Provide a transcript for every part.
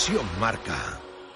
Conexión Marca.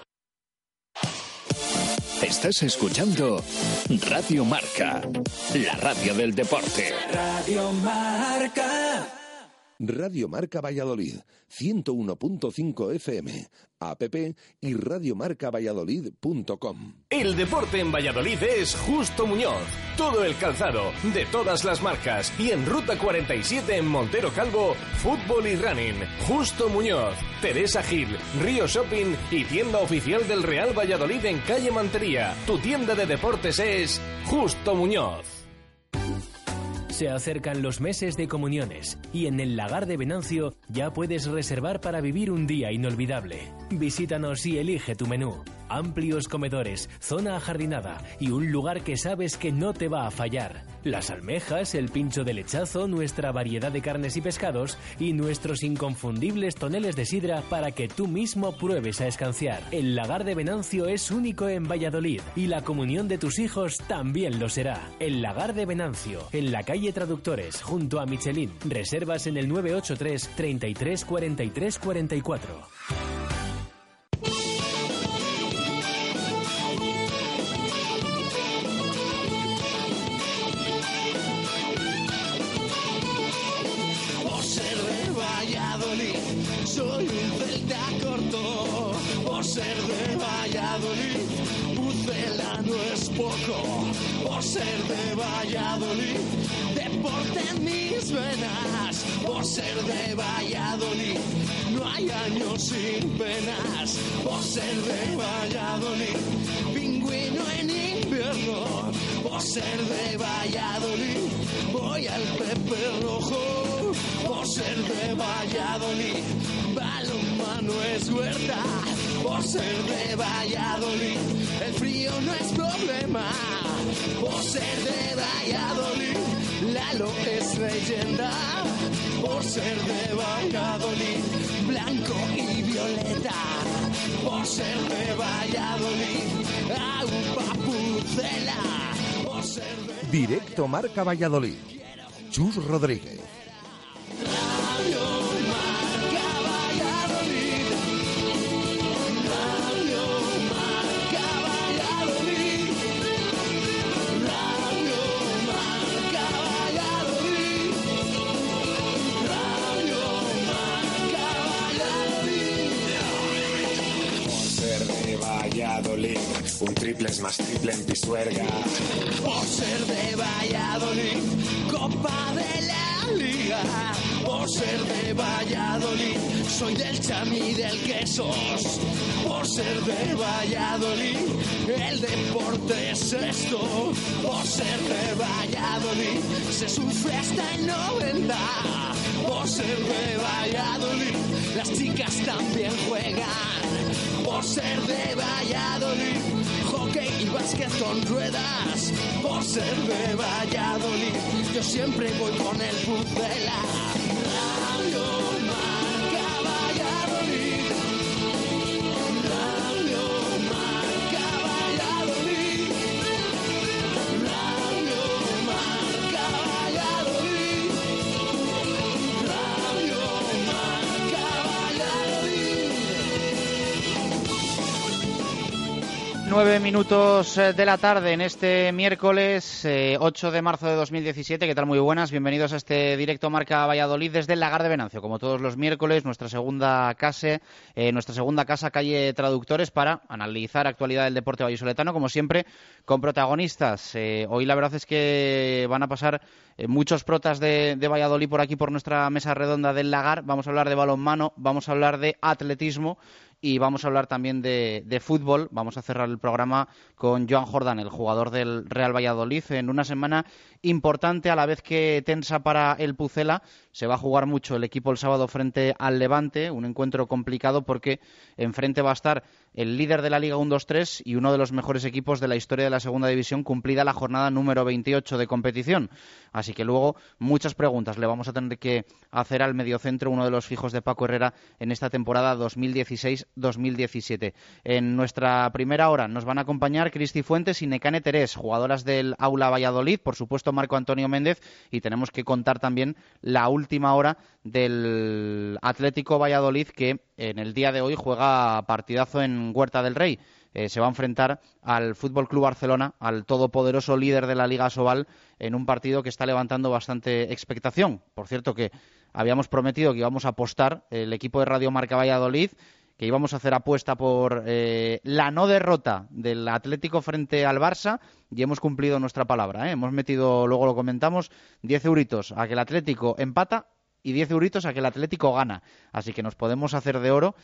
Estás escuchando Radio Marca, la radio del deporte. Radio Marca. Radio Marca Valladolid, 101.5 FM, app y radiomarcavalladolid.com. El deporte en Valladolid es Justo Muñoz. Todo el calzado, de todas las marcas. Y en Ruta 47 en Montero Calvo, fútbol y running. Justo Muñoz, Teresa Gil, Río Shopping y tienda oficial del Real Valladolid en calle Mantería. Tu tienda de deportes es Justo Muñoz. Se acercan los meses de comuniones y en el Lagar de Venancio ya puedes reservar para vivir un día inolvidable. Visítanos y elige tu menú. Amplios comedores, zona ajardinada y un lugar que sabes que no te va a fallar. Las almejas, el pincho de lechazo, nuestra variedad de carnes y pescados y nuestros inconfundibles toneles de sidra para que tú mismo pruebes a escanciar. El Lagar de Venancio es único en Valladolid y la comunión de tus hijos también lo será. El Lagar de Venancio, en la calle Traductores, junto a Michelin. Reservas en el 983 33 43 44. Soy un celta corto, por ser de Valladolid, Pucela no es poco, por ser de Valladolid, deporte en mis venas, por ser de Valladolid, no hay años sin penas, por ser de Valladolid, pingüino en invierno, por ser de Valladolid, voy al Pepe Rojo, por ser de Valladolid, balonmano es huerta, por ser de Valladolid, el frío no es problema, por ser de Valladolid, Lalo es leyenda, por ser de Valladolid, blanco y violeta, por ser de Valladolid, Aupa Pucela, por ser de... Directo Marca Valladolid. Chus Rodríguez. Radio Marca Valladolid, Radio Marca Valladolid, Radio Marca Valladolid, Radio Marca Valladolid. Por ser de Valladolid, un triple es más triple en Pisuerga. Por ser de Valladolid, Copa de la Liga, por ser de Valladolid, soy del Chami del Quesos, por ser de Valladolid, el deporte es esto, por ser de Valladolid, se sufre hasta el 90, por ser de Valladolid, las chicas también juegan, por ser de Valladolid, hockey y básquet con ruedas, por ser de Valladolid, yo siempre voy con el Pucela. Radio Marca Valladolid, Radio Marca Valladolid, Radio Marca Valladolid, Radio Marca Valladolid. 9 minutos de la tarde en este miércoles 8 de marzo de 2017. ¿Qué tal? Muy buenas. Bienvenidos a este directo Marca Valladolid desde el Lagar de Venancio. Como todos los miércoles, nuestra segunda casa, calle Traductores, para analizar actualidad del deporte vallisoletano, como siempre, con protagonistas. Hoy la verdad es que van a pasar muchos protas de Valladolid por aquí, por nuestra mesa redonda del Lagar. Vamos a hablar de balonmano, vamos a hablar de atletismo y vamos a hablar también de fútbol. Vamos a cerrar el programa con Joan Jordán, el jugador del Real Valladolid, en una semana importante a la vez que tensa para el Pucela. Se va a jugar mucho el equipo el sábado frente al Levante, un encuentro complicado porque enfrente va a estar el líder de la Liga 1-2-3 y uno de los mejores equipos de la historia de la segunda división, cumplida la jornada número 28 de competición. Así que luego muchas preguntas le vamos a tener que hacer al mediocentro, uno de los fijos de Paco Herrera en esta temporada 2016-2017. En nuestra primera hora nos van a acompañar Cristi Fuentes y Nekane Terés, jugadoras del Aula Valladolid, por supuesto Marco Antonio Méndez, y tenemos que contar también la última última hora del Atlético Valladolid, que en el día de hoy juega partidazo en Huerta del Rey. Se va a enfrentar al Fútbol Club Barcelona, al todopoderoso líder de la Liga Asobal, en un partido que está levantando bastante expectación. Por cierto, que habíamos prometido que íbamos a apostar, el equipo de Radio Marca Valladolid, que íbamos a hacer apuesta por la no derrota del Atlético frente al Barça, y hemos cumplido nuestra palabra. Hemos metido, luego lo comentamos, 10 euritos a que el Atlético empata y 10 euritos a que el Atlético gana. Así que nos podemos hacer de oro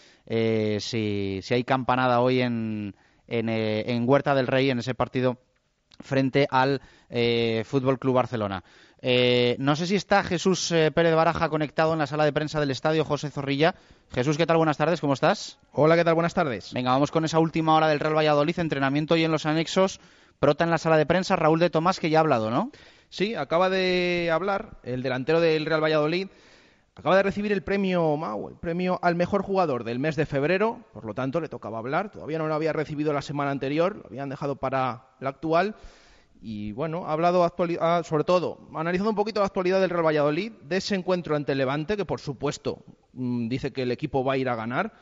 si hay campanada hoy en Huerta del Rey, en ese partido frente al Fútbol Club Barcelona. No sé si está Jesús Pérez Baraja conectado en la sala de prensa del estadio José Zorrilla. Jesús, ¿qué tal? Buenas tardes, ¿cómo estás? Hola, ¿qué tal? Buenas tardes. Venga, vamos con esa última hora del Real Valladolid, entrenamiento hoy en los anexos. Prota en la sala de prensa, Raúl de Tomás, que ya ha hablado, ¿no? Sí, acaba de hablar el delantero del Real Valladolid. Acaba de recibir el premio MAU, el premio al mejor jugador del mes de febrero, por lo tanto le tocaba hablar. Todavía no lo había recibido la semana anterior, lo habían dejado para la actual. Y bueno, ha hablado sobre todo, analizando un poquito la actualidad del Real Valladolid, de ese encuentro ante el Levante, que por supuesto dice que el equipo va a ir a ganar,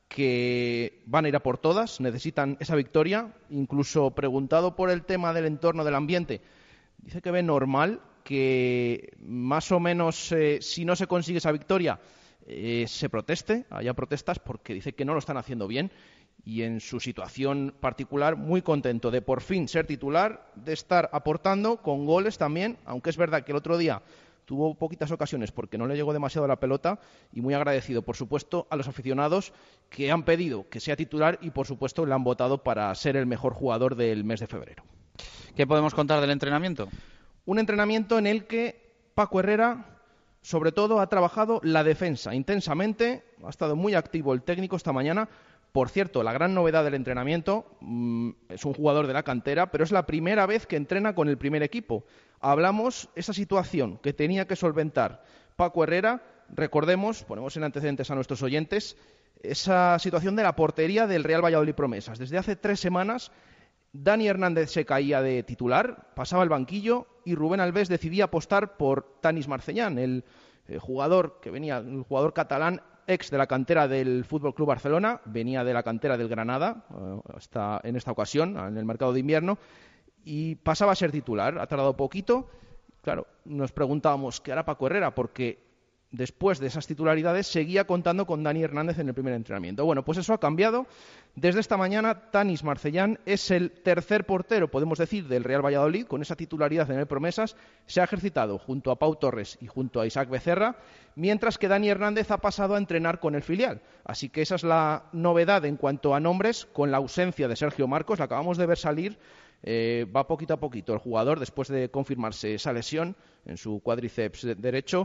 que van a ir a por todas, necesitan esa victoria. Incluso preguntado por el tema del entorno del ambiente, dice que ve normal que más o menos si no se consigue esa victoria se proteste, haya protestas, porque dice que no lo están haciendo bien. Y en su situación particular, muy contento de por fin ser titular, de estar aportando con goles también, aunque es verdad que el otro día tuvo poquitas ocasiones porque no le llegó demasiado la pelota, y muy agradecido, por supuesto, a los aficionados que han pedido que sea titular y, por supuesto, le han votado para ser el mejor jugador del mes de febrero. ¿Qué podemos contar del entrenamiento? Un entrenamiento en el que Paco Herrera, sobre todo, ha trabajado la defensa intensamente, ha estado muy activo el técnico esta mañana. Por cierto, la gran novedad del entrenamiento, es un jugador de la cantera, pero es la primera vez que entrena con el primer equipo. Hablamos esa situación que tenía que solventar Paco Herrera. Recordemos, ponemos en antecedentes a nuestros oyentes, esa situación de la portería del Real Valladolid Promesas. Desde hace 3 semanas, Dani Hernández se caía de titular, pasaba al banquillo y Rubén Alves decidía apostar por Tanis Marcellán, el jugador catalán, ex de la cantera del Fútbol Club Barcelona, venía de la cantera del Granada en esta ocasión, en el mercado de invierno, y pasaba a ser titular. Ha tardado poquito. Claro, nos preguntábamos qué hará Paco Herrera, porque después de esas titularidades seguía contando con Dani Hernández en el primer entrenamiento. Bueno, pues eso ha cambiado. Desde esta mañana, Tanis Marcellán es el tercer portero, podemos decir, del Real Valladolid, con esa titularidad en el Promesas. Se ha ejercitado junto a Pau Torres y junto a Isaac Becerra, mientras que Dani Hernández ha pasado a entrenar con el filial. Así que esa es la novedad en cuanto a nombres, con la ausencia de Sergio Marcos. La acabamos de ver salir. Va poquito a poquito el jugador, después de confirmarse esa lesión en su cuádriceps derecho.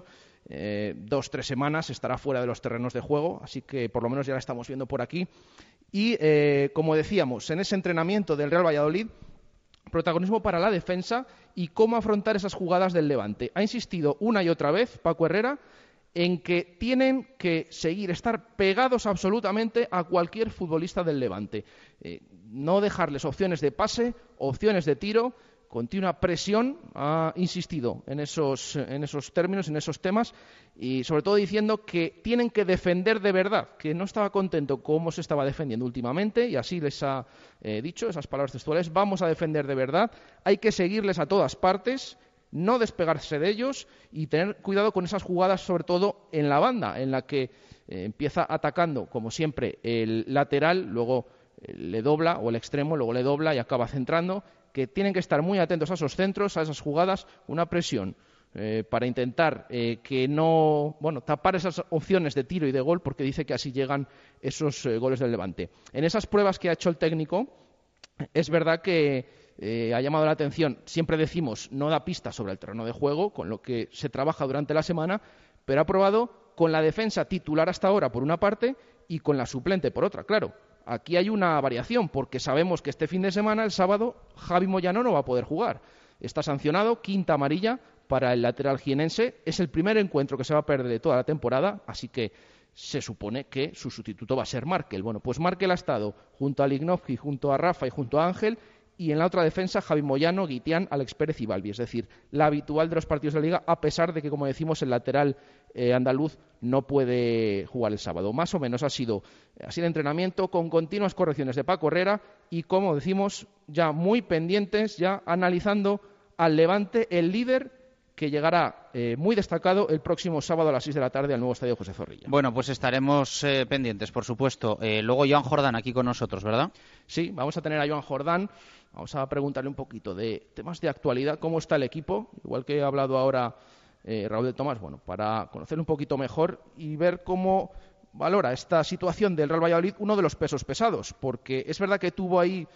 2-3 semanas estará fuera de los terrenos de juego, así que por lo menos ya la estamos viendo por aquí. Y como decíamos, en ese entrenamiento del Real Valladolid, protagonismo para la defensa y cómo afrontar esas jugadas del Levante. Ha insistido una y otra vez Paco Herrera en que tienen que estar pegados absolutamente a cualquier futbolista del Levante. No dejarles opciones de pase, opciones de tiro, continua presión. Ha insistido en esos términos, en esos temas, y sobre todo diciendo que tienen que defender de verdad, que no estaba contento cómo se estaba defendiendo últimamente, y así les ha dicho esas palabras textuales: vamos a defender de verdad, hay que seguirles a todas partes, no despegarse de ellos y tener cuidado con esas jugadas, sobre todo en la banda, en la que empieza atacando, como siempre, el lateral, luego le dobla, o el extremo, luego le dobla y acaba centrando, que tienen que estar muy atentos a esos centros, a esas jugadas, una presión para intentar tapar esas opciones de tiro y de gol, porque dice que así llegan esos goles del Levante. En esas pruebas que ha hecho el técnico, es verdad que ha llamado la atención. Siempre decimos, no da pistas sobre el terreno de juego, con lo que se trabaja durante la semana, pero ha probado con la defensa titular hasta ahora por una parte y con la suplente por otra. Claro, aquí hay una variación, porque sabemos que este fin de semana, el sábado, Javi Moyano no va a poder jugar. Está sancionado, 5ª amarilla para el lateral jienense. Es el primer encuentro que se va a perder de toda la temporada, así que se supone que su sustituto va a ser Markel. Bueno, pues Markel ha estado junto a Lignovsky, junto a Rafa y junto a Ángel, y en la otra defensa Javi Moyano, Guitián, Alex Pérez y Balbi. Es decir, la habitual de los partidos de la Liga, a pesar de que, como decimos, el lateral andaluz no puede jugar el sábado. Más o menos así el entrenamiento, con continuas correcciones de Paco Herrera y, como decimos, ya muy pendientes, ya analizando al Levante, el líder, que llegará muy destacado el próximo sábado a las 6 de la tarde al nuevo Estadio José Zorrilla. Bueno, pues estaremos pendientes, por supuesto. Luego Joan Jordán aquí con nosotros, ¿verdad? Sí, vamos a tener a Joan Jordán. Vamos a preguntarle un poquito de temas de actualidad, cómo está el equipo, igual que ha hablado ahora Raúl de Tomás, bueno, para conocer un poquito mejor y ver cómo valora esta situación del Real Valladolid, uno de los pesos pesados, porque es verdad que tuvo ahí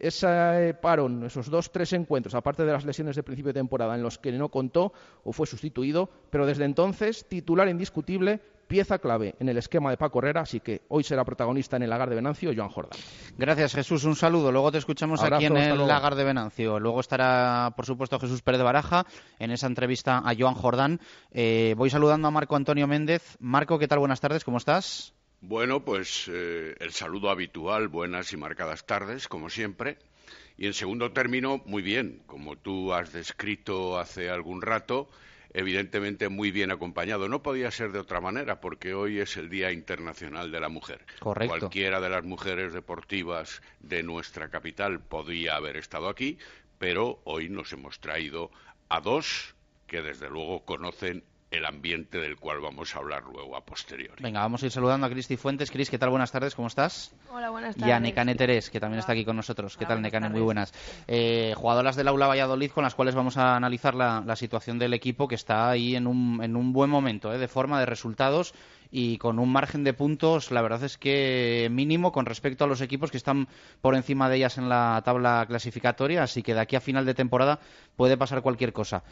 ese parón, esos 2-3 encuentros, aparte de las lesiones de principio de temporada en los que no contó o fue sustituido, pero desde entonces titular indiscutible, pieza clave en el esquema de Paco Herrera, así que hoy será protagonista en el Lagar de Venancio, Joan Jordán. Gracias, Jesús, un saludo. Luego te escuchamos aquí en el Lagar de Venancio. Luego estará, por supuesto, Jesús Pérez de Baraja en esa entrevista a Joan Jordán. Voy saludando a Marco Antonio Méndez. Marco, ¿qué tal? Buenas tardes, ¿cómo estás? Bueno, pues el saludo habitual, buenas y marcadas tardes, como siempre. Y en segundo término, muy bien, como tú has descrito hace algún rato, evidentemente muy bien acompañado. No podía ser de otra manera, porque hoy es el Día Internacional de la Mujer. Correcto. Cualquiera de las mujeres deportivas de nuestra capital podía haber estado aquí, pero hoy nos hemos traído a dos que desde luego conocen el ambiente del cual vamos a hablar luego a posteriori. Venga, vamos a ir saludando a Cristi Fuentes. Cris, ¿qué tal? Buenas tardes, ¿cómo estás? Hola, buenas tardes. Y a Nekane Terés, que también está aquí con nosotros. ¿Qué tal, Nekane? Muy buenas. Jugadoras del Aula Valladolid con las cuales vamos a analizar la situación del equipo, que está ahí en un buen momento, de forma, de resultados y con un margen de puntos, la verdad es que mínimo con respecto a los equipos que están por encima de ellas en la tabla clasificatoria, así que de aquí a final de temporada puede pasar cualquier cosa.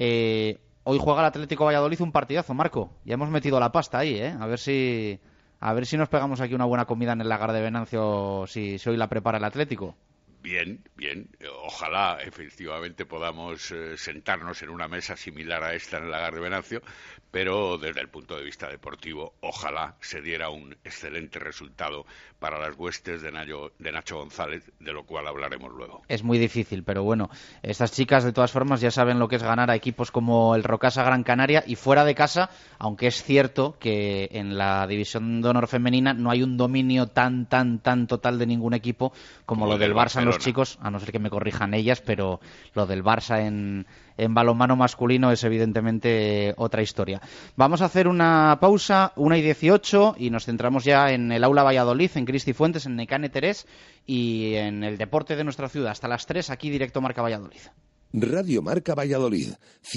Hoy juega el Atlético Valladolid un partidazo, Marco. Ya hemos metido la pasta ahí, A ver si nos pegamos aquí una buena comida en el Lagar de Venancio si hoy la prepara el Atlético. Bien, bien. Ojalá efectivamente podamos sentarnos en una mesa similar a esta en el Lagar de Venancio, pero desde el punto de vista deportivo, ojalá se diera un excelente resultado para las huestes de Nacho González, de lo cual hablaremos luego. Es muy difícil, pero bueno, estas chicas de todas formas ya saben lo que es ganar a equipos como el Rocasa Gran Canaria y fuera de casa, aunque es cierto que en la división de honor femenina no hay un dominio tan total de ningún equipo como lo del Barça en los chicos, a no ser que me corrijan ellas, pero lo del Barça en balonmano masculino es evidentemente otra historia. Vamos a hacer una pausa, 1:18, y nos centramos ya en el Aula Valladolid, en Cristi Fuentes, en Nekane Terés y en el deporte de nuestra ciudad. Hasta las 3, aquí directo Marca Valladolid. Radio Marca Valladolid,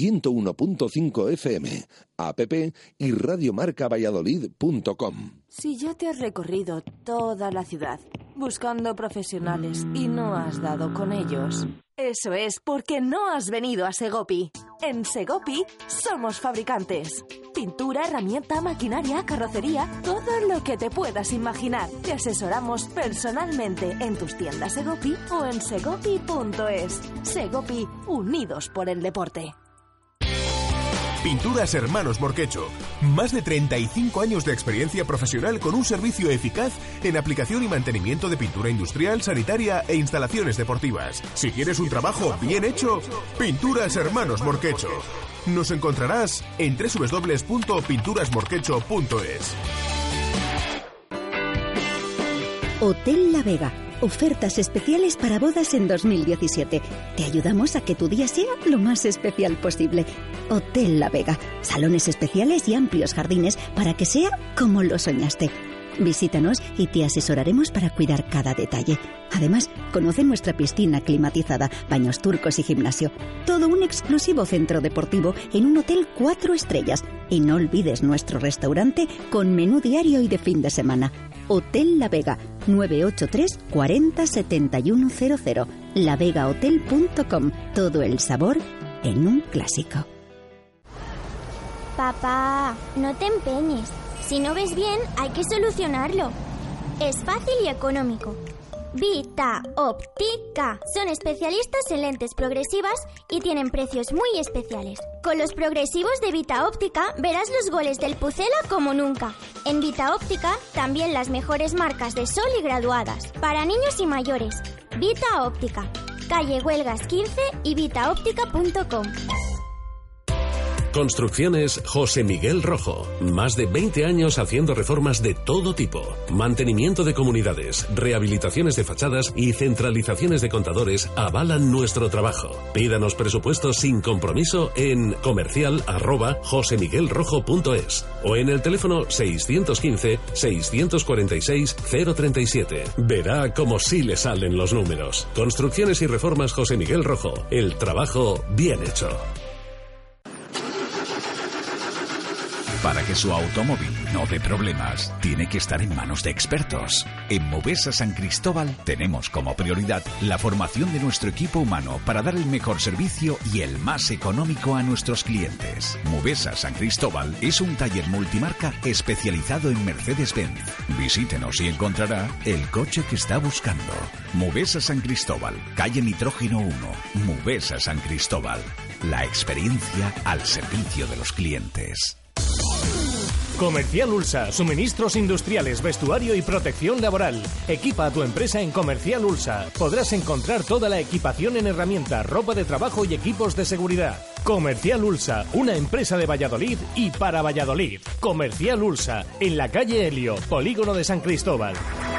101.5 FM, app y radiomarcavalladolid.com. Si ya te has recorrido toda la ciudad buscando profesionales y no has dado con ellos, eso es porque no has venido a Segopi. En Segopi somos fabricantes. Pintura, herramienta, maquinaria, carrocería, todo lo que te puedas imaginar. Te asesoramos personalmente en tus tiendas Segopi o en segopi.es. Segopi, unidos por el deporte. Pinturas Hermanos Morquecho. Más de 35 años de experiencia profesional con un servicio eficaz en aplicación y mantenimiento de pintura industrial, sanitaria e instalaciones deportivas. Si quieres un trabajo bien hecho, Pinturas Hermanos Morquecho. Nos encontrarás en www.pinturasmorquecho.es. Hotel La Vega. Ofertas especiales para bodas en 2017. Te ayudamos a que tu día sea lo más especial posible. Hotel La Vega. Salones especiales y amplios jardines para que sea como lo soñaste. Visítanos y te asesoraremos para cuidar cada detalle. Además, conoce nuestra piscina climatizada, baños turcos y gimnasio. Todo un exclusivo centro deportivo en un hotel 4 estrellas. Y no olvides nuestro restaurante con menú diario y de fin de semana. Hotel La Vega, 983 40 7100. lavegahotel.com. Todo el sabor en un clásico. Papá, no te empeñes. Si no ves bien, hay que solucionarlo. Es fácil y económico. Vita Óptica. Son especialistas en lentes progresivas y tienen precios muy especiales. Con los progresivos de Vita Óptica verás los goles del Pucela como nunca. En Vita Óptica también las mejores marcas de sol y graduadas. Para niños y mayores. Vita Óptica. calle Huelgas 15 y vitaóptica.com. Construcciones José Miguel Rojo. Más de 20 años haciendo reformas de todo tipo. Mantenimiento de comunidades, rehabilitaciones de fachadas y centralizaciones de contadores avalan nuestro trabajo. Pídanos presupuestos sin compromiso en comercial@josemiguelrojo.es o en el teléfono 615-646-037. Verá cómo sí le salen los números. Construcciones y reformas José Miguel Rojo. El trabajo bien hecho. Para que su automóvil no dé problemas, tiene que estar en manos de expertos. En Movesa San Cristóbal tenemos como prioridad la formación de nuestro equipo humano para dar el mejor servicio y el más económico a nuestros clientes. Movesa San Cristóbal es un taller multimarca especializado en Mercedes-Benz. Visítenos y encontrará el coche que está buscando. Movesa San Cristóbal, calle Nitrógeno 1. Movesa San Cristóbal. La experiencia al servicio de los clientes. Comercial Ulsa, suministros industriales, vestuario y protección laboral. Equipa a tu empresa en Comercial Ulsa. Podrás encontrar toda la equipación en herramientas, ropa de trabajo y equipos de seguridad. Comercial Ulsa, una empresa de Valladolid y para Valladolid. Comercial Ulsa, en la calle Helio, Polígono de San Cristóbal.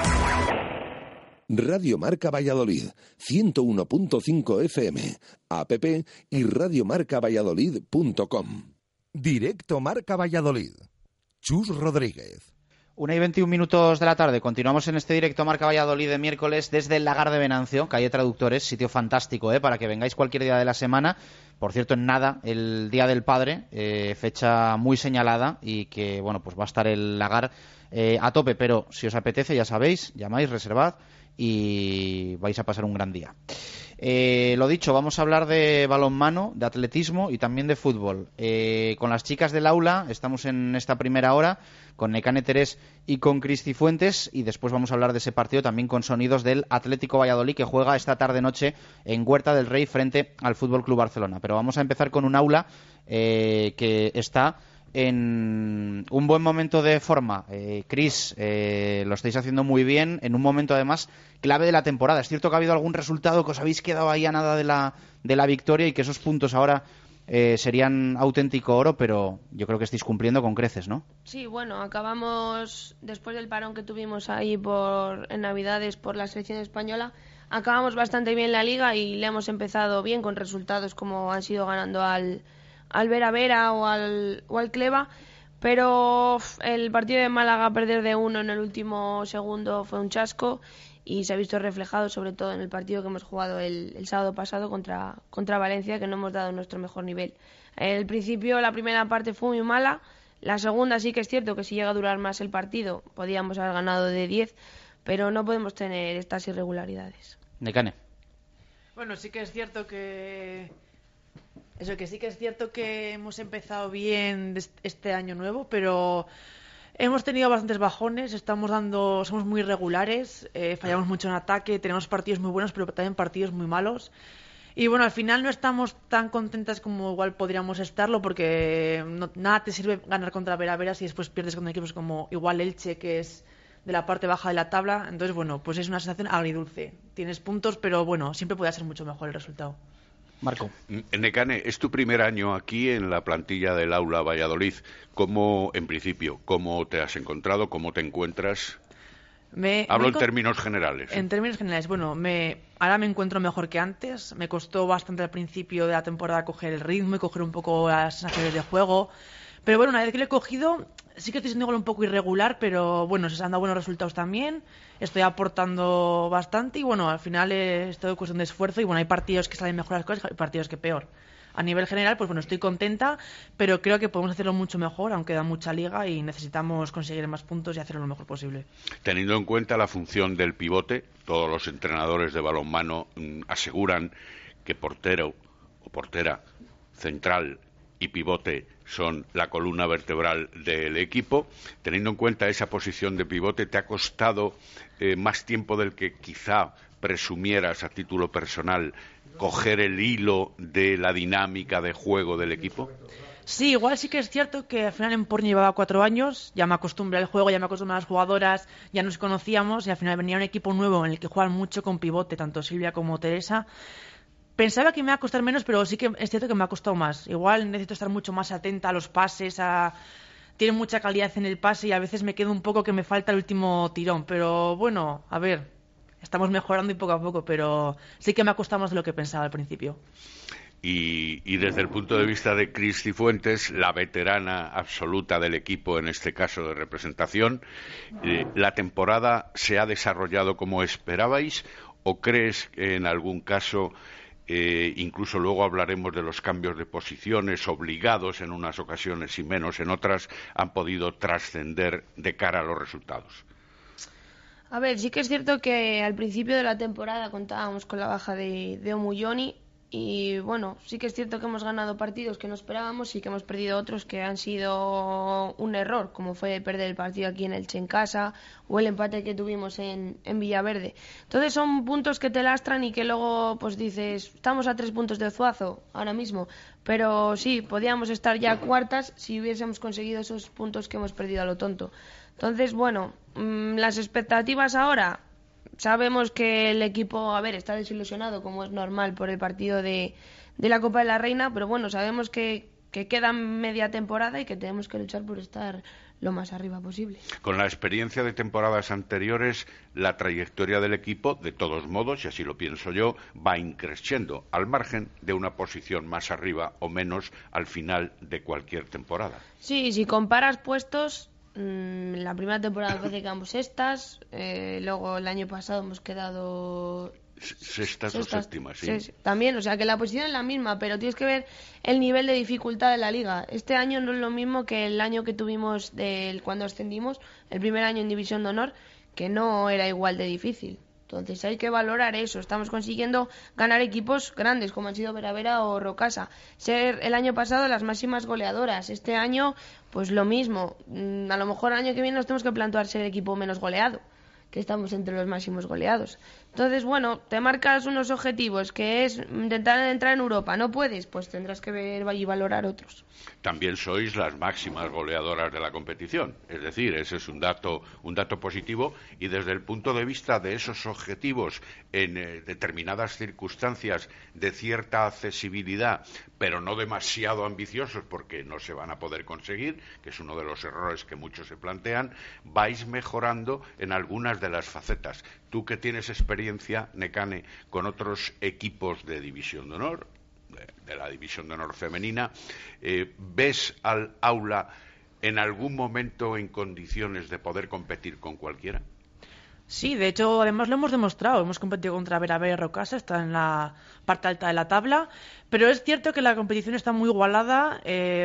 Radio Marca Valladolid, 101.5 FM, app y radiomarcavalladolid.com. Directo Marca Valladolid. Chus Rodríguez. 1:21 de la tarde. Continuamos en este directo Marca Valladolid de miércoles desde el Lagar de Venancio, calle Traductores, sitio fantástico, para que vengáis cualquier día de la semana. Por cierto, en nada, el Día del Padre, fecha muy señalada y que, bueno, pues va a estar el Lagar a tope, pero si os apetece, ya sabéis, llamáis, reservad y vais a pasar un gran día. Lo dicho, vamos a hablar de balonmano, de atletismo y también de fútbol. Con las chicas del aula estamos en esta primera hora con Nekane Terés y con Cristi Fuentes, y después vamos a hablar de ese partido también con sonidos del Atlético Valladolid, que juega esta tarde-noche en Huerta del Rey frente al Fútbol Club Barcelona. Pero vamos a empezar con un aula que está en un buen momento de forma. Cris, lo estáis haciendo muy bien en un momento además clave de la temporada. Es cierto que ha habido algún resultado que os habéis quedado ahí a nada de la victoria y que esos puntos ahora serían auténtico oro, pero yo creo que estáis cumpliendo con creces, ¿no? Sí, bueno, acabamos después del parón que tuvimos ahí en Navidades por la selección española. Acabamos bastante bien la liga y le hemos empezado bien con resultados como han sido ganando al Vera Vera o al Cleva, pero el partido de Málaga, perder de 1 en el último segundo fue un chasco y se ha visto reflejado sobre todo en el partido que hemos jugado el sábado pasado contra Valencia, que no hemos dado nuestro mejor nivel. El principio, la primera parte fue muy mala, la segunda sí que es cierto que si llega a durar más el partido podíamos haber ganado de 10, pero no podemos tener estas irregularidades. Nekane. Bueno, sí que es cierto que hemos empezado bien este año nuevo, pero hemos tenido bastantes bajones, somos muy irregulares, fallamos mucho en ataque, tenemos partidos muy buenos, pero también partidos muy malos. Y bueno, al final no estamos tan contentas como igual podríamos estarlo, porque nada te sirve ganar contra Vera Vera si después pierdes contra equipos como igual Elche, que es de la parte baja de la tabla. Entonces, bueno, pues es una sensación agridulce. Tienes puntos, pero bueno, siempre puede ser mucho mejor el resultado. Marco. Nekane, es tu primer año aquí en la plantilla del Aula Valladolid. ¿Cómo te has encontrado? ¿Cómo te encuentras? Hablo en términos generales. En términos generales, bueno, ahora me encuentro mejor que antes. Me costó bastante al principio de la temporada coger el ritmo y coger un poco las sensaciones de juego. Pero bueno, una vez que lo he cogido, sí que estoy siendo un poco irregular, pero bueno, se han dado buenos resultados también. Estoy aportando bastante y bueno, al final es todo cuestión de esfuerzo y bueno, hay partidos que salen mejor las cosas y hay partidos que peor. A nivel general, pues bueno, estoy contenta, pero creo que podemos hacerlo mucho mejor, aunque da mucha liga y necesitamos conseguir más puntos y hacerlo lo mejor posible. Teniendo en cuenta la función del pivote, todos los entrenadores de balonmano aseguran que portero o portera, central y pivote son la columna vertebral del equipo. Teniendo en cuenta esa posición de pivote, ¿te ha costado más tiempo del que quizá presumieras a título personal coger el hilo de la dinámica de juego del equipo? Sí, igual sí que es cierto que al final en Porni llevaba 4 años, ya me acostumbré al juego, ya me acostumbré a las jugadoras, ya nos conocíamos y al final venía un equipo nuevo en el que juegan mucho con pivote, tanto Silvia como Teresa. Pensaba que me iba a costar menos, pero sí que es cierto que me ha costado más. Igual necesito estar mucho más atenta a los pases, tiene mucha calidad en el pase y a veces me quedo un poco que me falta el último tirón. Pero bueno, a ver, estamos mejorando y poco a poco, pero sí que me ha costado más de lo que pensaba al principio. Y desde el punto de vista de Cris Cifuentes, la veterana absoluta del equipo, en este caso de representación, ¿la temporada se ha desarrollado como esperabais o crees que en algún caso, incluso luego hablaremos de los cambios de posiciones obligados en unas ocasiones y menos en otras, han podido trascender de cara a los resultados? A ver, sí que es cierto que al principio de la temporada contábamos con la baja de Omulloni. Y bueno, sí que es cierto que hemos ganado partidos que no esperábamos y que hemos perdido otros que han sido un error, como fue perder el partido aquí en Elche en casa o el empate que tuvimos en Villaverde. Entonces son puntos que te lastran y que luego pues dices, estamos a 3 puntos del Zuazo ahora mismo, pero sí, podíamos estar ya cuartas si hubiésemos conseguido esos puntos que hemos perdido a lo tonto. Entonces, bueno, las expectativas ahora... Sabemos que el equipo, a ver, está desilusionado, como es normal, por el partido de la Copa de la Reina, pero bueno, sabemos que queda media temporada y que tenemos que luchar por estar lo más arriba posible. Con la experiencia de temporadas anteriores, la trayectoria del equipo, de todos modos, y así lo pienso yo, va increciendo, al margen de una posición más arriba o menos al final de cualquier temporada. Sí, si comparas puestos... la primera temporada parece que quedamos sextas, luego el año pasado hemos quedado sextas o séptimas, sí. También, o sea que la posición es la misma, pero tienes que ver el nivel de dificultad de la liga. Este año no es lo mismo que el año que tuvimos cuando ascendimos, el primer año en División de Honor, que no era igual de difícil. Entonces hay que valorar eso. Estamos consiguiendo ganar equipos grandes como han sido Veravera o Rocasa. Ser el año pasado las máximas goleadoras. Este año pues lo mismo. A lo mejor el año que viene nos tenemos que plantear ser el equipo menos goleado, que estamos entre los máximos goleados. Entonces, bueno, te marcas unos objetivos, que es intentar entrar en Europa. No puedes, pues tendrás que ver y valorar otros. También sois las máximas goleadoras de la competición. Es decir, ese es un dato positivo, y desde el punto de vista de esos objetivos en determinadas circunstancias de cierta accesibilidad, pero no demasiado ambiciosos porque no se van a poder conseguir, que es uno de los errores que muchos se plantean, vais mejorando en algunas de las facetas. Tú que tienes experiencia, Nekane, con otros equipos de División de Honor, de la División de Honor femenina, ¿ves al Aula en algún momento en condiciones de poder competir con cualquiera? Sí, de hecho, además lo hemos demostrado. Hemos competido contra Veravera y Rocasa, está en la parte alta de la tabla, pero es cierto que la competición está muy igualada,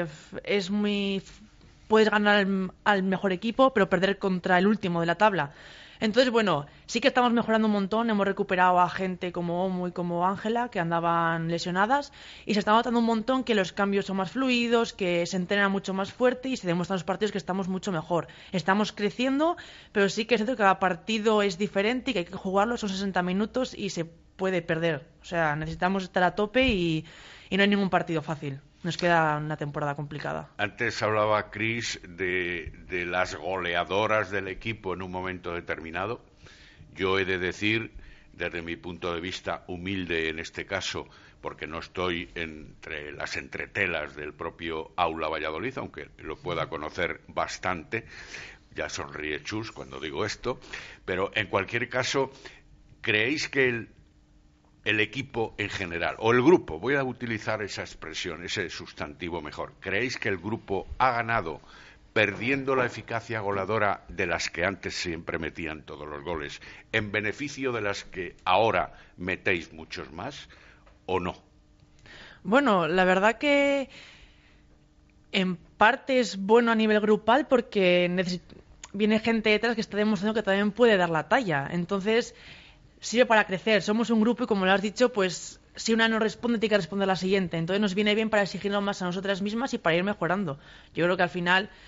puedes ganar al mejor equipo, pero perder contra el último de la tabla. Entonces, bueno, sí que estamos mejorando un montón. Hemos recuperado a gente como Omu y como Ángela, que andaban lesionadas, y se está notando un montón que los cambios son más fluidos, que se entrena mucho más fuerte y se demuestran los partidos que estamos mucho mejor. Estamos creciendo, pero sí que es cierto que cada partido es diferente y que hay que jugarlo, son 60 minutos y se puede perder. O sea, necesitamos estar a tope y no hay ningún partido fácil. Nos queda una temporada complicada. Antes hablaba Cris de las goleadoras del equipo en un momento determinado. Yo he de decir, desde mi punto de vista humilde en este caso, porque no estoy entre las entretelas del propio Aula Valladolid, aunque lo pueda conocer bastante, ya sonríe Chus cuando digo esto, pero en cualquier caso, ¿creéis que el equipo en general, o el grupo, voy a utilizar esa expresión, ese sustantivo mejor, ¿creéis que el grupo ha ganado perdiendo la eficacia goleadora de las que antes siempre metían todos los goles, en beneficio de las que ahora metéis muchos más, o no? Bueno, la verdad que en parte es bueno a nivel grupal porque viene gente detrás que está demostrando que también puede dar la talla. Entonces sirve para crecer. Somos un grupo y, como lo has dicho, pues si una no responde, tiene que responder la siguiente. Entonces nos viene bien para exigirnos más a nosotras mismas y para ir mejorando. Yo creo que al final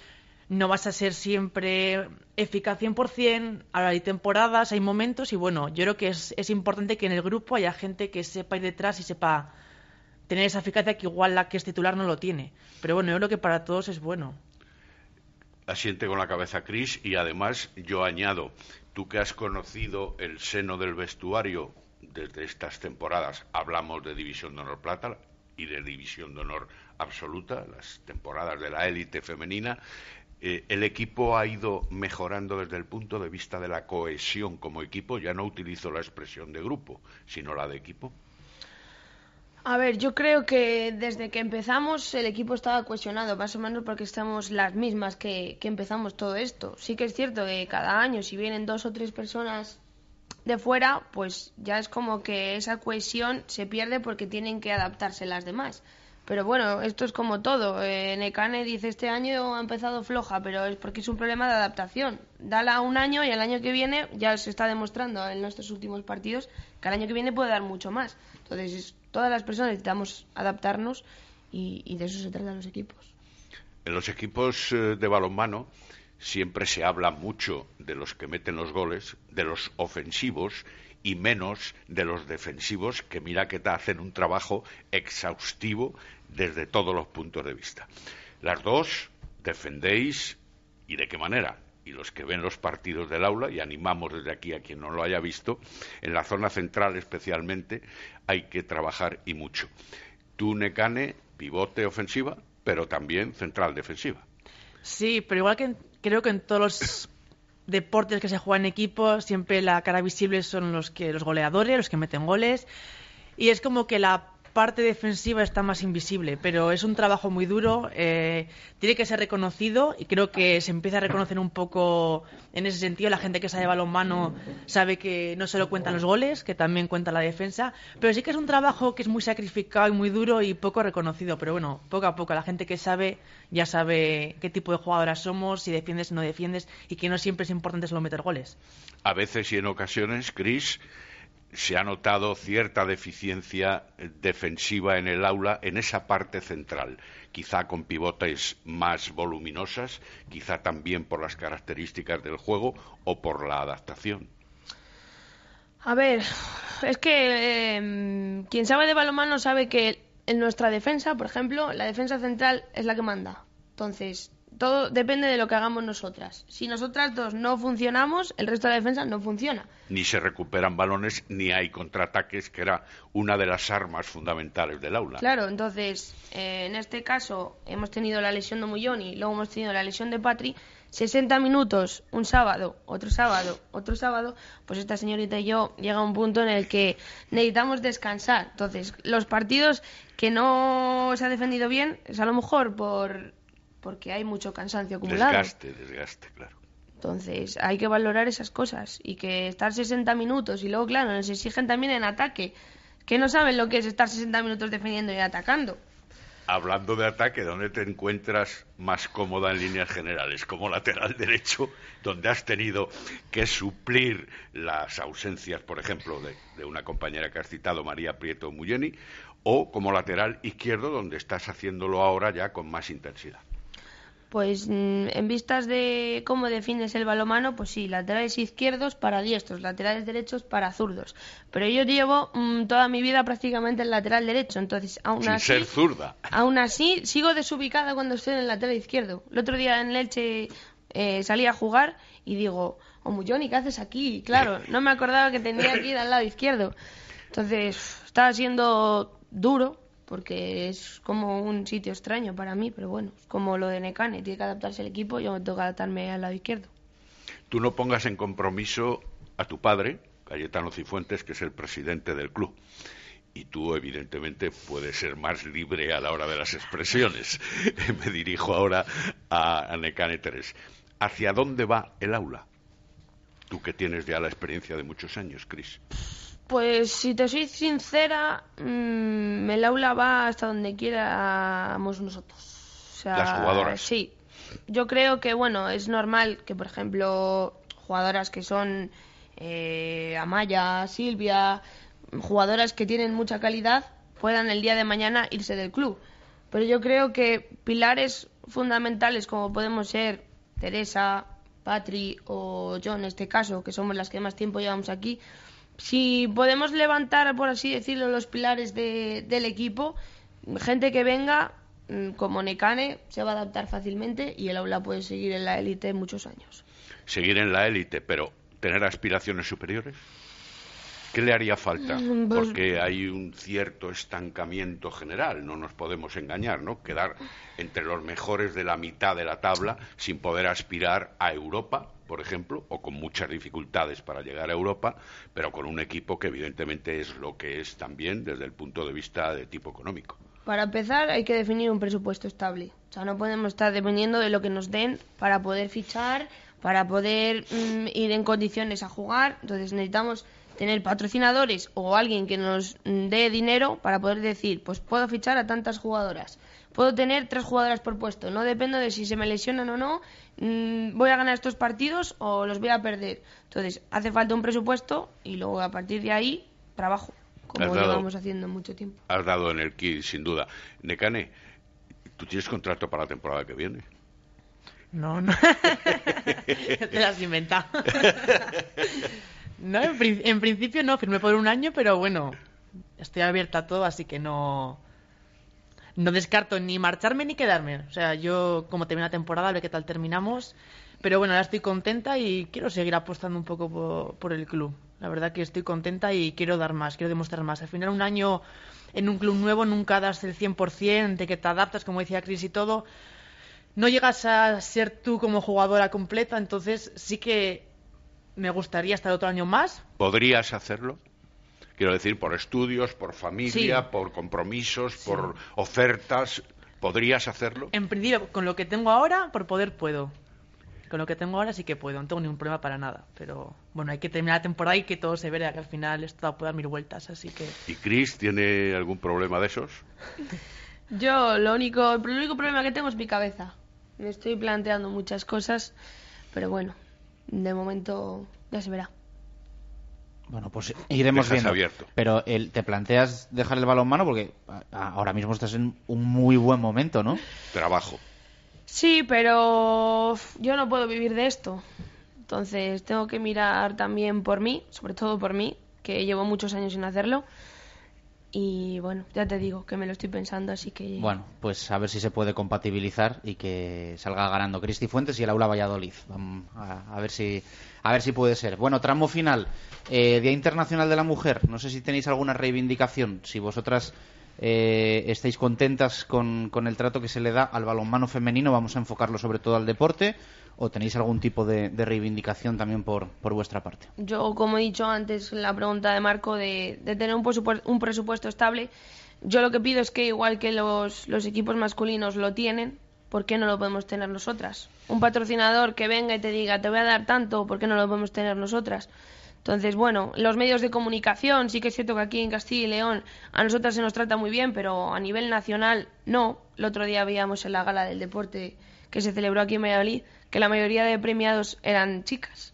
no vas a ser siempre eficaz 100%, ahora hay temporadas, hay momentos y bueno, yo creo que es importante que en el grupo haya gente que sepa ir detrás y sepa tener esa eficacia que igual la que es titular no lo tiene. Pero bueno, yo creo que para todos es bueno. Asiente con la cabeza Chris y además yo añado, tú que has conocido el seno del vestuario desde estas temporadas, hablamos de División de Honor Plata y de División de Honor Absoluta, las temporadas de la élite femenina, el equipo ha ido mejorando desde el punto de vista de la cohesión como equipo, ya no utilizo la expresión de grupo, sino la de equipo. A ver, yo creo que desde que empezamos el equipo estaba cohesionado, más o menos porque estamos las mismas que empezamos todo esto. Sí que es cierto que cada año, si vienen 2 o 3 personas de fuera, pues ya es como que esa cohesión se pierde porque tienen que adaptarse las demás. Pero bueno, esto es como todo. Nekane dice, este año ha empezado floja, pero es porque es un problema de adaptación. Dala un año y el año que viene, ya se está demostrando en nuestros últimos partidos, que el año que viene puede dar mucho más. Entonces, todas las personas necesitamos adaptarnos y de eso se tratan los equipos. En los equipos de balonmano siempre se habla mucho de los que meten los goles, de los ofensivos y menos de los defensivos, que mira que te hacen un trabajo exhaustivo desde todos los puntos de vista. Las dos defendéis, ¿y de qué manera? Y los que ven los partidos del aula, y animamos desde aquí a quien no lo haya visto, en la zona central especialmente hay que trabajar y mucho. Tú, Nekane, pivote ofensiva, pero también central defensiva. Sí, pero igual que creo que en todos los deportes que se juegan en equipo, siempre la cara visible son los goleadores, los que meten goles, y es como que la parte defensiva está más invisible, pero es un trabajo muy duro, tiene que ser reconocido y creo que se empieza a reconocer un poco en ese sentido. La gente que sabe balonmano sabe que no solo cuentan los goles, que también cuenta la defensa, pero sí que es un trabajo que es muy sacrificado y muy duro y poco reconocido, pero bueno, poco a poco la gente que sabe ya sabe qué tipo de jugadoras somos, si defiendes o no defiendes, y que no siempre es importante solo meter goles. A veces y en ocasiones, Chris, se ha notado cierta deficiencia defensiva en el aula, en esa parte central, quizá con pivotes más voluminosas, quizá también por las características del juego o por la adaptación. A ver, es que quien sabe de balonmano sabe que en nuestra defensa, por ejemplo, la defensa central es la que manda. Entonces, todo depende de lo que hagamos nosotras. Si nosotras dos no funcionamos, el resto de la defensa no funciona. Ni se recuperan balones, ni hay contraataques, que era una de las armas fundamentales del aula. Claro, entonces, en este caso, hemos tenido la lesión de Mulloni, luego hemos tenido la lesión de Patri, 60 minutos, un sábado, otro sábado, pues esta señorita y yo llega a un punto en el que necesitamos descansar. Entonces, los partidos que no se ha defendido bien, es a lo mejor porque hay mucho cansancio acumulado. Desgaste, claro. Entonces, hay que valorar esas cosas y que estar 60 minutos y luego, claro, nos exigen también en ataque, que no saben lo que es estar 60 minutos defendiendo y atacando. Hablando de ataque, ¿dónde te encuentras más cómoda en líneas generales? ¿Como lateral derecho, donde has tenido que suplir las ausencias, por ejemplo, de una compañera que has citado, María Prieto Mulleni, o como lateral izquierdo, donde estás haciéndolo ahora ya con más intensidad? Pues en vistas de cómo defines el balonmano, pues sí, laterales izquierdos para diestros, laterales derechos para zurdos. Pero yo llevo toda mi vida prácticamente en lateral derecho, entonces Sin ser zurda. Aún así sigo desubicada cuando estoy en el lateral izquierdo. El otro día en Elche salí a jugar y digo, Mulloni, ¿qué haces aquí? Claro, no me acordaba que tenía que ir al lado izquierdo. Entonces estaba siendo duro, porque es como un sitio extraño para mí, pero bueno, es como lo de Nekane, tiene que adaptarse el equipo, yo me tengo que adaptarme al lado izquierdo. Tú no pongas en compromiso a tu padre, Cayetano Cifuentes, que es el presidente del club, y tú evidentemente puedes ser más libre a la hora de las expresiones. Me dirijo ahora a Nekane Terés. ¿Hacia dónde va el aula? Tú que tienes ya la experiencia de muchos años, Chris. Pues si te soy sincera, el aula va hasta donde quieramos nosotros. O sea, las jugadoras. Sí. Yo creo que, bueno, es normal que, por ejemplo, jugadoras que son Amaya, Silvia, jugadoras que tienen mucha calidad, puedan el día de mañana irse del club. Pero yo creo que pilares fundamentales como podemos ser Teresa, Patri o yo en este caso, que somos las que más tiempo llevamos aquí, si podemos levantar, por así decirlo, los pilares del equipo, gente que venga como Nekane se va a adaptar fácilmente y el aula puede seguir en la élite muchos años. Seguir en la élite, pero ¿tener aspiraciones superiores? ¿Qué le haría falta? Porque hay un cierto estancamiento general, no nos podemos engañar, ¿no? Quedar entre los mejores de la mitad de la tabla sin poder aspirar a Europa, por ejemplo, o con muchas dificultades para llegar a Europa, pero con un equipo que evidentemente es lo que es también desde el punto de vista de tipo económico. Para empezar hay que definir un presupuesto estable. O sea, no podemos estar dependiendo de lo que nos den para poder fichar, para poder ir en condiciones a jugar. Entonces necesitamos tener patrocinadores o alguien que nos dé dinero para poder decir, pues puedo fichar a tantas jugadoras, puedo tener 3 jugadoras por puesto, no dependo de si se me lesionan o no, voy a ganar estos partidos o los voy a perder. Entonces hace falta un presupuesto y luego a partir de ahí trabajo, como llevamos haciendo mucho tiempo. Has dado en el kit, sin duda. Nekane, ¿tú tienes contrato para la temporada que viene? No. Te las inventado. No, en principio no, firmé por un año, pero bueno, estoy abierta a todo, así que no descarto ni marcharme ni quedarme. O sea, yo como termina la temporada, a ver qué tal terminamos, pero bueno, ahora estoy contenta y quiero seguir apostando un poco por el club. La verdad que estoy contenta y quiero dar más, quiero demostrar más. Al final, un año en un club nuevo nunca das el 100%, de que te adaptas, como decía Cris y todo. No llegas a ser tú como jugadora completa, entonces sí que me gustaría estar otro año más. ¿Podrías hacerlo? Quiero decir, por estudios, por familia, Sí. por compromisos, por ofertas. ¿Podrías hacerlo? En principio, con lo que tengo ahora, por poder puedo. Con lo que tengo ahora sí que puedo, no tengo ningún problema para nada. Pero bueno, hay que terminar la temporada y que todo se vea, que al final esto puede dar 1000 vueltas, así que... ¿Y Cris tiene algún problema de esos? Yo el único problema que tengo es mi cabeza. Me estoy planteando muchas cosas, pero bueno, de momento ya se verá. Bueno, pues iremos Dejas viendo. abierto. Pero ¿te planteas dejar el balonmano? Porque ahora mismo estás en un muy buen momento, ¿no? Trabajo. Sí, pero yo no puedo vivir de esto. Entonces tengo que mirar también por mí, sobre todo por mí, que llevo muchos años sin hacerlo. Y bueno, ya te digo que me lo estoy pensando, así que... Bueno, pues a ver si se puede compatibilizar y que salga ganando Cristi Fuentes y el Aula Valladolid. Vamos a ver si puede ser. Bueno, tramo final. Día Internacional de la Mujer. No sé si tenéis alguna reivindicación. Si vosotras estáis contentas con el trato que se le da al balonmano femenino, vamos a enfocarlo sobre todo al deporte, o tenéis algún tipo de reivindicación también por vuestra parte. Yo, como he dicho antes, la pregunta de Marco de tener un presupuesto estable, yo lo que pido es que igual que los equipos masculinos lo tienen, ¿por qué no lo podemos tener nosotras? Un patrocinador que venga y te diga, te voy a dar tanto, ¿por qué no lo podemos tener nosotras? Entonces, bueno, los medios de comunicación, sí que es cierto que aquí en Castilla y León a nosotras se nos trata muy bien, pero a nivel nacional no. El otro día veíamos en la gala del deporte que se celebró aquí en Valladolid que la mayoría de premiados eran chicas.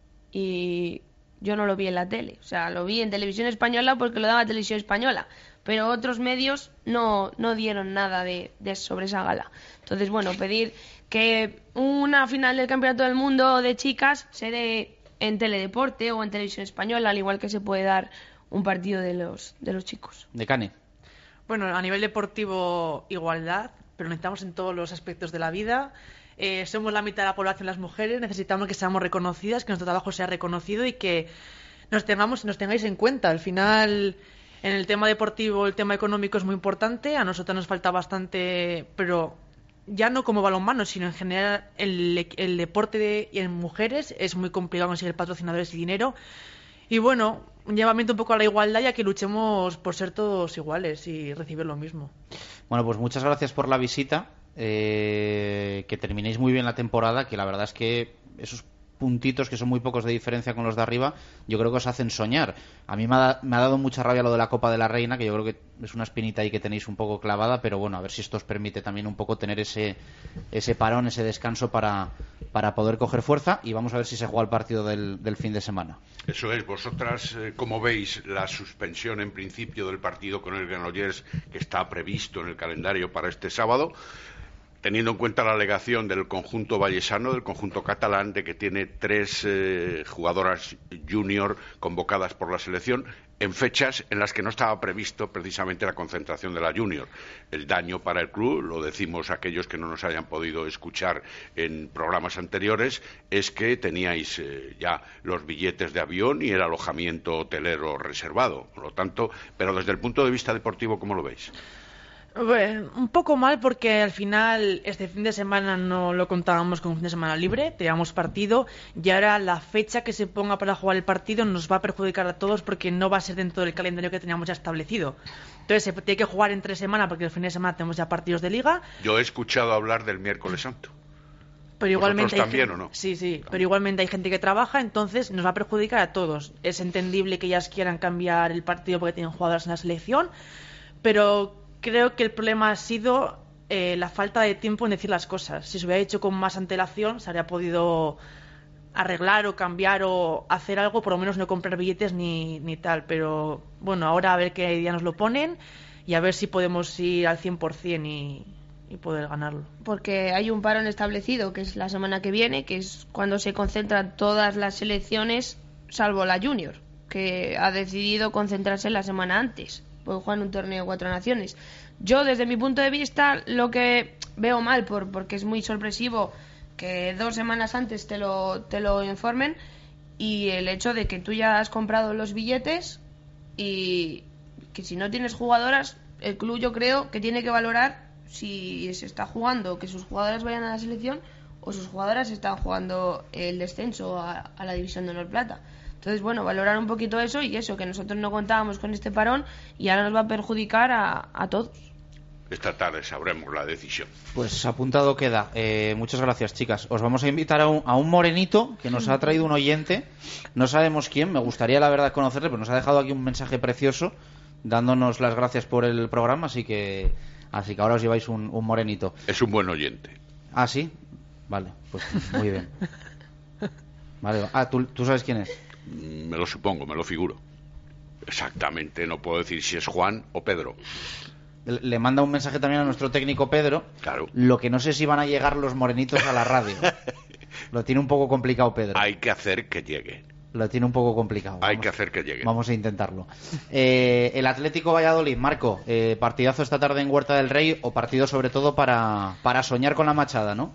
Y yo no lo vi en la tele. O sea, lo vi en Televisión Española porque lo daba Televisión Española. Pero otros medios no dieron nada sobre esa gala. Entonces, bueno, pedir que una final del Campeonato del Mundo de chicas se dé en Teledeporte o en Televisión Española, al igual que se puede dar un partido de los chicos. Nekane. Bueno, a nivel deportivo, igualdad, pero necesitamos en todos los aspectos de la vida. Somos la mitad de la población las mujeres, necesitamos que seamos reconocidas, que nuestro trabajo sea reconocido y que nos tengáis en cuenta. Al final, en el tema deportivo, el tema económico es muy importante, a nosotros nos falta bastante, pero ya no como balonmano, sino en general el deporte en mujeres es muy complicado conseguir patrocinadores y dinero. Y bueno, un llamamiento un poco a la igualdad y a que luchemos por ser todos iguales y recibir lo mismo. Bueno, pues muchas gracias por la visita. Que terminéis muy bien la temporada, que la verdad es que esos puntitos, que son muy pocos de diferencia con los de arriba, yo creo que os hacen soñar. A mí me ha dado mucha rabia lo de la Copa de la Reina, que yo creo que es una espinita ahí que tenéis un poco clavada, pero bueno, a ver si esto os permite también un poco tener ese parón, ese descanso para poder coger fuerza, y vamos a ver si se juega el partido del fin de semana. Eso es. Vosotras, ¿cómo veis la suspensión en principio del partido con el Granollers que está previsto en el calendario para este sábado? teniendo en cuenta la alegación del conjunto vallesano, del conjunto catalán, de que tiene 3 jugadoras junior convocadas por la selección en fechas en las que no estaba previsto precisamente la concentración de la junior. El daño para el club, lo decimos aquellos que no nos hayan podido escuchar en programas anteriores, es que teníais ya los billetes de avión y el alojamiento hotelero reservado. Por lo tanto, pero desde el punto de vista deportivo, ¿cómo lo veis? Bueno, un poco mal porque al final este fin de semana no lo contábamos con un fin de semana libre, teníamos partido y ahora la fecha que se ponga para jugar el partido nos va a perjudicar a todos porque no va a ser dentro del calendario que teníamos ya establecido. Entonces se tiene que jugar entre semana porque el fin de semana tenemos ya partidos de liga. Yo he escuchado hablar del miércoles santo. Pero igualmente hay también, gente, ¿o no? Sí, pero igualmente hay gente que trabaja, entonces nos va a perjudicar a todos. Es entendible que ellas quieran cambiar el partido porque tienen jugadoras en la selección, pero creo que el problema ha sido la falta de tiempo en decir las cosas. Si se hubiera hecho con más antelación, se habría podido arreglar o cambiar o hacer algo, por lo menos no comprar billetes ni tal. Pero bueno, ahora a ver qué día nos lo ponen y a ver si podemos ir al 100% y poder ganarlo. Porque hay un parón establecido, que es la semana que viene, que es cuando se concentran todas las selecciones, salvo la junior, que ha decidido concentrarse la semana antes. Pueden jugar un torneo de 4 naciones. Yo, desde mi punto de vista, lo que veo mal, porque es muy sorpresivo que 2 semanas antes te lo informen, y el hecho de que tú ya has comprado los billetes y que si no tienes jugadoras, el club yo creo que tiene que valorar si se está jugando que sus jugadoras vayan a la selección o sus jugadoras están jugando el descenso a la División de Honor Plata. Entonces, bueno, valorar un poquito eso y eso, que nosotros no contábamos con este parón y ahora nos va a perjudicar a todos. Esta tarde sabremos la decisión. Pues apuntado queda. Muchas gracias, chicas. Os vamos a invitar a un morenito que nos ha traído un oyente. No sabemos quién, me gustaría la verdad conocerle, pero nos ha dejado aquí un mensaje precioso dándonos las gracias por el programa, así que ahora os lleváis un morenito. Es un buen oyente. ¿Ah, sí? Vale, pues muy bien. Vale. Ah, ¿tú sabes quién es? Me lo supongo, me lo figuro. Exactamente, no puedo decir si es Juan o Pedro. Le manda un mensaje también a nuestro técnico Pedro. Claro. Lo que no sé si van a llegar los morenitos a la radio. Lo tiene un poco complicado Pedro. Hay que hacer que llegue. Lo tiene un poco complicado. Hay que hacer que llegue. Vamos a intentarlo. El Atlético Valladolid, Marco, partidazo esta tarde en Huerta del Rey, o partido sobre todo para soñar con la Machada, ¿no?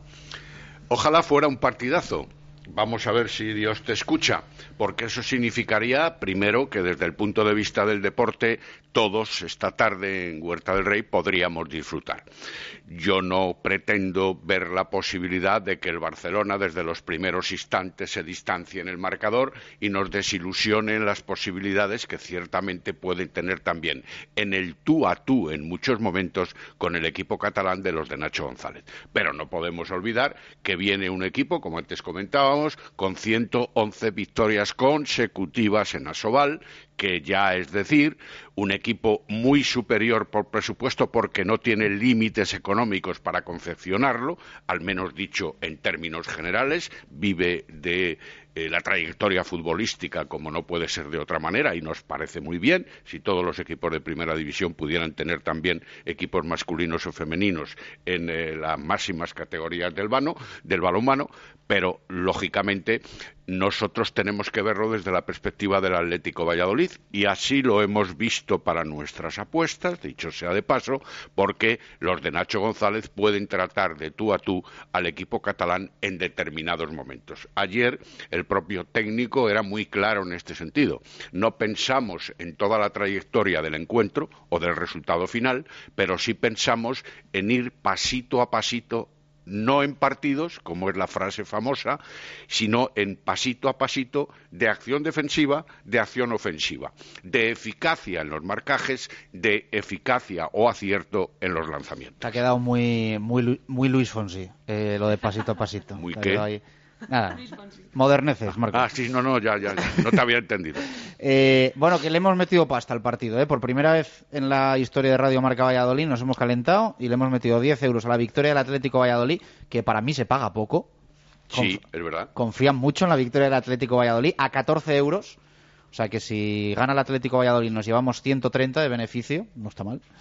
Ojalá fuera un partidazo. Vamos a ver si Dios te escucha, porque eso significaría, primero, que desde el punto de vista del deporte, todos esta tarde en Huerta del Rey podríamos disfrutar. Yo no pretendo ver la posibilidad de que el Barcelona desde los primeros instantes se distancie en el marcador y nos desilusione en las posibilidades que ciertamente pueden tener también en el tú a tú en muchos momentos con el equipo catalán de los de Nacho González. Pero no podemos olvidar que viene un equipo, como antes comentábamos, con 111 victorias consecutivas en Asobal, que ya es decir, un equipo muy superior por presupuesto porque no tiene límites económicos para confeccionarlo, al menos dicho en términos generales, vive de la trayectoria futbolística como no puede ser de otra manera y nos parece muy bien si todos los equipos de primera división pudieran tener también equipos masculinos o femeninos en las máximas categorías del balonmano, pero lógicamente nosotros tenemos que verlo desde la perspectiva del Atlético Valladolid y así lo hemos visto para nuestras apuestas, dicho sea de paso, porque los de Nacho González pueden tratar de tú a tú al equipo catalán en determinados momentos. Ayer el propio técnico era muy claro en este sentido. No pensamos en toda la trayectoria del encuentro o del resultado final, pero sí pensamos en ir pasito a pasito, no en partidos, como es la frase famosa, sino en pasito a pasito de acción defensiva, de acción ofensiva, de eficacia en los marcajes, de eficacia o acierto en los lanzamientos. Te ha quedado muy Luis Fonsi, lo de pasito a pasito. ¿Muy qué? Nada, moderneces, Marco. Ah, sí, no, ya, no te había entendido. Bueno, que le hemos metido pasta al partido, por primera vez en la historia de Radio Marca Valladolid nos hemos calentado y le hemos metido 10 euros a la victoria del Atlético Valladolid, que para mí se paga poco. Sí, es verdad. Confían mucho en la victoria del Atlético Valladolid, a 14 euros, o sea que si gana el Atlético Valladolid nos llevamos 130 de beneficio, no está mal.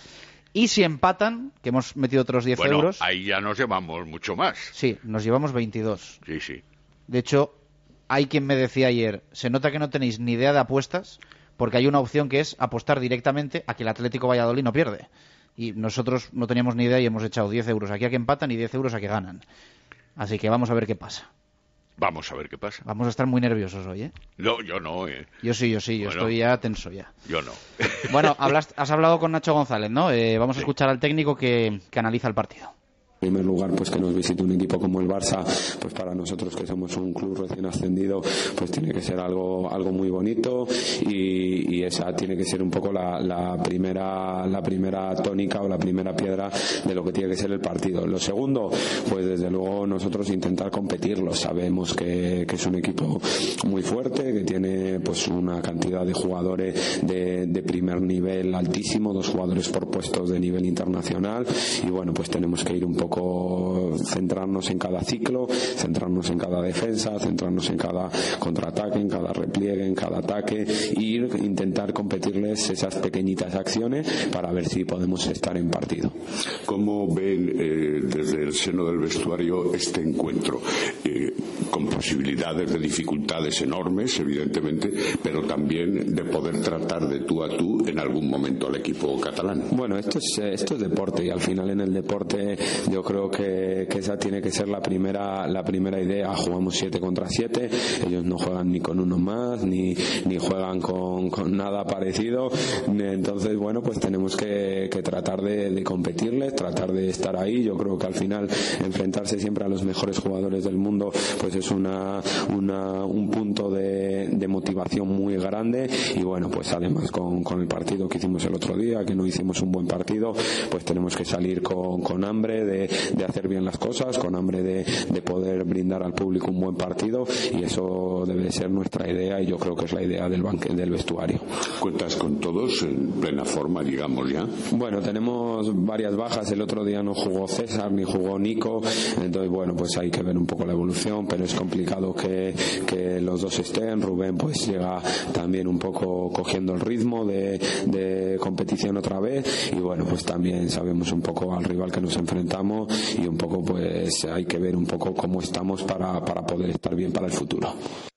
Y si empatan, que hemos metido otros 10 euros... ahí ya nos llevamos mucho más. Sí, nos llevamos 22. Sí. De hecho, hay quien me decía ayer, se nota que no tenéis ni idea de apuestas, porque hay una opción que es apostar directamente a que el Atlético Valladolid no pierde. Y nosotros no teníamos ni idea y hemos echado 10 euros aquí a que empatan y 10 euros a que ganan. Así que vamos a ver qué pasa. Vamos a ver qué pasa. Vamos a estar muy nerviosos hoy, ¿eh? No, yo no, Yo sí, yo estoy ya tenso ya. Yo no. Bueno, has hablado con Nacho González, ¿no? Vamos a escuchar al técnico que analiza el partido. En primer lugar, pues que nos visite un equipo como el Barça, pues para nosotros que somos un club recién ascendido, pues tiene que ser algo muy bonito y esa tiene que ser un poco la primera tónica o la primera piedra de lo que tiene que ser el partido. Lo segundo, pues desde luego nosotros intentar competirlo. Sabemos que es un equipo muy fuerte, que tiene pues una cantidad de jugadores de primer nivel altísimo, 2 jugadores por puestos de nivel internacional y bueno, pues tenemos que ir un poco centrarnos en cada ciclo, centrarnos en cada defensa, centrarnos en cada contraataque, en cada repliegue, en cada ataque e intentar competirles esas pequeñitas acciones para ver si podemos estar en partido. ¿Cómo ven desde el seno del vestuario este encuentro? Con posibilidades de dificultades enormes, evidentemente, pero también de poder tratar de tú a tú en algún momento al equipo catalán. Bueno, esto es deporte y al final en el deporte yo creo que esa tiene que ser la primera idea. Jugamos 7 contra 7, ellos no juegan ni con uno más ni juegan con nada parecido, entonces bueno, pues tenemos que tratar de competirles, tratar de estar ahí. Yo creo que al final enfrentarse siempre a los mejores jugadores del mundo pues es un punto de motivación muy grande y bueno, pues además con el partido que hicimos el otro día, que no hicimos un buen partido, pues tenemos que salir con hambre de hacer bien las cosas, con hambre de poder brindar al público un buen partido y eso debe ser nuestra idea y yo creo que es la idea del vestuario. ¿Cuentas con todos en plena forma, digamos ya? Bueno, tenemos varias bajas, el otro día no jugó César ni jugó Nico, entonces bueno, pues hay que ver un poco la evolución, pero es complicado que los dos estén. Rubén pues llega también un poco cogiendo el ritmo de competición otra vez y bueno, pues también sabemos un poco al rival que nos enfrentamos y un poco pues hay que ver un poco cómo estamos para poder estar bien para el futuro.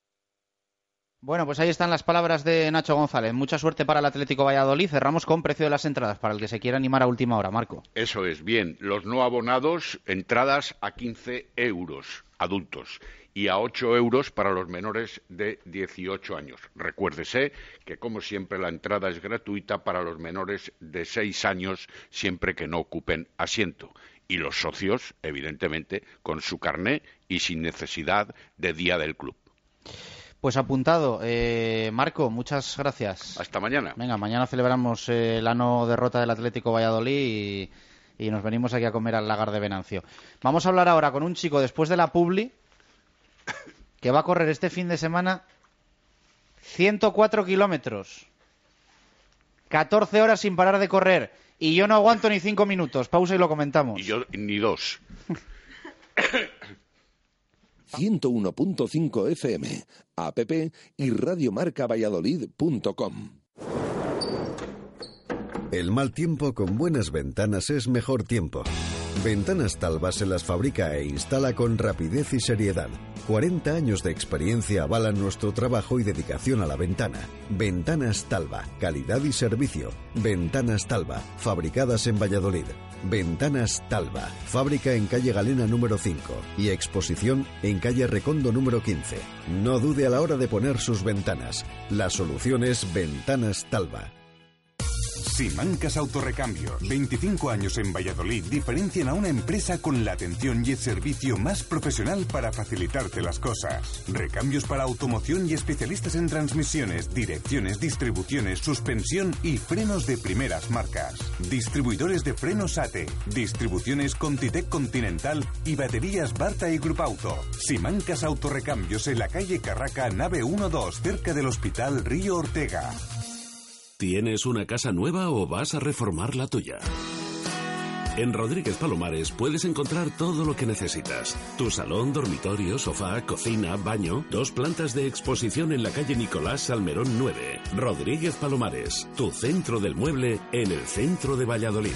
Bueno, pues ahí están las palabras de Nacho González. Mucha suerte para el Atlético Valladolid. Cerramos con precio de las entradas para el que se quiera animar a última hora, Marco. Eso es, bien. Los no abonados, entradas a 15 euros adultos y a 8 euros para los menores de 18 años. Recuérdese que, como siempre, la entrada es gratuita para los menores de 6 años, siempre que no ocupen asiento. Y los socios, evidentemente, con su carné y sin necesidad de día del club. Pues apuntado. Marco, muchas gracias. Hasta mañana. Venga, mañana celebramos la no derrota del Atlético Valladolid y nos venimos aquí a comer al Lagar de Venancio. Vamos a hablar ahora con un chico después de la publi que va a correr este fin de semana 104 kilómetros. 14 horas sin parar de correr. Y yo no aguanto ni 5 minutos. Pausa y lo comentamos. Y yo ni 2. 101.5 FM, app y radiomarcavalladolid.com. El mal tiempo con buenas ventanas es mejor tiempo. Ventanas Talva se las fabrica e instala con rapidez y seriedad. 40 años de experiencia avalan nuestro trabajo y dedicación a la ventana. Ventanas Talva, calidad y servicio. Ventanas Talva, fabricadas en Valladolid. Ventanas Talva, fábrica en calle Galena número 5 y exposición en calle Recondo número 15. No dude a la hora de poner sus ventanas. La solución es Ventanas Talva. Simancas Autorrecambio. 25 años en Valladolid diferencian a una empresa con la atención y el servicio más profesional para facilitarte las cosas. Recambios para automoción y especialistas en transmisiones, direcciones, distribuciones, suspensión y frenos de primeras marcas. Distribuidores de frenos ATE, distribuciones Contitec Continental y baterías Barta y Grupauto. Simancas Autorrecambios en la calle Carraca, nave 1-2, cerca del Hospital Río Ortega. ¿Tienes una casa nueva o vas a reformar la tuya? En Rodríguez Palomares puedes encontrar todo lo que necesitas. Tu salón, dormitorio, sofá, cocina, baño. 2 plantas de exposición en la calle Nicolás Salmerón 9. Rodríguez Palomares, tu centro del mueble en el centro de Valladolid.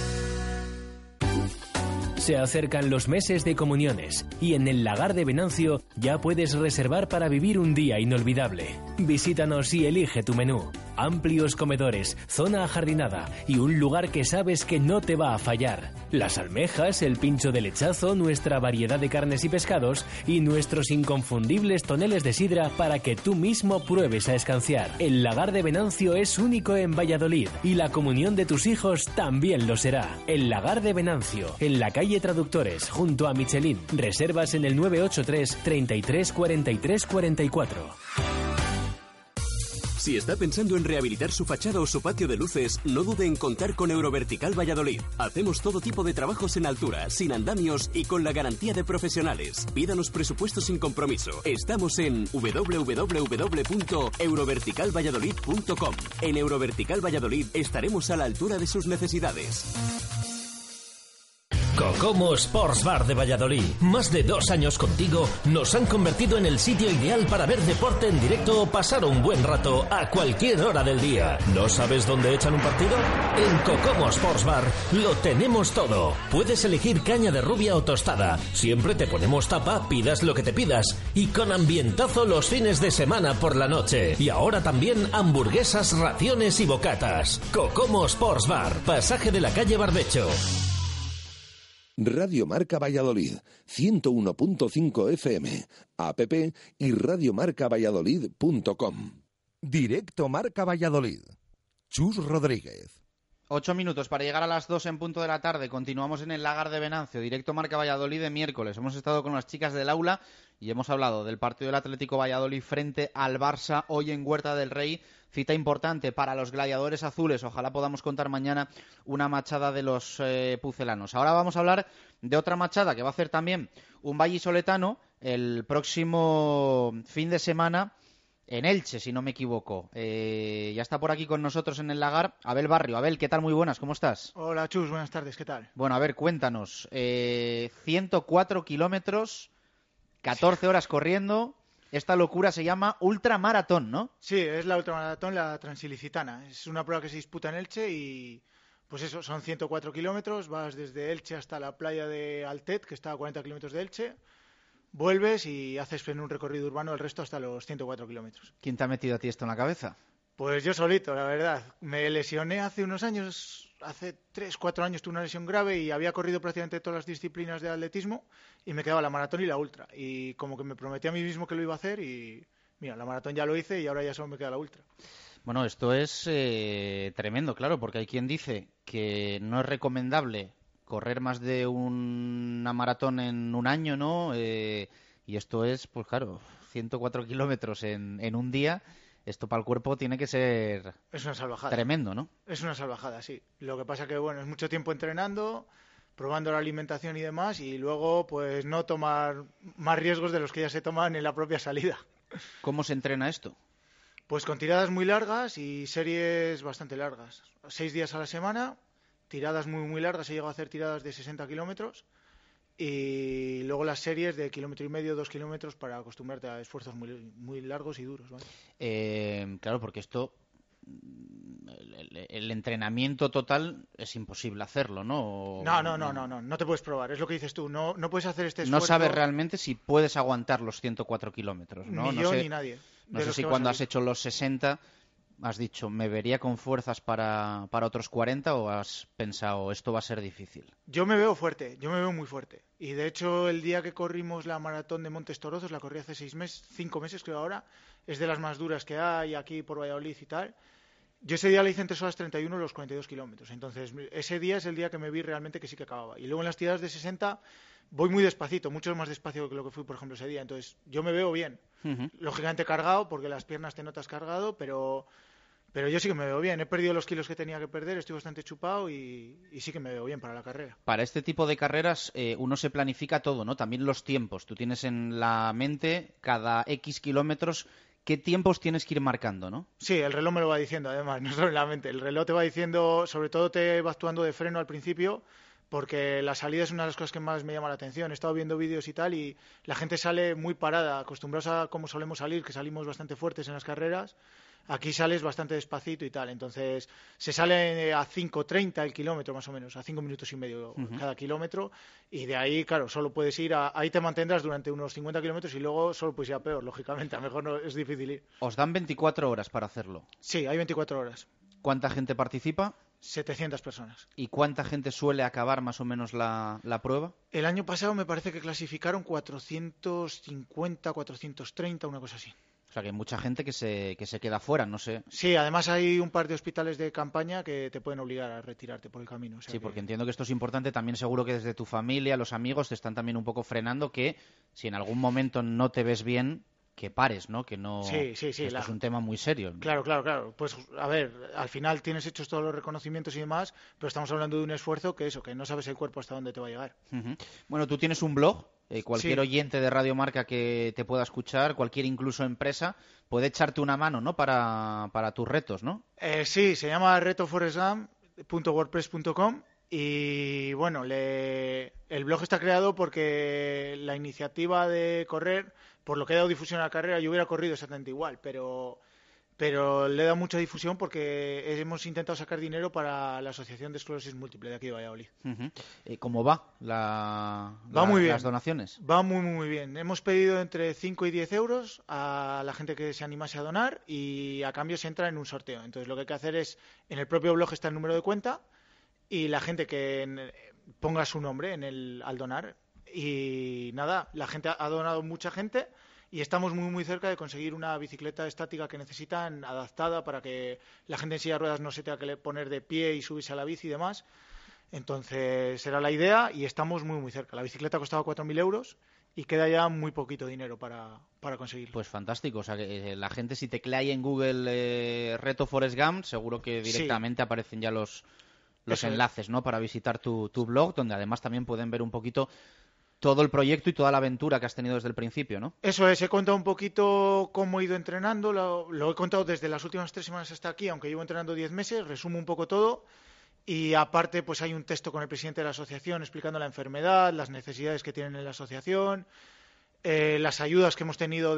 Se acercan los meses de comuniones y en el Lagar de Venancio ya puedes reservar para vivir un día inolvidable. Visítanos y elige tu menú. Amplios comedores, zona ajardinada y un lugar que sabes que no te va a fallar. Las almejas, el pincho de lechazo, nuestra variedad de carnes y pescados y nuestros inconfundibles toneles de sidra para que tú mismo pruebes a escanciar. El Lagar de Venancio es único en Valladolid y la comunión de tus hijos también lo será. El Lagar de Venancio, en la calle Traductores, junto a Michelin. Reservas en el 983 33 43 44. Si está pensando en rehabilitar su fachada o su patio de luces, no dude en contar con Eurovertical Valladolid. Hacemos todo tipo de trabajos en altura, sin andamios y con la garantía de profesionales. Pídanos presupuestos sin compromiso. Estamos en www.euroverticalvalladolid.com. En Eurovertical Valladolid estaremos a la altura de sus necesidades. Cocomo Sports Bar de Valladolid. Más de 2 años contigo nos han convertido en el sitio ideal para ver deporte en directo o pasar un buen rato a cualquier hora del día. ¿No sabes dónde echan un partido? En Cocomo Sports Bar lo tenemos todo. Puedes elegir caña de rubia o tostada. Siempre te ponemos tapa, pidas lo que te pidas. Y con ambientazo los fines de semana por la noche. Y ahora también hamburguesas, raciones y bocatas. Cocomo Sports Bar, pasaje de la calle Barbecho. Radio Marca Valladolid, 101.5 FM, app y radiomarcavalladolid.com. Directo Marca Valladolid. Chus Rodríguez. 8 minutos para llegar a las 2 en punto de la tarde. Continuamos en el Lagar de Venancio, directo Marca Valladolid de miércoles. Hemos estado con las chicas del aula y hemos hablado del partido del Atlético Valladolid frente al Barça hoy en Huerta del Rey. Cita importante para los gladiadores azules. Ojalá podamos contar mañana una machada de los pucelanos. Ahora vamos a hablar de otra machada que va a hacer también un vallisoletano el próximo fin de semana en Elche, si no me equivoco. Ya está por aquí con nosotros en el Lagar Abel Barrio. Abel, ¿qué tal? Muy buenas, ¿cómo estás? Hola, Chus, buenas tardes, ¿qué tal? Bueno, a ver, cuéntanos. 104 kilómetros, 14 horas corriendo. Esta locura se llama ultramaratón, ¿no? Sí, es la ultramaratón, la transilicitana. Es una prueba que se disputa en Elche y, pues eso, son 104 kilómetros. Vas desde Elche hasta la playa de Altet, que está a 40 kilómetros de Elche. Vuelves y haces en un recorrido urbano el resto hasta los 104 kilómetros. ¿Quién te ha metido a ti esto en la cabeza? Pues yo solito, la verdad. Me lesioné hace unos años, hace 3-4 años tuve una lesión grave y había corrido prácticamente todas las disciplinas de atletismo y me quedaba la maratón y la ultra. Y como que me prometí a mí mismo que lo iba a hacer y mira, la maratón ya lo hice y ahora ya solo me queda la ultra. Bueno, esto es tremendo, claro, porque hay quien dice que no es recomendable correr más de una maratón en un año, ¿no? Y esto es, pues claro, 104 kilómetros en un día. Esto para el cuerpo tiene que ser es una salvajada. Tremendo, ¿no? Es una salvajada, sí. Lo que pasa que, bueno, es mucho tiempo entrenando, probando la alimentación y demás, y luego, pues, no tomar más riesgos de los que ya se toman en la propia salida. ¿Cómo se entrena esto? Pues con tiradas muy largas y series bastante largas. 6 días a la semana, tiradas muy, muy largas. He llegado a hacer tiradas de 60 kilómetros. Y luego las series de 1,5 km, 2 kilómetros para acostumbrarte a esfuerzos muy, muy largos y duros, ¿vale? Claro, porque esto, el entrenamiento total es imposible hacerlo, ¿no? No te puedes probar, es lo que dices tú, no puedes hacer este esfuerzo. No sabes realmente si puedes aguantar los 104 kilómetros, ¿no? Ni yo ni nadie. No sé si cuando has hecho los 60 has dicho, me vería con fuerzas para otros 40 o has pensado, esto va a ser difícil. Yo me veo fuerte, yo me veo muy fuerte. Y de hecho, el día que corrimos la maratón de Montes Torozos, la corrí hace 5 meses creo ahora, es de las más duras que hay aquí por Valladolid y tal. Yo ese día la hice en 3 horas 31 los 42 kilómetros. Entonces, ese día es el día que me vi realmente que sí que acababa. Y luego en las tiradas de 60 voy muy despacito, mucho más despacio que lo que fui, por ejemplo, ese día. Entonces, yo me veo bien. Lógicamente cargado, porque las piernas te notas cargado, pero yo sí que me veo bien. He perdido los kilos que tenía que perder, estoy bastante chupado y sí que me veo bien para la carrera. Para este tipo de carreras uno se planifica todo, ¿no? También los tiempos. Tú tienes en la mente cada X kilómetros qué tiempos tienes que ir marcando, ¿no? Sí, el reloj me lo va diciendo, además, no solo en la mente. El reloj te va diciendo, sobre todo te va actuando de freno al principio porque la salida es una de las cosas que más me llama la atención. He estado viendo vídeos y tal, y la gente sale muy parada, acostumbrados a cómo solemos salir, que salimos bastante fuertes en las carreras. Aquí sales bastante despacito y tal, entonces se sale a 5:30 el kilómetro más o menos, a 5 minutos y medio cada kilómetro, y de ahí, claro, solo puedes ir ahí te mantendrás durante unos 50 kilómetros y luego solo puedes ir a peor, lógicamente, a lo mejor no es difícil ir. Os dan 24 horas para hacerlo. Sí, hay 24 horas. ¿Cuánta gente participa? 700 personas. ¿Y cuánta gente suele acabar más o menos la prueba? El año pasado me parece que clasificaron 450, 430, una cosa así. O sea, que hay mucha gente que se queda fuera, no sé. Sí, además hay un par de hospitales de campaña que te pueden obligar a retirarte por el camino. O sea sí, porque entiendo que esto es importante. También seguro que desde tu familia, los amigos, te están también un poco frenando que si en algún momento no te ves bien, que pares, ¿no? Que no. Sí. Esto es un tema muy serio. Claro. Pues, a ver, al final tienes hechos todos los reconocimientos y demás, pero estamos hablando de un esfuerzo que no sabes el cuerpo hasta dónde te va a llegar. Bueno, tú tienes un blog. Cualquier oyente de Radio Marca que te pueda escuchar, cualquier incluso empresa, puede echarte una mano, ¿no? Para tus retos, ¿no? Sí, se llama retoforrestgump.wordpress.com y bueno, el blog está creado porque la iniciativa de correr, por lo que he dado difusión a la carrera, yo hubiera corrido exactamente igual, pero le he dado mucha difusión porque hemos intentado sacar dinero para la Asociación de Esclerosis Múltiple de aquí de Valladolid. ¿Cómo va muy bien. Las donaciones? Va muy bien. Hemos pedido entre 5 y 10 euros a la gente que se animase a donar y a cambio se entra en un sorteo. Entonces lo que hay que hacer es, en el propio blog está el número de cuenta y la gente que ponga su nombre al donar. Y nada, la gente ha donado mucha gente. Y estamos muy cerca de conseguir una bicicleta estática que necesitan, adaptada para que la gente en silla de ruedas no se tenga que poner de pie y subirse a la bici y demás. Entonces era la idea y estamos muy cerca. La bicicleta costaba 4.000 euros y queda ya muy poquito dinero para conseguirlo. Pues fantástico. O sea, que la gente si teclea ahí en Google Reto Forrest Gump, seguro que directamente aparecen ya los enlaces, ¿no? Para visitar tu blog, donde además también pueden ver un poquito todo el proyecto y toda la aventura que has tenido desde el principio, ¿no? Eso es, he contado un poquito cómo he ido entrenando, lo he contado desde las últimas 3 semanas hasta aquí, aunque llevo entrenando 10 meses, resumo un poco todo y aparte pues hay un texto con el presidente de la asociación explicando la enfermedad, las necesidades que tienen en la asociación, las ayudas que hemos tenido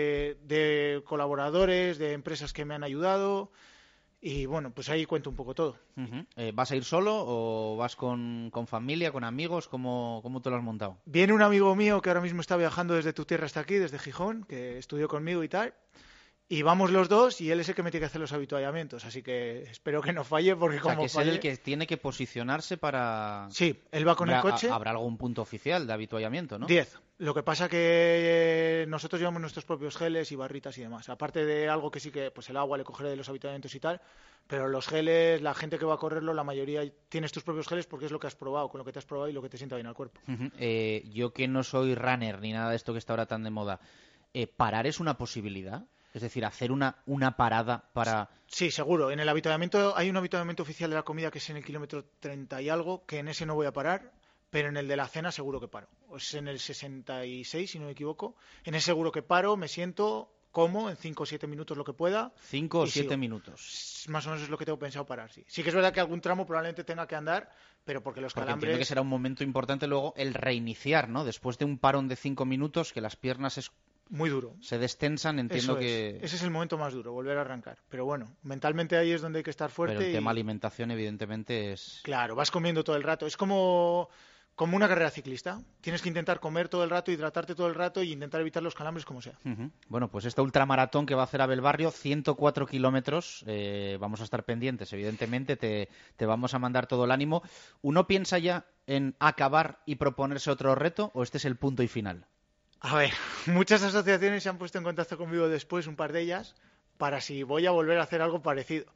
de colaboradores, de empresas que me han ayudado. Y bueno, pues ahí cuento un poco todo. ¿Vas a ir solo o vas con familia, con amigos? ¿Cómo te lo has montado? Viene un amigo mío que ahora mismo está viajando desde tu tierra hasta aquí, desde Gijón, que estudió conmigo y tal. Y vamos los dos y él es el que me tiene que hacer los avituallamientos. Así que espero que no falle porque como que es él el que tiene que posicionarse para... Sí, él va con el coche. Habrá algún punto oficial de avituallamiento, ¿no? 10. Lo que pasa que nosotros llevamos nuestros propios geles y barritas y demás. Aparte de algo que sí que, pues el agua le cogeré de los avituallamientos y tal, pero los geles, la gente que va a correrlo, la mayoría tienes tus propios geles porque es lo que has probado, con lo que te has probado y lo que te sienta bien al cuerpo. Yo que no soy runner ni nada de esto que está ahora tan de moda, ¿parar es una posibilidad? Es decir, hacer una parada para... Sí, seguro. En el avituallamiento hay un avituallamiento oficial de la comida que es en el kilómetro 30 y algo, que en ese no voy a parar. Pero en el de la cena seguro que paro. Es en el 66, si no me equivoco. En ese seguro que paro, me siento, como en 5 o 7 minutos lo que pueda. 5 o 7 minutos. Más o menos es lo que tengo pensado parar, sí. Sí que es verdad que algún tramo probablemente tenga que andar, pero porque los calambres... Entiendo que será un momento importante luego el reiniciar, ¿no? Después de un parón de 5 minutos, que las piernas es... Muy duro. Se destensan, entiendo que... Ese es el momento más duro, volver a arrancar. Pero bueno, mentalmente ahí es donde hay que estar fuerte. Pero el tema alimentación, evidentemente, es... Claro, vas comiendo todo el rato. Es como una carrera ciclista. Tienes que intentar comer todo el rato, hidratarte todo el rato y intentar evitar los calambres como sea. Bueno, pues esta ultramaratón que va a hacer Abel Barrio, 104 kilómetros, vamos a estar pendientes, evidentemente, te vamos a mandar todo el ánimo. ¿Uno piensa ya en acabar y proponerse otro reto o este es el punto y final? A ver, muchas asociaciones se han puesto en contacto conmigo después, un par de ellas, para si voy a volver a hacer algo parecido.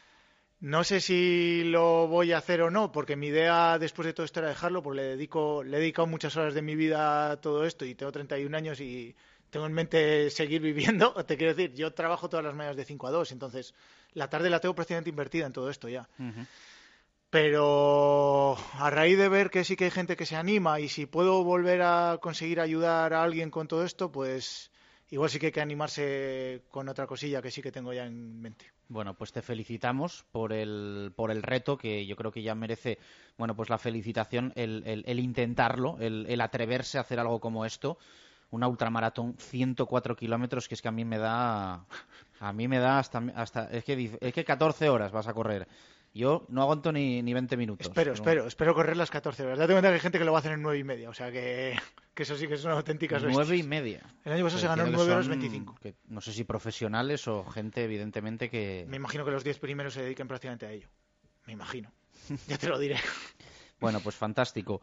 No sé si lo voy a hacer o no, porque mi idea después de todo esto era dejarlo, porque le he dedicado muchas horas de mi vida a todo esto y tengo 31 años y tengo en mente seguir viviendo. Te quiero decir, yo trabajo todas las mañanas de 5 a 2, entonces la tarde la tengo prácticamente invertida en todo esto ya. Pero a raíz de ver que sí que hay gente que se anima y si puedo volver a conseguir ayudar a alguien con todo esto, pues igual sí que hay que animarse con otra cosilla que sí que tengo ya en mente. Bueno, pues te felicitamos por el reto, que yo creo que ya merece, bueno, pues la felicitación, el intentarlo, el atreverse a hacer algo como esto. Una ultramaratón, 104 kilómetros, que es que a mí me da hasta es que 14 horas vas a correr. Yo no aguanto ni 20 minutos. Espero correr las 14 horas. Date cuenta que hay gente que lo va a hacer en 9:30, o sea que eso sí que son auténticas bestias. 9:30. El año pasado se ganó en 9 horas 25. No sé si profesionales o gente, evidentemente, que... Me imagino que los 10 primeros se dediquen prácticamente a ello. Me imagino. Ya te lo diré. Bueno, pues fantástico.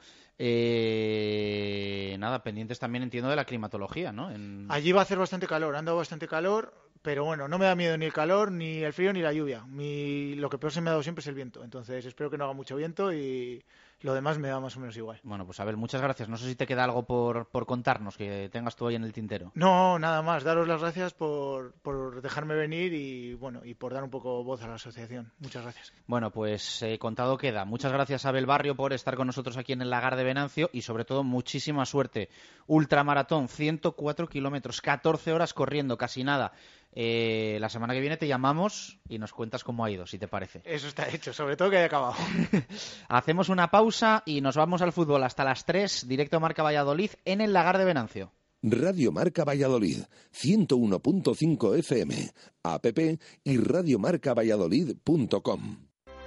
Nada, pendientes también, entiendo, de la climatología, ¿no? Allí va a hacer bastante calor, ha dado bastante calor, pero bueno, no me da miedo ni el calor, ni el frío, ni la lluvia. Lo que peor se me ha dado siempre es el viento, entonces espero que no haga mucho viento y lo demás me da más o menos igual. Bueno, pues Abel, muchas gracias. No sé si te queda algo por contarnos, que tengas tú ahí en el tintero. No, nada más. Daros las gracias por dejarme venir y bueno, y por dar un poco voz a la asociación. Muchas gracias. Bueno, pues contado queda. Muchas gracias, Abel Barrio, por estar con nosotros aquí en el Lagar de Venancio y sobre todo muchísima suerte. Ultramaratón, 104 kilómetros, 14 horas corriendo, casi nada. La semana que viene te llamamos y nos cuentas cómo ha ido, si te parece. Eso está hecho, sobre todo que haya acabado. Hacemos una pausa y nos vamos al fútbol hasta las 3, directo Marca Valladolid en el Lagar de Venancio. Radio Marca Valladolid, 101.5 FM, app y radiomarcavalladolid.com.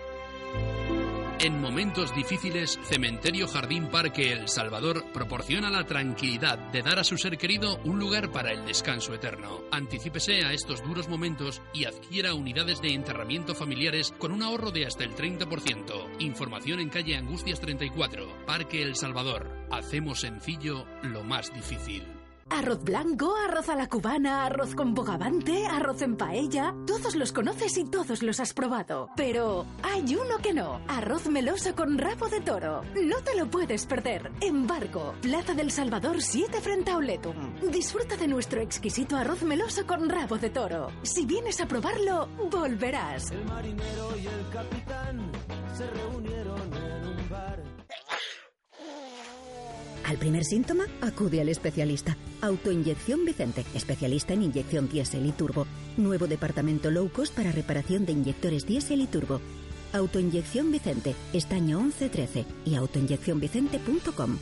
En momentos difíciles, Cementerio Jardín Parque El Salvador proporciona la tranquilidad de dar a su ser querido un lugar para el descanso eterno. Anticípese a estos duros momentos y adquiera unidades de enterramiento familiares con un ahorro de hasta el 30%. Información en calle Angustias 34, Parque El Salvador. Hacemos sencillo lo más difícil. Arroz blanco, arroz a la cubana, arroz con bogavante, arroz en paella... Todos los conoces y todos los has probado. Pero hay uno que no. Arroz meloso con rabo de toro. No te lo puedes perder. Embargo, Plaza del Salvador 7 frente a Oletum. Disfruta de nuestro exquisito arroz meloso con rabo de toro. Si vienes a probarlo, volverás. El marinero y el capitán se reunieron en un bar. Al primer síntoma, acude al especialista. Autoinyección Vicente, especialista en inyección diésel y turbo. Nuevo departamento low cost para reparación de inyectores diésel y turbo. Autoinyección Vicente, estaño 1113 y autoinyeccionvicente.com.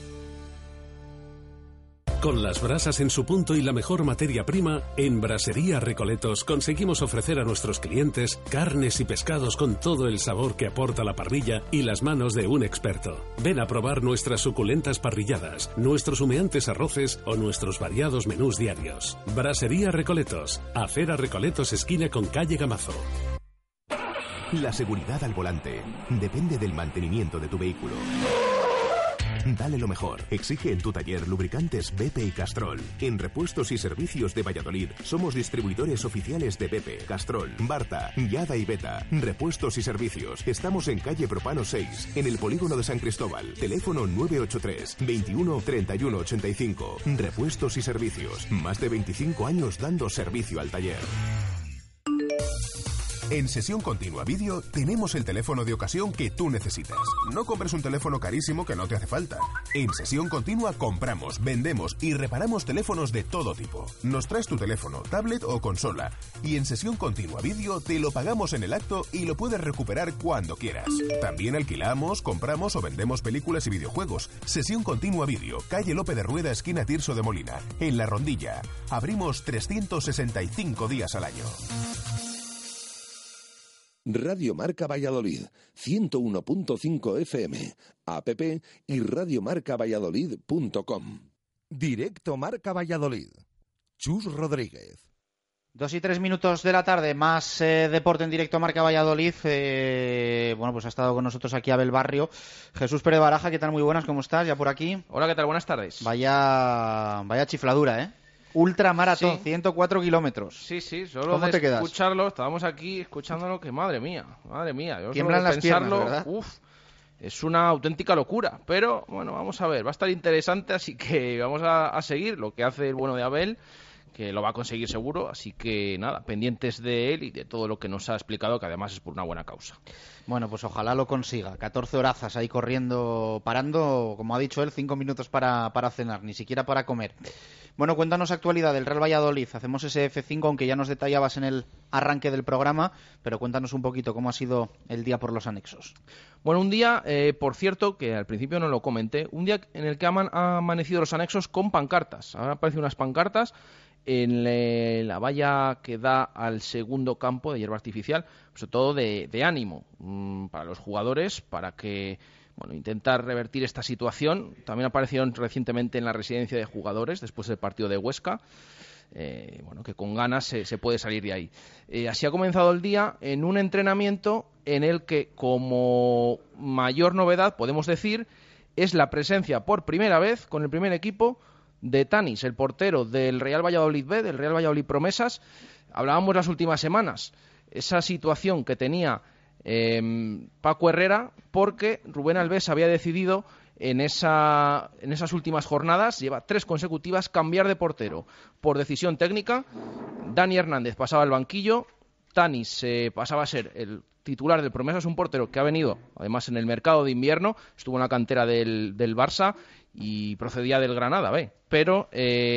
Con las brasas en su punto y la mejor materia prima, en Brasería Recoletos conseguimos ofrecer a nuestros clientes carnes y pescados con todo el sabor que aporta la parrilla y las manos de un experto. Ven a probar nuestras suculentas parrilladas, nuestros humeantes arroces o nuestros variados menús diarios. Brasería Recoletos, Acera Recoletos esquina con calle Gamazo. La seguridad al volante depende del mantenimiento de tu vehículo. Dale lo mejor. Exige en tu taller lubricantes BP y Castrol. En Repuestos y Servicios de Valladolid somos distribuidores oficiales de BP, Castrol, Barta, Yada y Beta. Repuestos y Servicios. Estamos en calle Propano 6, en el polígono de San Cristóbal. Teléfono 983 21 31 85. Repuestos y Servicios. Más de 25 años dando servicio al taller. En Sesión Continua Vídeo tenemos el teléfono de ocasión que tú necesitas. No compres un teléfono carísimo que no te hace falta. En Sesión Continua compramos, vendemos y reparamos teléfonos de todo tipo. Nos traes tu teléfono, tablet o consola y en Sesión Continua Vídeo te lo pagamos en el acto y lo puedes recuperar cuando quieras. También alquilamos, compramos o vendemos películas y videojuegos. Sesión Continua Vídeo, calle Lope de Rueda, esquina Tirso de Molina, en La Rondilla. Abrimos 365 días al año. Radio Marca Valladolid, 101.5 FM, app y radiomarcavalladolid.com. Directo Marca Valladolid. Chus Rodríguez. 2 y 3 minutos de la tarde, más deporte en directo Marca Valladolid. Bueno, pues ha estado con nosotros aquí Abel Barrio. Jesús Pérez Baraja, ¿qué tal? Muy buenas, ¿cómo estás? Ya por aquí. Hola, ¿qué tal? Buenas tardes. Vaya chifladura, ¿eh? Ultramaratón, sí. 104 kilómetros. Sí, solo ¿Cómo te quedas? Escucharlo, estábamos aquí escuchándolo, que madre mía. Tiemblan las piernas, ¿verdad? Es una auténtica locura, pero bueno, vamos a ver, va a estar interesante, así que vamos a seguir lo que hace el bueno de Abel, que lo va a conseguir seguro, así que nada, pendientes de él y de todo lo que nos ha explicado, que además es por una buena causa. Bueno, pues ojalá lo consiga. 14 horazas ahí corriendo, parando, como ha dicho él, 5 minutos para cenar, ni siquiera para comer. Bueno, cuéntanos actualidad del Real Valladolid. Hacemos ese F5, aunque ya nos detallabas en el arranque del programa, pero cuéntanos un poquito cómo ha sido el día por los anexos. Bueno, un día, por cierto, que al principio no lo comenté, un día en el que han amanecido los anexos con pancartas. Han aparecido unas pancartas en la valla que da al segundo campo de hierba artificial, sobre todo de ánimo para los jugadores, para que intentar revertir esta situación. También aparecieron recientemente en la residencia de jugadores después del partido de Huesca. Que con ganas se puede salir de ahí. Así ha comenzado el día en un entrenamiento en el que, como mayor novedad, podemos decir, es la presencia por primera vez con el primer equipo de Tanis, el portero del Real Valladolid B, del Real Valladolid Promesas. Hablábamos las últimas semanas, esa situación que tenía Paco Herrera, porque Rubén Alves había decidido en esas últimas jornadas, lleva 3 consecutivas, cambiar de portero por decisión técnica. Dani Hernández pasaba al banquillo, Tanis pasaba a ser el titular del Promesas, un portero que ha venido además en el mercado de invierno, estuvo en la cantera del Barça y procedía del Granada, pero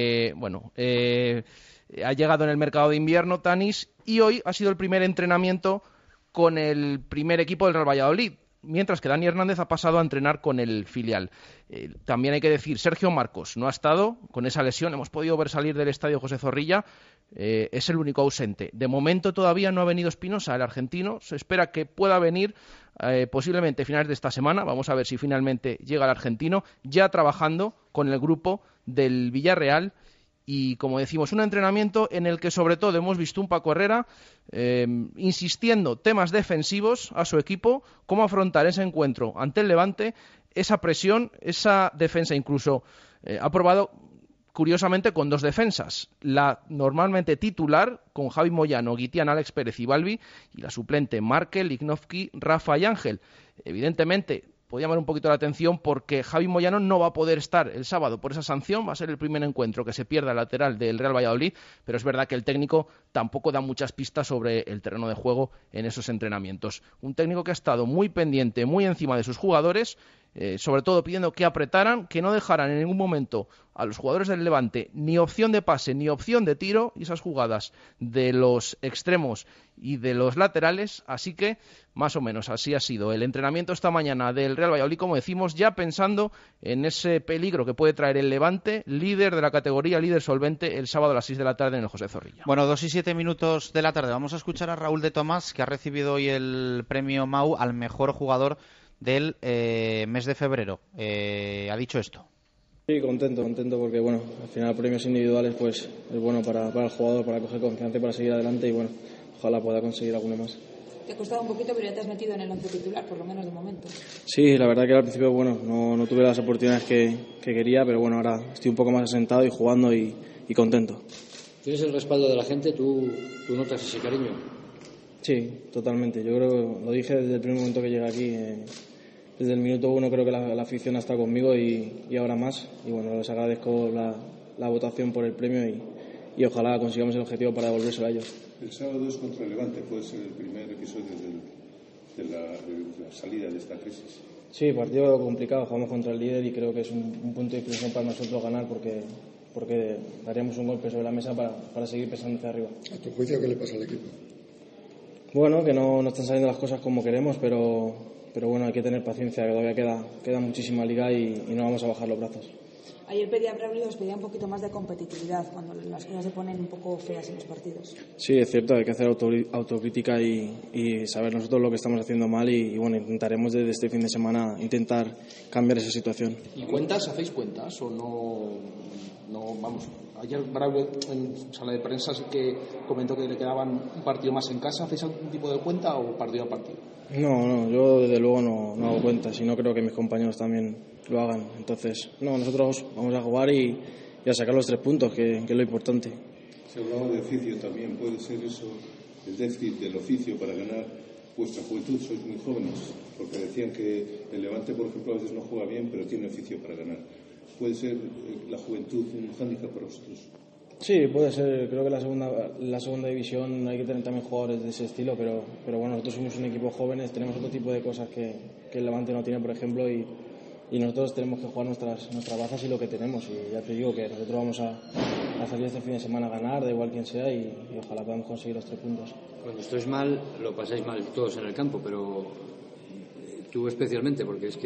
ha llegado en el mercado de invierno Tanis, y hoy ha sido el primer entrenamiento con el primer equipo del Real Valladolid, mientras que Dani Hernández ha pasado a entrenar con el filial. También hay que decir, Sergio Marcos no ha estado con esa lesión, hemos podido ver salir del estadio José Zorrilla, es el único ausente. De momento todavía no ha venido Espinosa, el argentino, se espera que pueda venir posiblemente a finales de esta semana, vamos a ver si finalmente llega el argentino, ya trabajando con el grupo del Villarreal. Y, como decimos, un entrenamiento en el que sobre todo hemos visto un Paco Herrera insistiendo temas defensivos a su equipo, cómo afrontar ese encuentro ante el Levante, esa presión, esa defensa. Incluso ha probado, curiosamente, con 2 defensas, la normalmente titular con Javi Moyano, Guitián, Alex Pérez y Balbi, y la suplente Markel, Lignovsky, Rafa y Ángel. Evidentemente puede llamar un poquito la atención porque Javi Moyano no va a poder estar el sábado por esa sanción, va a ser el primer encuentro que se pierda el lateral del Real Valladolid, pero es verdad que el técnico tampoco da muchas pistas sobre el terreno de juego en esos entrenamientos. Un técnico que ha estado muy pendiente, muy encima de sus jugadores, sobre todo pidiendo que apretaran, que no dejaran en ningún momento a los jugadores del Levante ni opción de pase ni opción de tiro, y esas jugadas de los extremos y de los laterales. Así que más o menos así ha sido el entrenamiento esta mañana del Real Valladolid, como decimos, ya pensando en ese peligro que puede traer el Levante, líder de la categoría, líder solvente, el sábado a las 6 de la tarde en el José Zorrilla. Bueno, 2 y 7 minutos de la tarde, vamos a escuchar a Raúl de Tomás, que ha recibido hoy el premio MAU al mejor jugador del mes de febrero. Ha dicho esto. Sí, contento porque al final premios individuales pues es bueno para el jugador, para coger confianza y para seguir adelante, y ojalá pueda conseguir alguno más. Te ha costado un poquito, pero ya te has metido en el once titular, por lo menos de momento. Sí, la verdad que al principio no tuve las oportunidades que quería, pero ahora estoy un poco más asentado y jugando y contento. ¿Tienes el respaldo de la gente? ¿Tú notas ese cariño? Sí, totalmente. Yo creo que lo dije desde el primer momento que llegué aquí. Desde el minuto 1 creo que la afición ha estado conmigo y ahora más. Y les agradezco la votación por el premio y ojalá consigamos el objetivo para devolvérselo a ellos. El sábado es contra el Levante, puede ser el primer episodio de la salida de esta crisis. Sí, partido complicado, jugamos contra el líder y creo que es un punto de inflexión para nosotros ganar porque daríamos un golpe sobre la mesa para seguir pesando hacia arriba. ¿A tu juicio qué le pasa al equipo? Que no están saliendo las cosas como queremos, pero hay que tener paciencia, que todavía queda muchísima liga y no vamos a bajar los brazos. Ayer pedía Braulio, os pedía un poquito más de competitividad cuando las cosas se ponen un poco feas en los partidos. Sí, es cierto, hay que hacer autocrítica y saber nosotros lo que estamos haciendo mal y intentaremos desde este fin de semana intentar cambiar esa situación. ¿Y cuentas? ¿Hacéis cuentas o no? Vamos, ayer Braulio en sala de prensa sí que comentó que le quedaban un partido más en casa. ¿Hacéis algún tipo de cuenta o partido a partido? No, yo desde luego no hago cuentas y no creo que mis compañeros también lo hagan. Entonces, nosotros vamos a jugar y a sacar los 3 puntos, que es lo importante. Se hablaba de oficio también, ¿puede ser eso el déficit del oficio para ganar? Vuestra juventud, sois muy jóvenes, porque decían que el Levante, por ejemplo, a veces no juega bien, pero tiene oficio para ganar. ¿Puede ser la juventud un hándicap para vosotros? Sí, puede ser. Creo que la segunda división hay que tener también jugadores de ese estilo, pero bueno, nosotros somos un equipo jóvenes, tenemos otro tipo de cosas que el Levante no tiene, por ejemplo, y nosotros tenemos que jugar nuestras bazas y lo que tenemos. Y ya te digo que nosotros vamos a salir este fin de semana a ganar, da igual quién sea, y ojalá podamos conseguir los 3 puntos. Cuando estáis mal, lo pasáis mal todos en el campo, pero tú especialmente, porque es que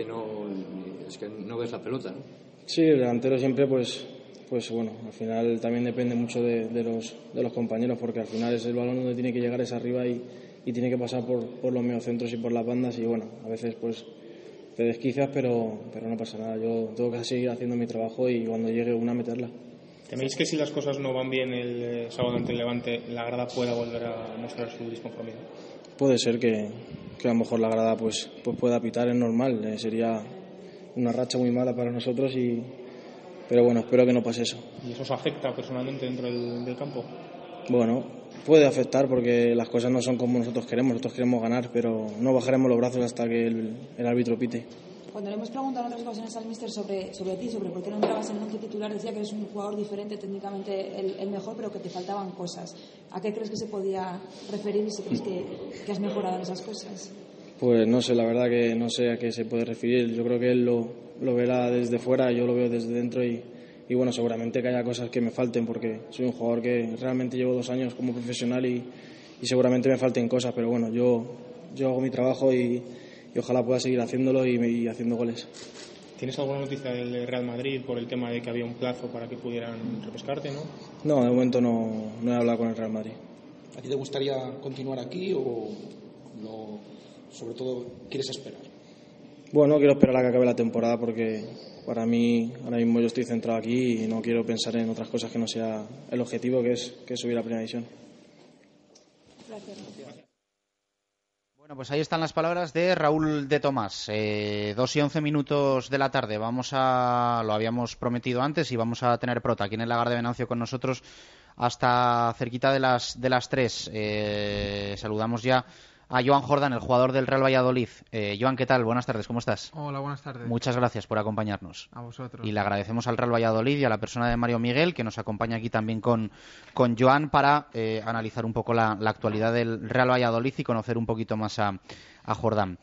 no ves la pelota, ¿no? Sí, el delantero siempre, pues bueno, al final también depende mucho de los compañeros, porque al final es el balón donde tiene que llegar, es arriba y tiene que pasar por los mediocentros y por las bandas, y bueno, a veces pues te desquicias, pero no pasa nada. Yo tengo que seguir haciendo mi trabajo y cuando llegue una meterla. ¿Teméis que si las cosas no van bien el sábado ante el Levante, la grada pueda volver a mostrar su disconformidad? Puede ser que a lo mejor la grada pues pueda pitar, es normal. Sería una racha muy mala para nosotros, pero bueno, espero que no pase eso. ¿Y eso os afecta personalmente dentro del campo? Bueno, puede afectar porque las cosas no son como nosotros queremos ganar, pero no bajaremos los brazos hasta que el árbitro pite. Cuando le hemos preguntado en otras ocasiones al míster sobre ti, sobre por qué no entrabas en el once titular, decía que eres un jugador diferente, técnicamente el mejor, pero que te faltaban cosas. ¿A qué crees que se podía referir y si crees que has mejorado en esas cosas? Pues no sé, la verdad que no sé a qué se puede referir. Yo creo que él lo verá desde fuera, yo lo veo desde dentro y bueno, seguramente que haya cosas que me falten porque soy un jugador que realmente llevo 2 años como profesional y seguramente me falten cosas, pero bueno, yo hago mi trabajo y ojalá pueda seguir haciéndolo y haciendo goles. ¿Tienes alguna noticia del Real Madrid por el tema de que había un plazo para que pudieran repescarte, no? No, de momento no he hablado con el Real Madrid. ¿A ti te gustaría continuar aquí o no? Sobre todo, ¿quieres esperar? Bueno, quiero esperar a que acabe la temporada porque para mí ahora mismo yo estoy centrado aquí y no quiero pensar en otras cosas que no sea el objetivo, que es subir a Primera División. Gracias. Bueno, pues ahí están las palabras de Raúl de Tomás. 2 y 11 minutos de la tarde. Lo habíamos prometido antes y vamos a tener prota aquí en el Lagar de Venancio con nosotros hasta cerquita de las 3. Saludamos ya a Joan Jordán, el jugador del Real Valladolid. Joan, ¿qué tal? Buenas tardes, ¿cómo estás? Hola, buenas tardes. Muchas gracias por acompañarnos. A vosotros. Y le agradecemos al Real Valladolid y a la persona de Mario Miguel, que nos acompaña aquí también con Joan para analizar un poco la actualidad del Real Valladolid y conocer un poquito más a Jordán.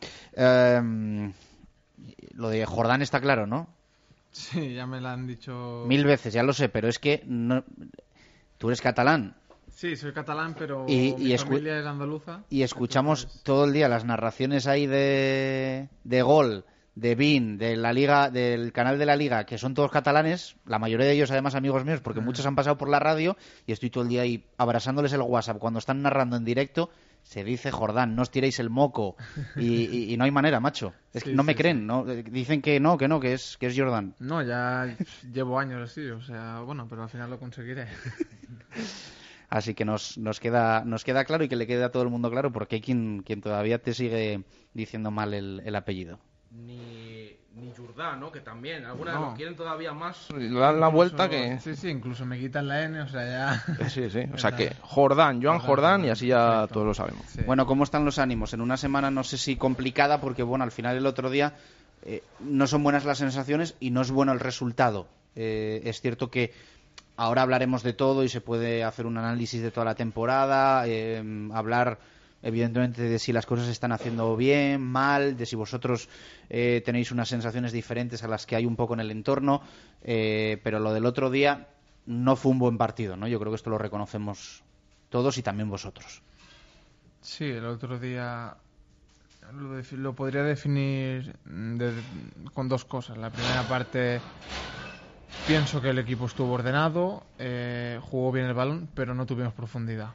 Lo de Jordán está claro, ¿no? Sí, ya me lo han dicho 1000 veces, ya lo sé, pero es que tú eres catalán. Sí, soy catalán, pero mi familia es andaluza. Y escuchamos todo el día las narraciones ahí de gol, de BIN, de la Liga, del canal de la Liga, que son todos catalanes, la mayoría de ellos además amigos míos, porque muchos han pasado por la radio, y estoy todo el día ahí abrazándoles el WhatsApp. Cuando están narrando en directo, se dice Jordán, no os tiréis el moco, y no hay manera, macho. Es que no me creen, ¿no? Dicen que es Jordán. No, ya llevo años así, o sea, bueno, pero al final lo conseguiré. Así que nos queda claro y que le quede a todo el mundo claro, porque hay quien todavía te sigue diciendo mal el apellido. Ni Jordán, ¿no? Que también, algunas No. lo quieren todavía más. Le dan la vuelta que... Sí, incluso me quitan la N, o sea, ya... Sí, o sea que Jordán, Joan Jordán, y así ya todos lo sabemos. Sí. Bueno, ¿cómo están los ánimos? En una semana no sé si complicada, porque bueno, al final el otro día no son buenas las sensaciones y no es bueno el resultado. Es cierto que ahora hablaremos de todo y se puede hacer un análisis de toda la temporada, hablar evidentemente de si las cosas se están haciendo bien, mal, de si vosotros tenéis unas sensaciones diferentes a las que hay un poco en el entorno, pero lo del otro día no fue un buen partido, ¿no? Yo creo que esto lo reconocemos todos y también vosotros. Sí, el otro día lo podría definir con 2 cosas. La primera parte, pienso que el equipo estuvo ordenado, jugó bien el balón, pero no tuvimos profundidad.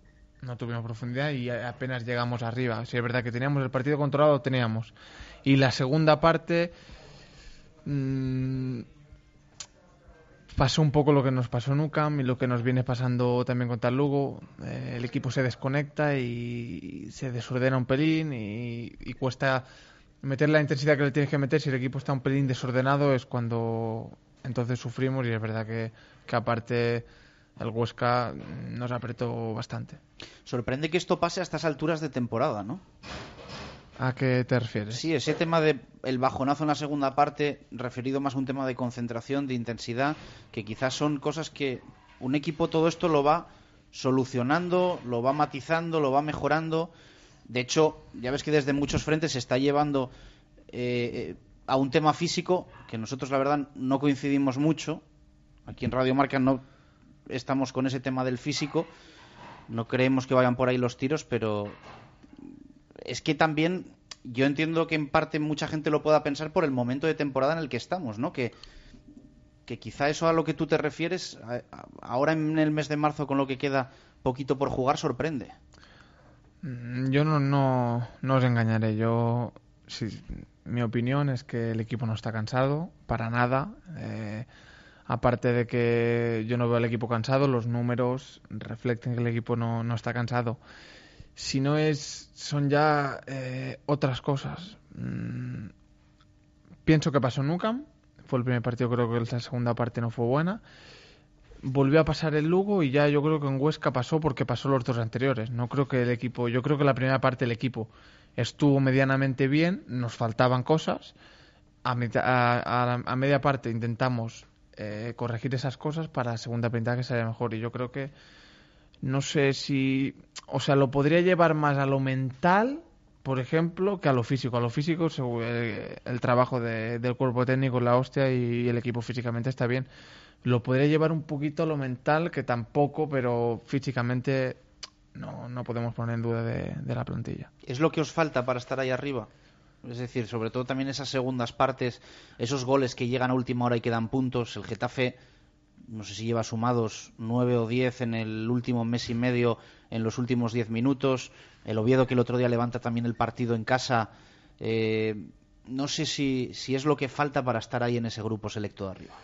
Y apenas llegamos arriba. Sí, es verdad que teníamos el partido controlado, teníamos. Y la segunda parte pasó un poco lo que nos pasó en UCAM y lo que nos viene pasando también contra el Lugo. El equipo se desconecta y se desordena un pelín y cuesta meter la intensidad que le tienes que meter. Si el equipo está un pelín desordenado es cuando entonces sufrimos, y es verdad que aparte el Huesca nos apretó bastante. Sorprende que esto pase a estas alturas de temporada, ¿no? ¿A qué te refieres? Sí, ese tema de el bajonazo en la segunda parte, referido más a un tema de concentración, de intensidad, que quizás son cosas que un equipo todo esto lo va solucionando, lo va matizando, lo va mejorando. De hecho, ya ves que desde muchos frentes se está llevando a un tema físico que nosotros, la verdad, no coincidimos mucho. Aquí en Radio Marca no estamos con ese tema del físico, no creemos que vayan por ahí los tiros, pero es que también yo entiendo que en parte mucha gente lo pueda pensar por el momento de temporada en el que estamos, ¿no? Que quizá eso a lo que tú te refieres, ahora en el mes de marzo con lo que queda poquito por jugar, sorprende. Yo no os engañaré. Mi opinión es que el equipo no está cansado, para nada. Aparte de que yo no veo al equipo cansado, los números reflejan que el equipo no está cansado. Si no son ya otras cosas. Pienso que pasó en Nou Camp. Fue el primer partido, creo que la segunda parte no fue buena. Volvió a pasar el Lugo y ya yo creo que en Huesca pasó porque pasó los dos anteriores. No creo que yo creo que la primera parte el equipo estuvo medianamente bien, nos faltaban cosas. A media parte intentamos corregir esas cosas para la segunda mitad que saliera mejor. Y yo creo que no sé si, o sea, lo podría llevar más a lo mental, por ejemplo, que a lo físico. A lo físico, el trabajo del cuerpo técnico, la hostia, y el equipo físicamente está bien. Lo podría llevar un poquito a lo mental, que tampoco, pero físicamente no podemos poner en duda de la plantilla. ¿Es lo que os falta para estar ahí arriba? Es decir, sobre todo también esas segundas partes, esos goles que llegan a última hora y que dan puntos. El Getafe, no sé si lleva sumados 9 o 10 en el último mes y medio, en los últimos 10 minutos. El Oviedo, que el otro día levanta también el partido en casa. No sé si es lo que falta para estar ahí en ese grupo selecto de arriba.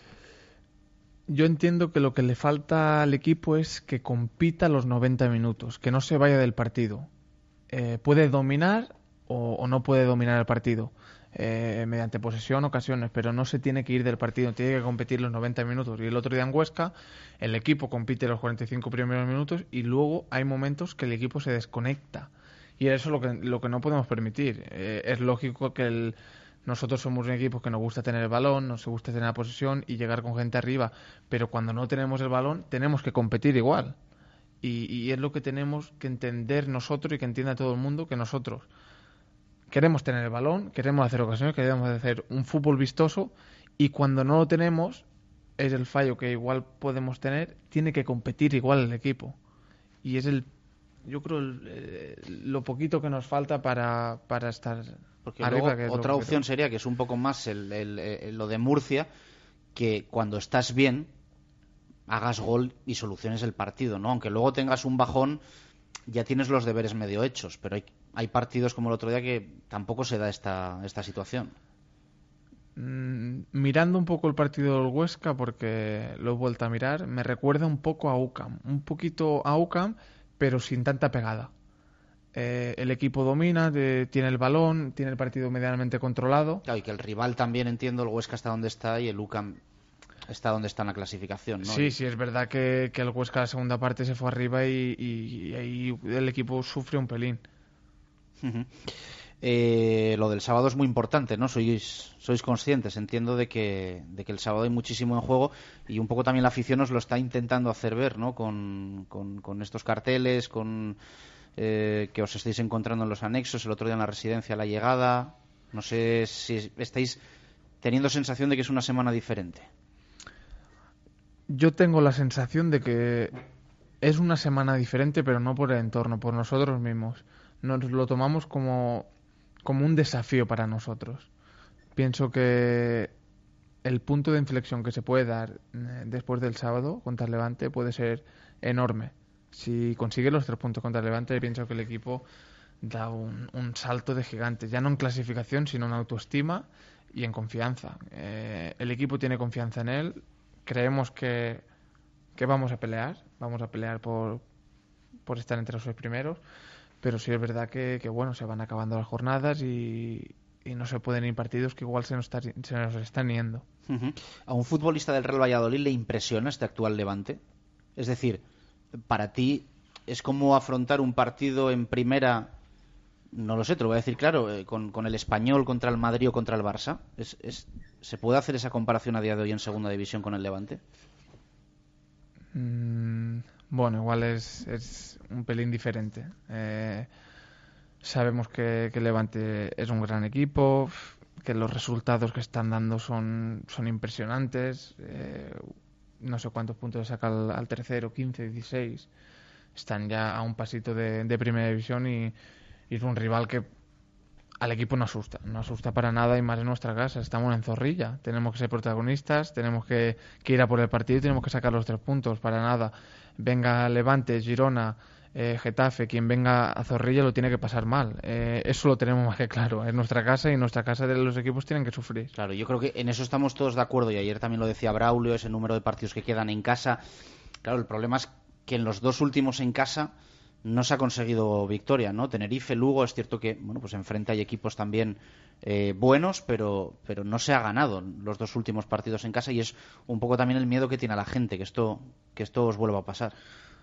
Yo entiendo que lo que le falta al equipo es que compita los 90 minutos, que no se vaya del partido. Puede dominar o no puede dominar el partido mediante posesión, ocasiones, pero no se tiene que ir del partido, tiene que competir los 90 minutos. Y el otro día en Huesca el equipo compite los 45 primeros minutos y luego hay momentos que el equipo se desconecta. Y eso es lo que no podemos permitir. Es lógico que nosotros somos un equipo que nos gusta tener el balón, nos gusta tener la posesión y llegar con gente arriba, pero cuando no tenemos el balón tenemos que competir igual. Y es lo que tenemos que entender nosotros y que entienda todo el mundo, que nosotros queremos tener el balón, queremos hacer ocasiones, queremos hacer un fútbol vistoso, y cuando no lo tenemos, es el fallo que igual podemos tener, tiene que competir igual el equipo. Y es yo creo lo poquito que nos falta para estar porque arriba. Luego, otra opción sería, que es un poco más lo de Murcia, que cuando estás bien hagas gol y soluciones el partido, ¿no? Aunque luego tengas un bajón, ya tienes los deberes medio hechos, pero hay partidos como el otro día que tampoco se da esta situación. Mirando un poco el partido del Huesca, porque lo he vuelto a mirar, me recuerda un poco a UCAM, pero sin tanta pegada. El equipo domina, tiene el balón, tiene el partido medianamente controlado. Claro, y que el rival también, entiendo, el Huesca está donde está y el UCAM está donde está en la clasificación, ¿no? Sí, es verdad que el Huesca la segunda parte se fue arriba y ahí el equipo sufre un pelín. Uh-huh. Lo del sábado es muy importante, ¿no? Sois conscientes, entiendo, de que el sábado hay muchísimo en juego, y un poco también la afición os lo está intentando hacer ver, ¿no? Con estos carteles, que os estáis encontrando en los anexos, el otro día en la residencia, la llegada. No sé si estáis teniendo sensación de que es una semana diferente. Yo tengo la sensación de que es una semana diferente, pero no por el entorno, por nosotros mismos. Nos lo tomamos como un desafío para nosotros. Pienso que el punto de inflexión que se puede dar después del sábado contra el Levante puede ser enorme. Si consigue los 3 puntos contra el Levante, pienso que el equipo da un salto de gigantes, ya no en clasificación, sino en autoestima y en confianza. El equipo tiene confianza en él. Creemos que vamos a pelear por estar entre los 6 primeros, pero sí es verdad que bueno, se van acabando las jornadas y no se pueden ir partidos que igual se nos están yendo. Uh-huh. ¿A un futbolista del Real Valladolid le impresiona este actual Levante? Es decir, para ti es como afrontar un partido en primera, no lo sé, te lo voy a decir claro, con el Español contra el Madrid o contra el Barça. ¿Se puede hacer esa comparación a día de hoy en segunda división con el Levante? Bueno, igual es un pelín diferente. Sabemos que Levante es un gran equipo, que los resultados que están dando son impresionantes. No sé cuántos puntos saca al tercero, 15, 16. Están ya a un pasito de primera división y es un rival que al equipo no asusta para nada, y más en nuestra casa. Estamos en Zorrilla, tenemos que ser protagonistas, tenemos que ir a por el partido y tenemos que sacar los 3 puntos, para nada. Venga Levante, Girona, Getafe, quien venga a Zorrilla lo tiene que pasar mal. Eso lo tenemos más que claro. Es nuestra casa y en nuestra casa de los equipos tienen que sufrir. Claro, yo creo que en eso estamos todos de acuerdo, y ayer también lo decía Braulio, ese número de partidos que quedan en casa. Claro, el problema es que en los 2 últimos en casa no se ha conseguido victoria, ¿no? Tenerife, Lugo, es cierto que, bueno, pues enfrente hay equipos también buenos, pero no se ha ganado los 2 últimos partidos en casa, y es un poco también el miedo que tiene la gente, que esto os vuelva a pasar.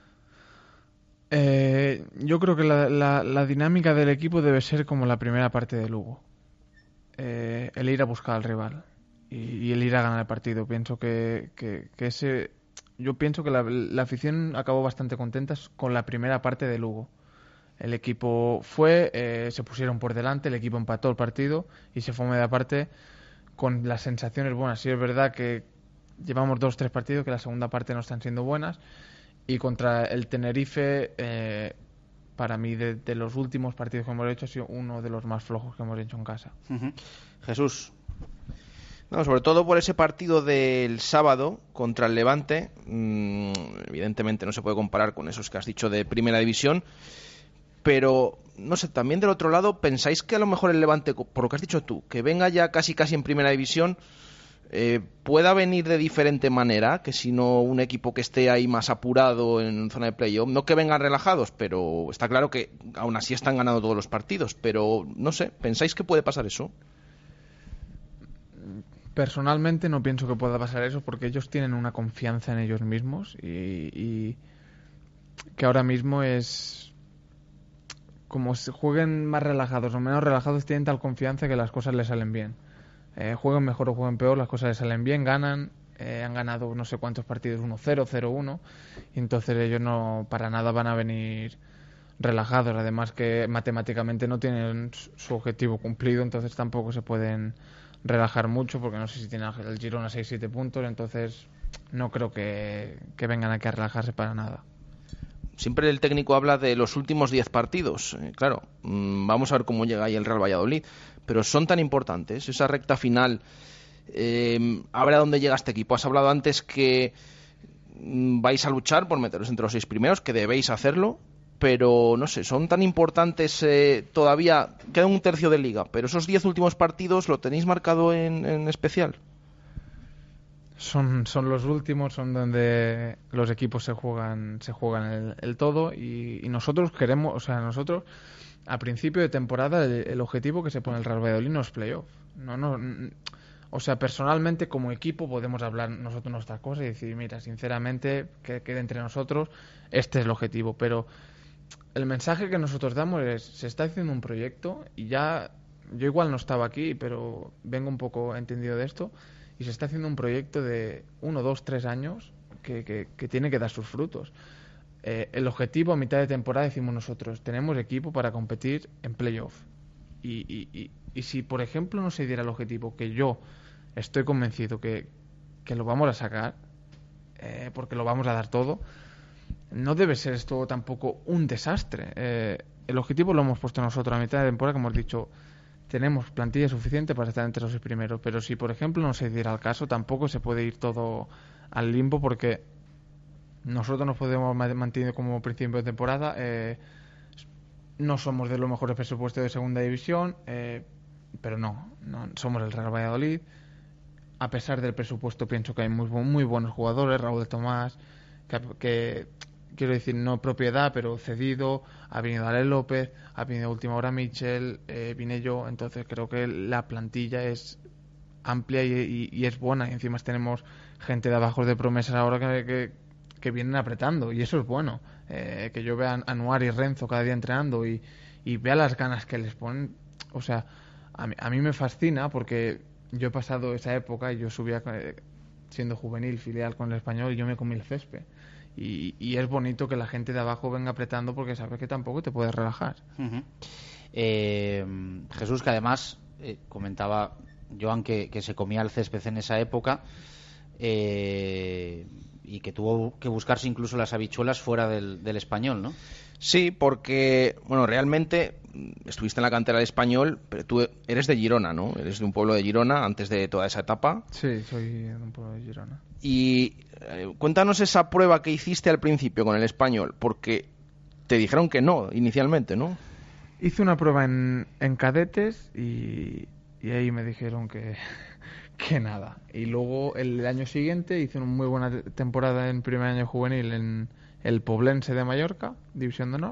Yo creo que la dinámica del equipo debe ser como la primera parte de Lugo. El ir a buscar al rival y el ir a ganar el partido. Pienso que ese... Yo pienso que la afición acabó bastante contenta con la primera parte de Lugo. El equipo se pusieron por delante, el equipo empató el partido y se fue a media parte con las sensaciones buenas. Sí, es verdad que llevamos 2-3 partidos que la segunda parte no están siendo buenas, y contra el Tenerife, para mí, de los últimos partidos que hemos hecho, ha sido uno de los más flojos que hemos hecho en casa. Jesús. No, sobre todo por ese partido del sábado contra el Levante. Evidentemente no se puede comparar con esos que has dicho de primera división, pero no sé, también del otro lado, ¿pensáis que a lo mejor el Levante, por lo que has dicho tú, que venga ya casi en primera división, pueda venir de diferente manera que si no un equipo que esté ahí más apurado en zona de playoff? No que vengan relajados, pero está claro que aún así están ganando todos los partidos, pero no sé, ¿pensáis que puede pasar eso? Personalmente no pienso que pueda pasar eso, porque ellos tienen una confianza en ellos mismos y que ahora mismo es como si jueguen más relajados o menos relajados, tienen tal confianza que las cosas les salen bien. Jueguen mejor o jueguen peor, las cosas les salen bien, ganan. Han ganado no sé cuántos partidos, 1-0, 0-1, y entonces ellos no para nada van a venir relajados. Además que matemáticamente no tienen su objetivo cumplido, entonces tampoco se pueden relajar mucho, porque no sé si tiene el Girona 6-7 puntos, entonces no creo que vengan aquí a relajarse para nada. Siempre el técnico habla de los últimos 10 partidos. Claro, vamos a ver cómo llega ahí el Real Valladolid, pero son tan importantes, esa recta final. A ver a dónde llega este equipo. Has hablado antes que vais a luchar por meteros entre los 6 primeros, que debéis hacerlo, pero no sé, son tan importantes. Todavía queda un tercio de liga, pero esos 10 últimos partidos, ¿lo tenéis marcado en especial? Son los últimos, son donde los equipos se juegan el todo, y nosotros queremos, o sea, nosotros a principio de temporada el objetivo que se pone el Real Valladolid no es playoff. O sea, personalmente como equipo podemos hablar nosotros nuestras cosas y decir, mira, sinceramente, que quede entre nosotros, este es el objetivo, pero el mensaje que nosotros damos es, se está haciendo un proyecto, y ya, yo igual no estaba aquí, pero vengo un poco entendido de esto, y se está haciendo un proyecto de 1, 2, 3 años que tiene que dar sus frutos. El objetivo a mitad de temporada, decimos nosotros, tenemos equipo para competir en playoff. Y si, por ejemplo, no se diera el objetivo, que yo estoy convencido que lo vamos a sacar, porque lo vamos a dar todo, no debe ser esto tampoco un desastre. El objetivo lo hemos puesto nosotros a mitad de temporada, como hemos dicho, tenemos plantilla suficiente para estar entre los 6 primeros, pero si por ejemplo no se diera el caso, tampoco se puede ir todo al limbo, porque nosotros nos podemos mantener como principio de temporada, no somos de los mejores presupuestos de segunda división, pero no somos el Real Valladolid. A pesar del presupuesto, pienso que hay muy buenos jugadores. Raúl de Tomás, que quiero decir, no propiedad, pero cedido, ha venido Ale López, ha venido a última hora Michel, vine yo, entonces creo que la plantilla es amplia y es buena, y encima tenemos gente de abajo de promesas ahora que vienen apretando, y eso es bueno. Que yo vea a Anuar y Renzo cada día entrenando y vea las ganas que les ponen, o sea, a mí me fascina, porque yo he pasado esa época y yo subía siendo juvenil, filial con el Español, y yo me comí el césped. y es bonito que la gente de abajo venga apretando porque sabes que tampoco te puedes relajar. Jesús, que además comentaba Joan que se comía el césped en esa época y que tuvo que buscarse incluso las habichuelas fuera del Español, ¿no? Sí, porque, bueno, realmente estuviste en la cantera del Español, pero tú eres de Girona, ¿no? Eres de un pueblo de Girona antes de toda esa etapa. Sí, soy de un pueblo de Girona. Y cuéntanos esa prueba que hiciste al principio con el Español, porque te dijeron que no, inicialmente, ¿no? Hice una prueba en cadetes y ahí me dijeron que nada. Y luego el año siguiente hice una muy buena temporada en primer año juvenil en el Poblense de Mallorca, División de Honor.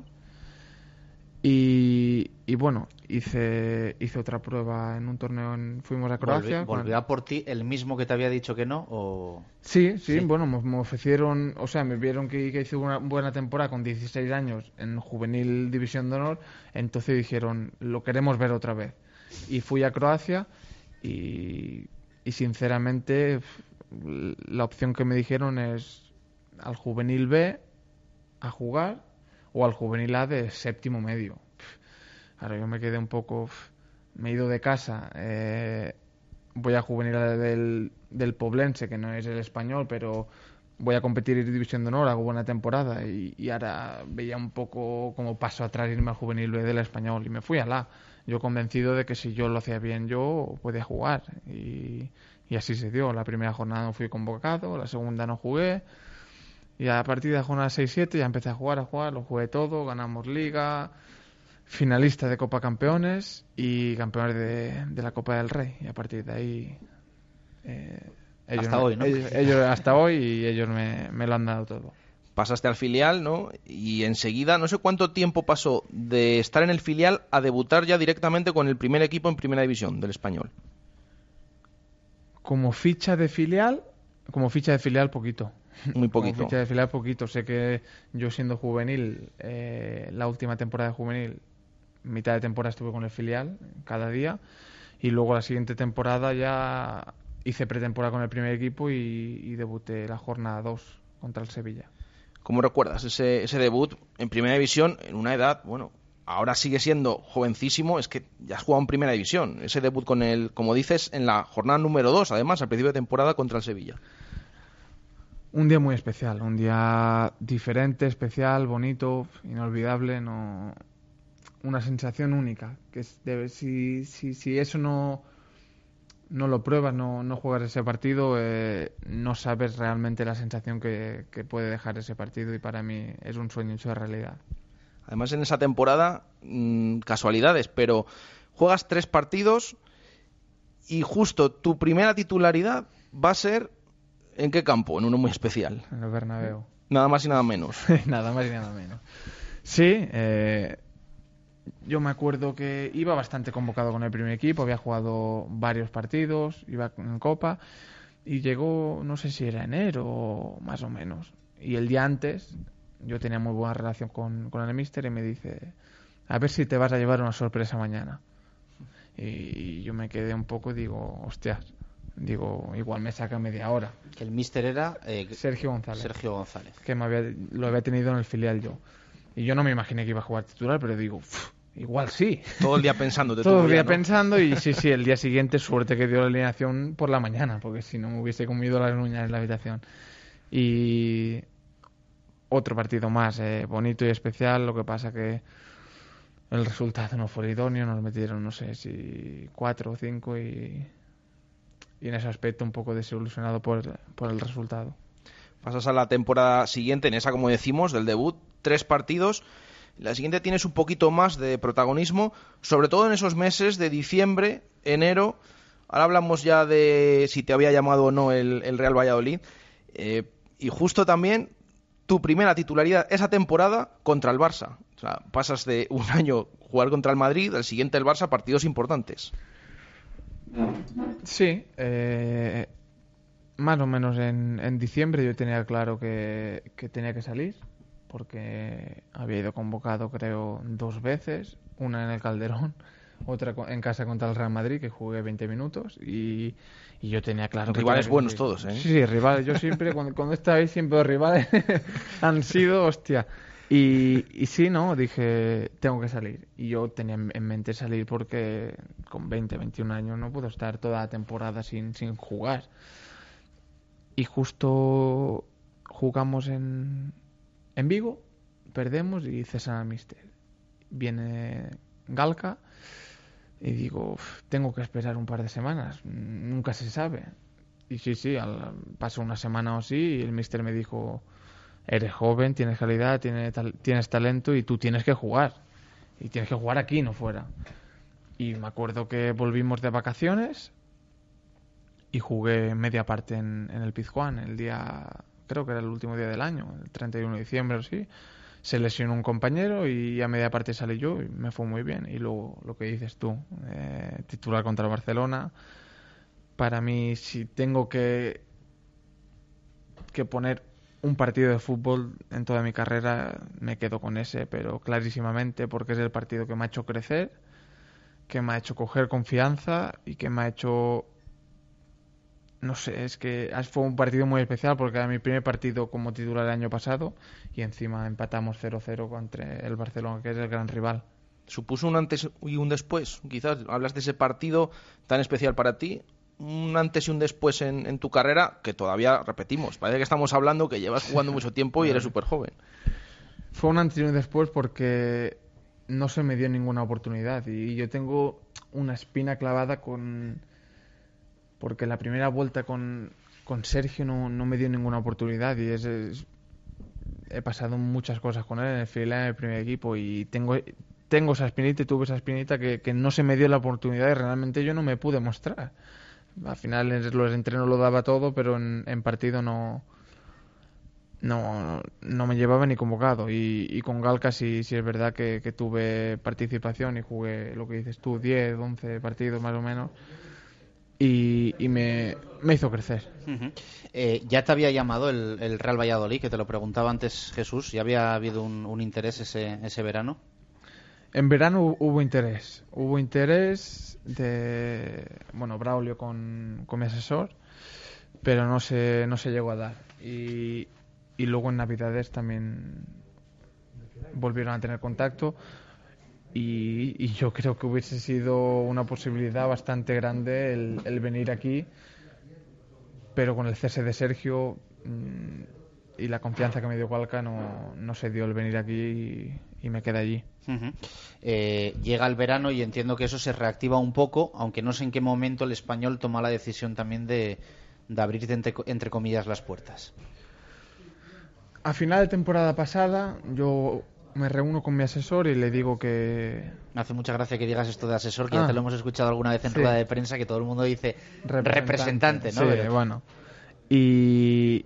Y bueno, hice otra prueba en un torneo, fuimos a Croacia. ¿Volvió a por ti el mismo que te había dicho que no? ¿O? Sí, bueno, me ofrecieron, o sea, me vieron que hice una buena temporada con 16 años en juvenil División de Honor, entonces dijeron, lo queremos ver otra vez. Y fui a Croacia y sinceramente la opción que me dijeron es al juvenil B a jugar o al juvenil A de séptimo medio. Ahora yo me quedé un poco, me he ido de casa, voy a juvenil A del Poblense, que no es el Español, pero voy a competir en División de Honor, hago buena temporada y ahora veía un poco como paso atrás irme al juvenil B del Español y me fui al A. Yo convencido de que si yo lo hacía bien yo podía jugar y así se dio. La primera jornada no fui convocado, la segunda no jugué y a partir de la jornada 6-7 ya empecé a jugar, lo jugué todo, ganamos Liga, finalista de Copa Campeones y campeones de la Copa del Rey y a partir de ahí hasta hoy, ¿no? Hasta hoy y ellos me lo han dado todo. Pasaste al filial, ¿no? Y enseguida, no sé cuánto tiempo pasó de estar en el filial a debutar ya directamente con el primer equipo en Primera División del Español. Como ficha de filial poquito. Muy poquito. Como ficha de filial poquito. Sé que yo siendo juvenil, la última temporada de juvenil, mitad de temporada estuve con el filial cada día y luego la siguiente temporada ya hice pretemporada con el primer equipo y debuté la jornada 2 contra el Sevilla. ¿Cómo recuerdas ese debut en Primera División en una edad, bueno, ahora sigue siendo jovencísimo, es que ya has jugado en Primera División, ese debut con el, como dices, en la jornada número 2, además, al principio de temporada contra el Sevilla? Un día muy especial, un día diferente, especial, bonito, inolvidable, una sensación única, que si eso no lo pruebas, no juegas ese partido, no sabes realmente la sensación que puede dejar ese partido y para mí es un sueño hecho de realidad. Además en esa temporada, casualidades, pero juegas 3 partidos y justo tu primera titularidad va a ser ¿en qué campo? En uno muy especial. En el Bernabéu. Nada más y nada menos. Nada más y nada menos. Sí, yo me acuerdo que iba bastante convocado con el primer equipo, había jugado varios partidos, iba en Copa y llegó, no sé si era enero más o menos. Y el día antes yo tenía muy buena relación con el míster y me dice, a ver si te vas a llevar una sorpresa mañana. Y yo me quedé un poco, digo, hostias, igual me saca media hora. Que el míster era Sergio González. Sergio González. Que lo había tenido en el filial yo. Y yo no me imaginé que iba a jugar titular, pero digo, igual sí. Todo el día pensando. Todo el día pensando y sí, el día siguiente suerte que dio la alineación por la mañana, porque si no me hubiese comido las uñas en la habitación. Y otro partido más, bonito y especial, lo que pasa que el resultado no fue idóneo, nos metieron, no sé si 4 o 5 y en ese aspecto un poco desilusionado por el resultado. Pasas a la temporada siguiente, en esa, como decimos, del debut, 3 partidos. La siguiente tienes un poquito más de protagonismo, sobre todo en esos meses de diciembre, enero. Ahora hablamos ya de si te había llamado o no el Real Valladolid. Y justo también tu primera titularidad esa temporada contra el Barça. O sea, pasas de un año jugar contra el Madrid, al siguiente el Barça, partidos importantes. Sí, más o menos en diciembre yo tenía claro que tenía que salir, porque había ido convocado creo 2 veces, una en el Calderón, otra en casa contra el Real Madrid, que jugué 20 minutos, y yo tenía claro que... Rivales buenos todos, ¿eh? Sí, rivales. Yo siempre, cuando estaba ahí, siempre los rivales han sido, hostia. Y sí, ¿no? Dije, tengo que salir. Y yo tenía en mente salir porque con 20, 21 años no puedo estar toda la temporada sin jugar. Y justo jugamos en Vigo, perdemos y cesan al míster. Viene Galca y digo, tengo que esperar un par de semanas, nunca se sabe. Y sí, pasó una semana o así y el míster me dijo, eres joven, tienes calidad, tienes talento y tú tienes que jugar. Y tienes que jugar aquí, no fuera. Y me acuerdo que volvimos de vacaciones y jugué media parte en el Pizjuán, el día, creo que era el último día del año, el 31 de diciembre o así. Se lesionó un compañero y a media parte salí yo y me fue muy bien. Y luego lo que dices tú, titular contra el Barcelona. Para mí, si tengo que poner un partido de fútbol en toda mi carrera, me quedo con ese, pero clarísimamente, porque es el partido que me ha hecho crecer, que me ha hecho coger confianza y que me ha hecho... No sé, es que fue un partido muy especial porque era mi primer partido como titular el año pasado y encima empatamos 0-0 contra el Barcelona, que es el gran rival. ¿Supuso un antes y un después? Quizás hablas de ese partido tan especial para ti, un antes y un después en tu carrera, que todavía repetimos, parece que estamos hablando que llevas jugando mucho tiempo y eres súper joven. Fue un antes y un después porque no se me dio ninguna oportunidad y yo tengo una espina clavada porque la primera vuelta con Sergio no me dio ninguna oportunidad y he pasado muchas cosas con él en el filial, en el primer equipo y tengo esa espinita y tuve esa espinita que no se me dio la oportunidad y realmente yo no me pude mostrar. Al final en los entrenos lo daba todo, pero en partido no me llevaba ni convocado y con Galca sí es verdad que tuve participación y jugué lo que dices tú, 10, 11 partidos más o menos. Y me hizo crecer. Uh-huh. Ya te había llamado el Real Valladolid, que te lo preguntaba antes Jesús. ¿Ya había habido un interés ese verano? En verano hubo interés. Hubo interés de Braulio con mi asesor, pero no se llegó a dar. Y luego en Navidades también volvieron a tener contacto. Y yo creo que hubiese sido una posibilidad bastante grande el venir aquí, pero con el cese de Sergio y la confianza que me dio Galca no se dio el venir aquí y me quedé allí. Uh-huh. Llega el verano y entiendo que eso se reactiva un poco, aunque no sé en qué momento el Español toma la decisión también de abrirte entre comillas las puertas. A final de temporada pasada yo me reúno con mi asesor y le digo que... Me hace mucha gracia que digas esto de asesor, que ya te lo hemos escuchado alguna vez en rueda de prensa, que todo el mundo dice representante, ¿no? Sí, pero... bueno. Y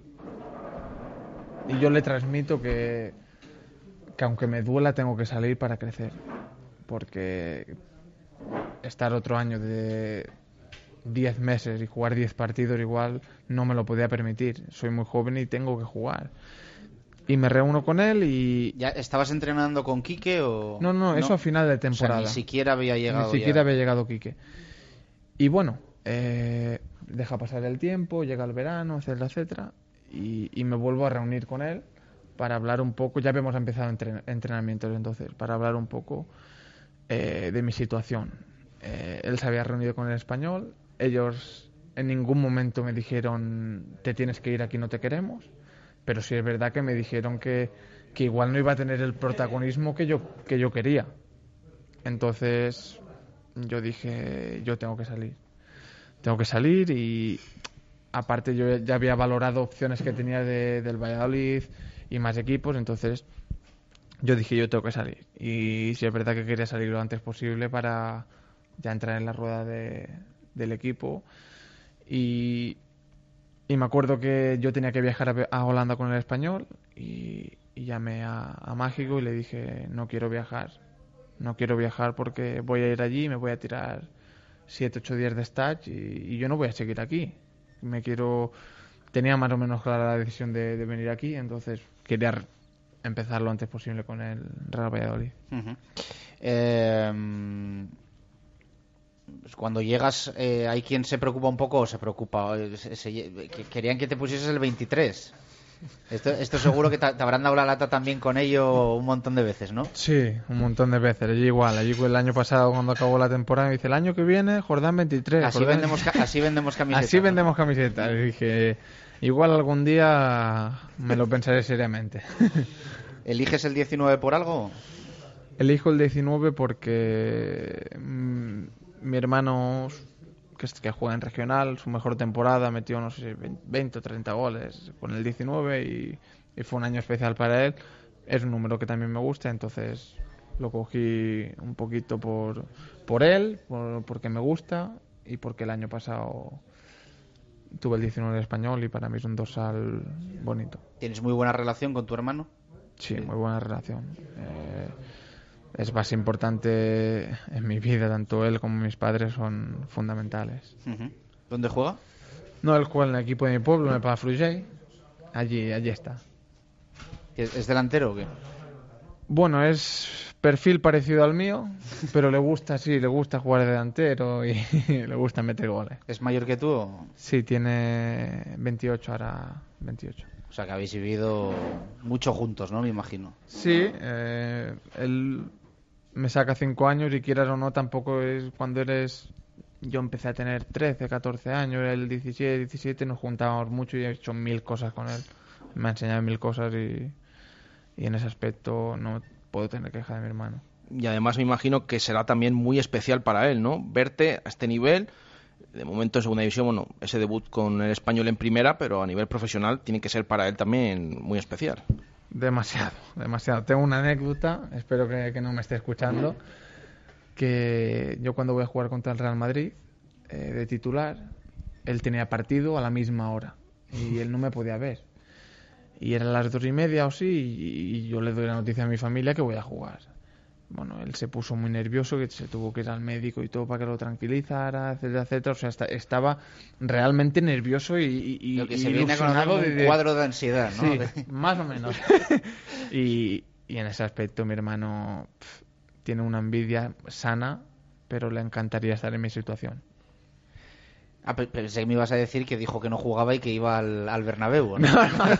yo le transmito que aunque me duela tengo que salir para crecer, porque estar otro año de 10 meses y jugar 10 partidos igual no me lo podía permitir. Soy muy joven y tengo que jugar. Y me reúno con él y... ¿Ya estabas entrenando con Quique o...? No, eso a final de temporada. O sea, ni siquiera había llegado Quique. Y bueno, deja pasar el tiempo, llega el verano, etcétera, etcétera, y me vuelvo a reunir con él para hablar un poco. Ya habíamos empezado entrenamientos entonces, para hablar un poco de mi situación. Él se había reunido con el Español. Ellos en ningún momento me dijeron te tienes que ir, aquí no te queremos. Pero sí es verdad que me dijeron que igual no iba a tener el protagonismo que yo quería. Entonces yo dije, yo tengo que salir. Tengo que salir y aparte yo ya había valorado opciones que tenía del Valladolid y más equipos, entonces yo dije, yo tengo que salir. Y sí es verdad que quería salir lo antes posible para ya entrar en la rueda del equipo. Y me acuerdo que yo tenía que viajar a Holanda con el Español y llamé a Mágico y le dije, no quiero viajar porque voy a ir allí y me voy a tirar 7-8 días de stage y yo no voy a seguir aquí. Tenía más o menos clara la decisión de venir aquí, entonces quería empezar lo antes posible con el Real Valladolid. Uh-huh. pues cuando llegas hay quien se preocupa un poco o se preocupa. Querían que te pusieses el 23. Esto seguro que te habrán dado la lata también con ello un montón de veces, ¿no? Sí, un montón de veces. Allí igual. Allí el año pasado cuando acabó la temporada me dice, el año que viene Jordán 23. Así vendemos camisetas. Así vendemos camisetas. Y dije, igual algún día me lo pensaré seriamente. ¿Eliges el 19 por algo? Elijo el 19 porque mi hermano, que juega en regional, su mejor temporada, metió, no sé, 20 o 30 goles con el 19 y fue un año especial para él. Es un número que también me gusta, entonces lo cogí un poquito por él, porque me gusta y porque el año pasado tuve el 19 español y para mí es un dorsal bonito. ¿Tienes muy buena relación con tu hermano? Sí, muy buena relación. Es más importante en mi vida, tanto él como mis padres son fundamentales. ¿Dónde juega? No, él juega en el equipo de mi pueblo, en el Palafrugell. Allí está. ¿Es delantero o qué? Bueno, es perfil parecido al mío, pero le gusta jugar de delantero y le gusta meter goles. ¿Es mayor que tú? ¿O? Sí, tiene 28 ahora, 28. O sea, que habéis vivido mucho juntos, ¿no? Me imagino. Sí, él me saca 5 años y quieras o no, tampoco es cuando eres... Yo empecé a tener 13, 14 años, él 16, 17, nos juntábamos mucho y he hecho 1000 cosas con él. Me ha enseñado 1000 cosas y en ese aspecto no puedo tener queja de mi hermano. Y además me imagino que será también muy especial para él, ¿no? Verte a este nivel, de momento en segunda división, bueno, ese debut con el Español en primera, pero a nivel profesional tiene que ser para él también muy especial. Demasiado. Tengo una anécdota, espero que no me esté escuchando, que yo cuando voy a jugar contra el Real Madrid, de titular, él tenía partido a la misma hora y él no me podía ver. Y eran las 2:30 o sí, y yo le doy la noticia a mi familia que voy a jugar. Bueno, él se puso muy nervioso, que se tuvo que ir al médico y todo para que lo tranquilizara, etcétera, etcétera. O sea, estaba realmente nervioso y lo que se viene con un cuadro de ansiedad, ¿no? Sí, más o menos. y en ese aspecto mi hermano tiene una envidia sana, pero le encantaría estar en mi situación. Ah, pensé que me ibas a decir que dijo que no jugaba y que iba al Bernabéu, ¿no?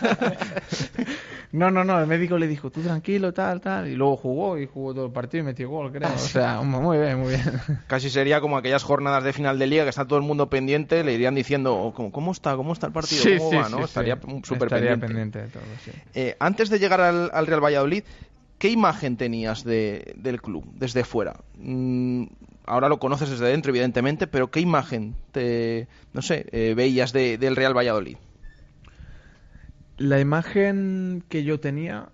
No, el médico le dijo, tú tranquilo, tal, y luego jugó todo el partido y metió gol, creo. O sea, muy bien. Casi sería como aquellas jornadas de final de liga que está todo el mundo pendiente, le irían diciendo, ¿cómo está el partido? Sí, ¿Cómo va? ¿No? Estaría súper pendiente de todo, sí. Antes de llegar al Real Valladolid, ¿qué imagen tenías del club desde fuera? Ahora lo conoces desde dentro, evidentemente, pero ¿qué imagen veías del Real Valladolid? La imagen que yo tenía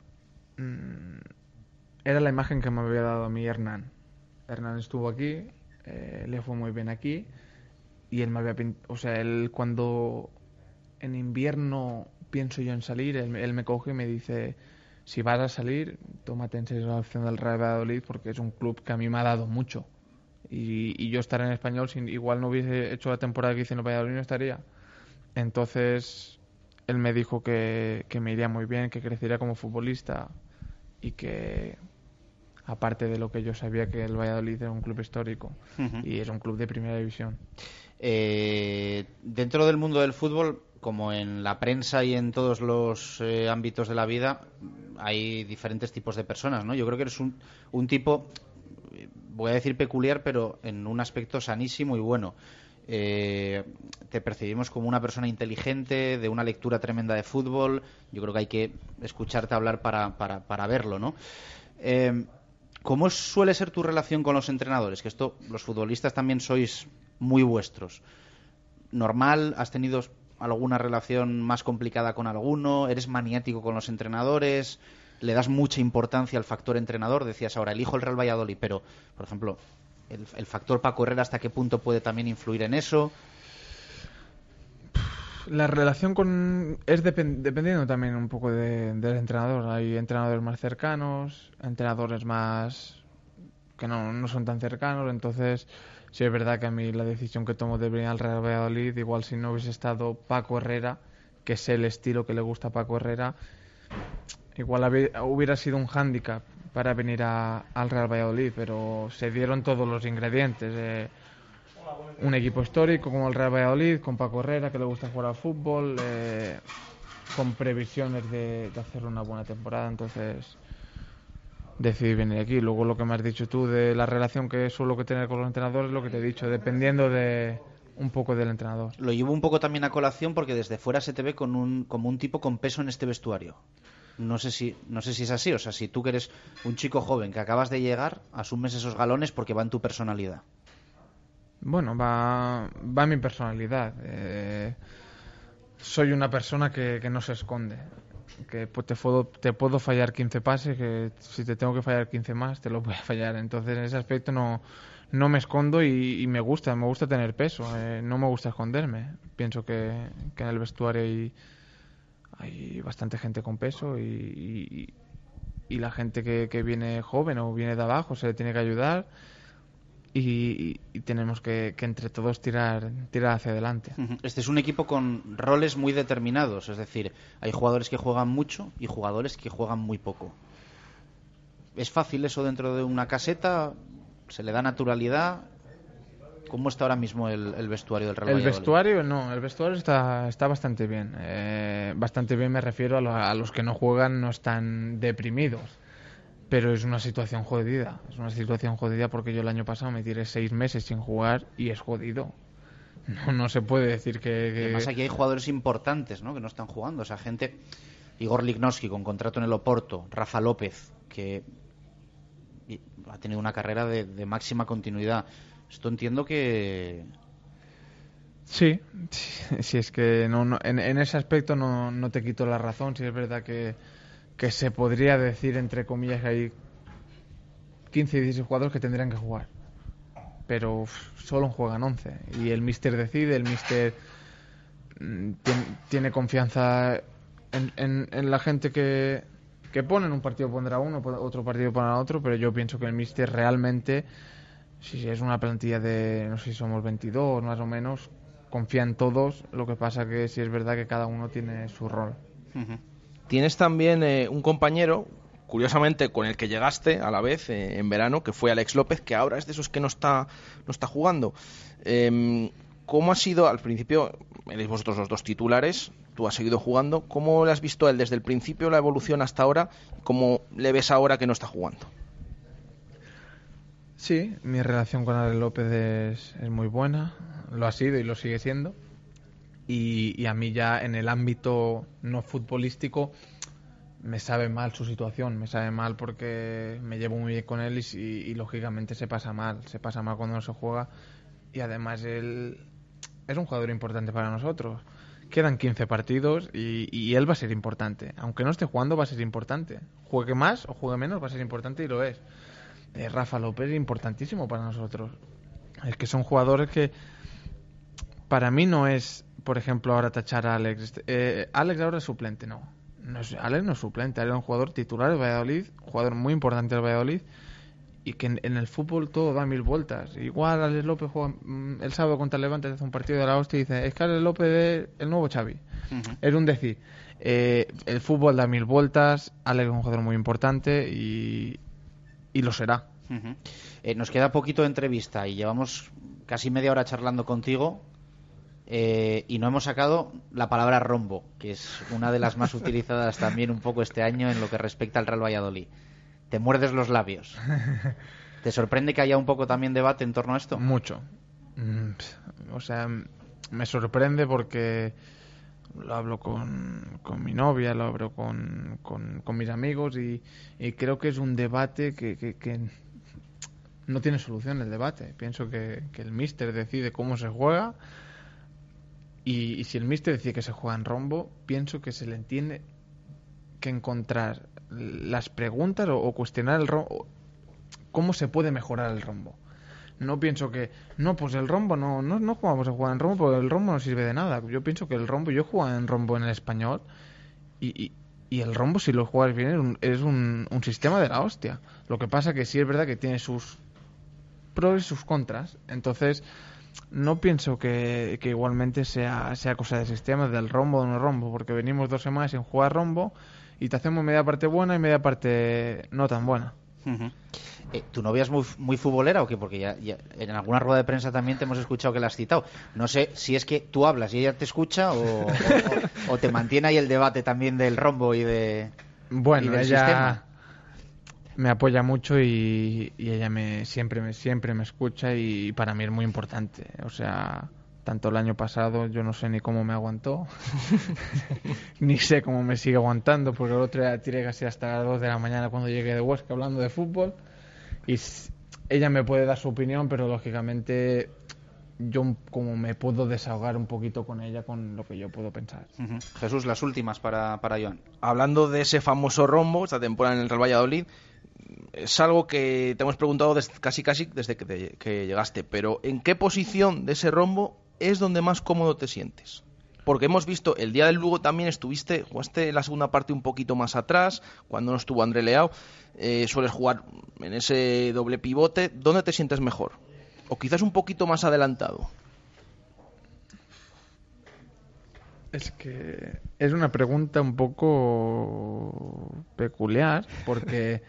era la imagen que me había dado a mí Hernán. Hernán estuvo aquí, le fue muy bien aquí y él me había él cuando en invierno pienso yo en salir, él me coge y me dice, si vas a salir, tómate en serio la opción del Real Valladolid porque es un club que a mí me ha dado mucho. Y yo estar en Español, igual no hubiese hecho la temporada que hice en el Valladolid, no estaría. Entonces él me dijo que me iría muy bien, que crecería como futbolista y que, aparte de lo que yo sabía, que el Valladolid era un club histórico y era un club de primera división. Dentro del mundo del fútbol, como en la prensa y en todos los ámbitos de la vida, hay diferentes tipos de personas, ¿no? Yo creo que eres un tipo, voy a decir peculiar, pero en un aspecto sanísimo y bueno. Te percibimos como una persona inteligente, de una lectura tremenda de fútbol. Yo creo que hay que escucharte hablar para verlo, ¿no? ¿Cómo suele ser tu relación con los entrenadores? Que esto, los futbolistas también sois muy vuestros. ¿Normal? ¿Has tenido alguna relación más complicada con alguno? ¿Eres maniático con los entrenadores? ¿Le das mucha importancia al factor entrenador? Decías ahora, elijo el Real Valladolid, pero, por ejemplo, el factor Paco Herrera, ¿hasta qué punto puede también influir en eso? La relación es dependiendo también un poco del entrenador. Hay entrenadores más cercanos, entrenadores más que no son tan cercanos. Entonces, sí es verdad que a mí la decisión que tomo de venir al Real Valladolid, igual si no hubiese estado Paco Herrera, que es el estilo que le gusta a Paco Herrera, igual hubiera sido un hándicap para venir al Real Valladolid, pero se dieron todos los ingredientes. un equipo histórico como el Real Valladolid, con Paco Herrera, que le gusta jugar al fútbol, con previsiones de hacer una buena temporada, entonces decidí venir aquí. Luego lo que me has dicho tú de la relación que suelo tener con los entrenadores, lo que te he dicho, dependiendo de un poco del entrenador. Lo llevo un poco también a colación porque desde fuera se te ve como un tipo con peso en este vestuario. No sé si es así, o sea, si tú que eres un chico joven que acabas de llegar, asumes esos galones porque va en tu personalidad. Bueno, va en mi personalidad. Soy una persona que no se esconde. Que pues, te puedo fallar 15 pases, que si te tengo que fallar 15 más, te lo voy a fallar. Entonces, en ese aspecto no me escondo y me gusta tener peso. No me gusta esconderme. Pienso que en el vestuario hay bastante gente con peso y la gente que viene joven o viene de abajo se le tiene que ayudar. Y tenemos que entre todos tirar hacia adelante. Este es un equipo con roles muy determinados, es decir, hay jugadores que juegan mucho y jugadores que juegan muy poco. ¿Es fácil eso dentro de una caseta? ¿Se le da naturalidad? ¿Cómo está ahora mismo el vestuario del Real Valladolid? El vestuario está bastante bien. Bastante bien me refiero a los que no juegan, no están deprimidos. Pero es una situación jodida. Es una situación jodida porque yo el año pasado me tiré 6 meses sin jugar y es jodido. No se puede decir que... Además aquí hay jugadores importantes, ¿no?, que no están jugando. O sea, gente... Igor Lichnowsky con contrato en el Oporto, Rafa López, que ha tenido una carrera de máxima continuidad. Esto entiendo que... Sí, es que en ese aspecto no te quito la razón. Sí es verdad que se podría decir, entre comillas, que hay 15 y 16 jugadores que tendrían que jugar. Pero solo juegan 11. Y el míster decide, el míster tiene confianza en la gente que pone. En un partido pondrá uno, otro partido pondrá otro, pero yo pienso que el míster realmente, si es una plantilla de, no sé si somos 22 más o menos, confía en todos. Lo que pasa que sí es verdad que cada uno tiene su rol. Tienes también un compañero, curiosamente, con el que llegaste a la vez en verano, que fue Alex López, que ahora es de esos que no está jugando. ¿Cómo ha sido, al principio, erais vosotros los dos titulares, tú has seguido jugando, ¿cómo le has visto a él desde el principio, la evolución hasta ahora, y cómo le ves ahora que no está jugando? Sí, mi relación con Alex López es muy buena, lo ha sido y lo sigue siendo. Y a mí ya en el ámbito no futbolístico me sabe mal su situación, me sabe mal porque me llevo muy bien con él y lógicamente se pasa mal cuando no se juega, y además él es un jugador importante para nosotros. Quedan 15 partidos y él va a ser importante, aunque no esté jugando va a ser importante, juegue más o juegue menos va a ser importante y lo es. Rafa López es importantísimo para nosotros, es que son jugadores que para mí no es, por ejemplo, ahora tachar a Alex. Alex ahora es suplente, Alex no es suplente, Alex es un jugador titular del Valladolid, un jugador muy importante del Valladolid, y que en el fútbol todo da 1000 vueltas. Igual Alex López juega el sábado contra el Levante, hace un partido de la hostia y dice, es que Alex López es el nuevo Xavi. Es un decir. El fútbol da 1000 vueltas, Alex es un jugador muy importante y lo será. Nos queda poquito de entrevista y llevamos casi media hora charlando contigo. Y no hemos sacado la palabra rombo, que es una de las más utilizadas también un poco este año en lo que respecta al Real Valladolid. Te muerdes los labios. ¿Te sorprende que haya un poco también debate en torno a esto? Mucho. O sea, me sorprende porque lo hablo con mi novia, lo hablo con mis amigos y creo que es un debate que no tiene solución el debate. Pienso que el míster decide cómo se juega. Y si el míster decide que se juega en rombo, pienso que se le entiende que encontrar las preguntas o cuestionar el rombo, cómo se puede mejorar el rombo. No pienso que, pues el rombo no vamos a jugar en rombo porque el rombo no sirve de nada. Yo pienso que el rombo, yo juego en rombo en el español y el rombo, si lo juegas bien, es un sistema de la hostia. Lo que pasa que sí es verdad que tiene sus pros y sus contras. Entonces no pienso que igualmente sea cosa de sistema, del rombo o no rombo, porque venimos 2 semanas sin jugar rombo y te hacemos media parte buena y media parte no tan buena. ¿Tu novia es muy futbolera o qué? Porque ya en alguna rueda de prensa también te hemos escuchado que la has citado. No sé si es que tú hablas y ella te escucha o te mantiene ahí el debate también del rombo y del ella sistema. Me apoya mucho y ella siempre me escucha y para mí es muy importante. O sea, tanto el año pasado yo no sé ni cómo me aguantó, ni sé cómo me sigue aguantando, porque el otro día tiré casi hasta las 2 de la mañana cuando llegué de Huesca hablando de fútbol. Y ella me puede dar su opinión, pero lógicamente yo como me puedo desahogar un poquito con ella con lo que yo puedo pensar. Jesús, las últimas para Joan. Hablando de ese famoso rombo esta temporada en el Real Valladolid, es algo que te hemos preguntado casi desde que llegaste, pero ¿en qué posición de ese rombo es donde más cómodo te sientes? Porque hemos visto, el día del Lugo también jugaste la segunda parte un poquito más atrás, cuando no estuvo André Leao, sueles jugar en ese doble pivote. ¿Dónde te sientes mejor? O quizás un poquito más adelantado. Es que es una pregunta un poco peculiar, porque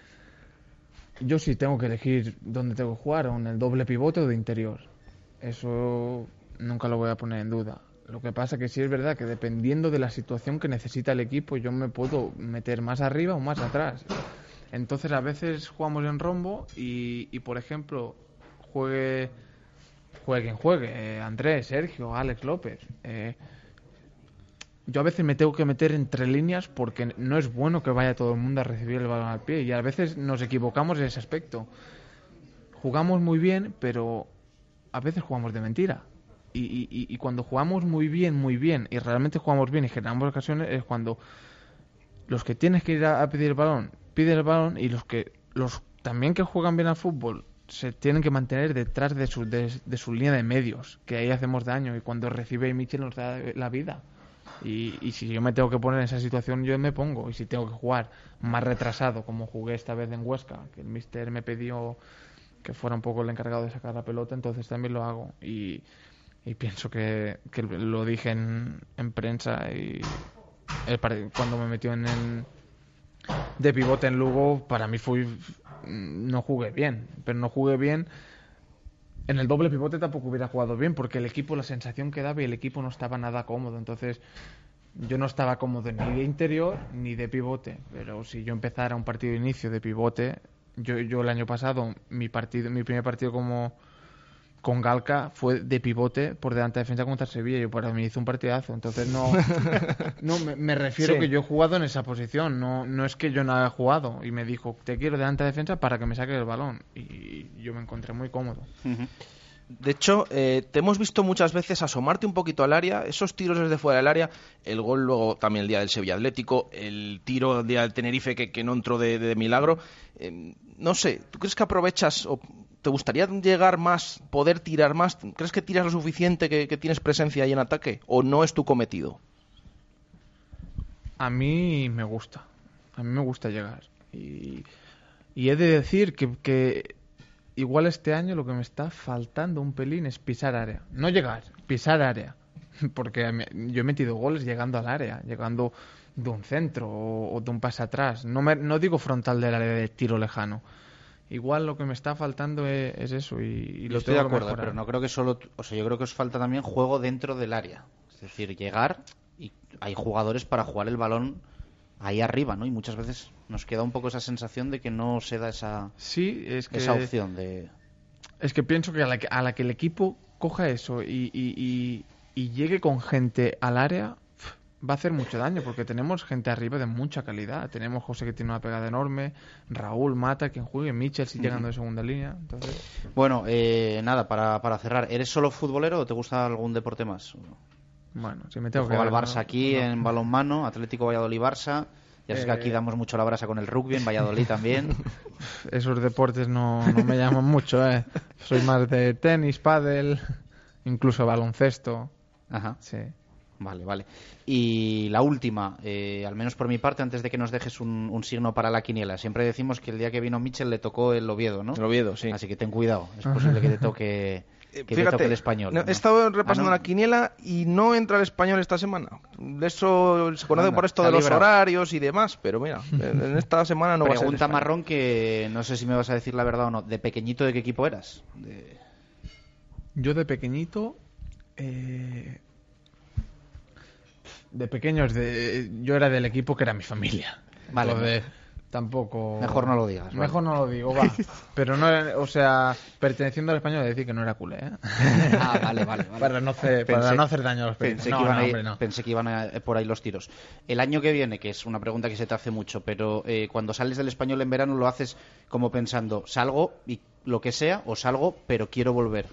yo sí tengo que elegir dónde tengo que jugar, o en el doble pivote o de interior. Eso nunca lo voy a poner en duda. Lo que pasa que sí es verdad que dependiendo de la situación que necesita el equipo, yo me puedo meter más arriba o más atrás. Entonces a veces jugamos en rombo y por ejemplo, juegue quien juegue, Andrés, Sergio, Alex López. Yo a veces me tengo que meter entre líneas porque no es bueno que vaya todo el mundo a recibir el balón al pie, y a veces nos equivocamos en ese aspecto. Jugamos muy bien, pero a veces jugamos de mentira. Y cuando jugamos muy bien, y realmente jugamos bien y generamos ocasiones, es cuando los que tienes que ir a pedir el balón, piden el balón, y los también que juegan bien al fútbol se tienen que mantener detrás de su línea de medios, que ahí hacemos daño, y cuando recibe Michel nos da la vida. Y si yo me tengo que poner en esa situación, yo me pongo. Y si tengo que jugar más retrasado, como jugué esta vez en Huesca, que el míster me pidió que fuera un poco el encargado de sacar la pelota, entonces también lo hago. Y pienso que lo dije en prensa, y cuando me metió de pivote en Lugo, para mí no jugué bien, pero no jugué bien. En el doble pivote tampoco hubiera jugado bien, porque el equipo, la sensación que daba, y el equipo no estaba nada cómodo. Entonces yo no estaba cómodo ni de interior ni de pivote. Pero si yo empezara un partido de inicio de pivote, yo el año pasado, mi primer partido con Galca fue de pivote por delante de defensa contra Sevilla, y para mí hizo un partidazo. Entonces me refiero que yo he jugado en esa posición, no es que yo no haya jugado, y me dijo, te quiero delante de defensa para que me saques el balón, y yo me encontré muy cómodo. De hecho, te hemos visto muchas veces asomarte un poquito al área, esos tiros desde fuera del área, el gol luego también el día del Sevilla Atlético, el tiro el día del Tenerife que no entró de milagro. No sé, ¿tú crees que aprovechas o te gustaría llegar más, poder tirar más? ¿Crees que tiras lo suficiente, que tienes presencia ahí en ataque, o no es tu cometido? A mí me gusta llegar, y he de decir que igual este año lo que me está faltando un pelín es pisar área, no llegar, pisar área, porque yo he metido goles llegando al área, llegando de un centro o de un pase atrás, no digo frontal del área de tiro lejano. Igual lo que me está faltando es eso, y lo estoy de tengo que acuerdo, mejorar. pero no creo que solo, yo creo que os falta también juego dentro del área, es decir, llegar, y hay jugadores para jugar el balón ahí arriba, ¿no? Y muchas veces nos queda un poco esa sensación de que no se da esa opción de... Es que pienso que a la que el equipo coja eso y llegue con gente al área, va a hacer mucho daño, porque tenemos gente arriba de mucha calidad. Tenemos José, que tiene una pegada enorme, Raúl, Mata, quien juegue, Michel, si llegando de segunda línea. Entonces... Bueno, nada, para cerrar, ¿eres solo futbolero o te gusta algún deporte más? Bueno, si me tengo que... Juega el Barça aquí en balonmano, Atlético Valladolid-Barça. Ya sé que aquí damos mucho la brasa con el rugby, en Valladolid también. Esos deportes no me llaman mucho, Soy más de tenis, pádel, incluso baloncesto. Ajá. Sí. Vale. Y la última, al menos por mi parte, antes de que nos dejes un signo para la quiniela. Siempre decimos que el día que vino Michel le tocó el Oviedo, ¿no? El Oviedo, sí. Así que ten cuidado, es posible que te toque le toque el Español. He estado repasando la quiniela y no entra el Español esta semana. De eso se conoce por esto de los horarios y demás, pero mira, en esta semana no va a ser. Pregunta marrón que no sé si me vas a decir la verdad o no. ¿De pequeñito de qué equipo eras? Yo de pequeñito... De pequeños, yo era del equipo que era mi familia. Vale. Entonces, tampoco... Mejor no lo digas. Mejor no lo digo, va. Pero no, o sea, perteneciendo al Español, decir que no era culé, ¿eh? Ah, vale. Para no hacer daño a los pequeños. Pensé que iban por ahí los tiros. El año que viene, que es una pregunta que se te hace mucho, pero cuando sales del Español en verano lo haces como pensando, salgo y lo que sea, o salgo, pero quiero volver.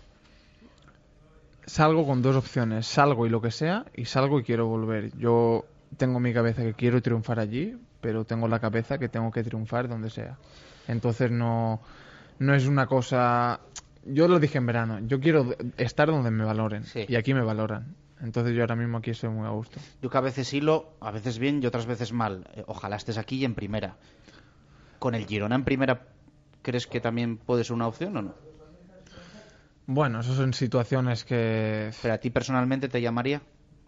Salgo con dos opciones, salgo y lo que sea, y salgo y quiero volver. Yo tengo en mi cabeza que quiero triunfar allí, pero tengo en la cabeza que tengo que triunfar donde sea. Entonces no es una cosa... Yo lo dije en verano, yo quiero estar donde me valoren, y aquí me valoran. Entonces yo ahora mismo aquí estoy muy a gusto. Yo que a veces hilo, a veces bien y otras veces mal. Ojalá estés aquí y en primera. ¿Con el Girona en primera crees que también puede ser una opción o no? Bueno, eso son situaciones que... ¿Pero a ti personalmente te llamaría?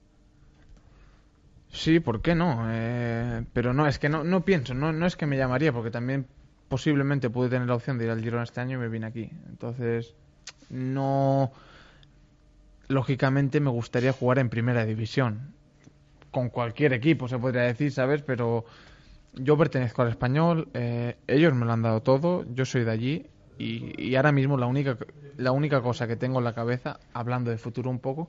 Sí, ¿por qué no? Pero no, es que no pienso, no es que me llamaría, porque también posiblemente pude tener la opción de ir al Girona este año y me vine aquí. Entonces, no... Lógicamente me gustaría jugar en primera división. Con cualquier equipo, se podría decir, ¿sabes? Pero yo pertenezco al Español, ellos me lo han dado todo, yo soy de allí. Y ahora mismo la única cosa que tengo en la cabeza, hablando de futuro un poco,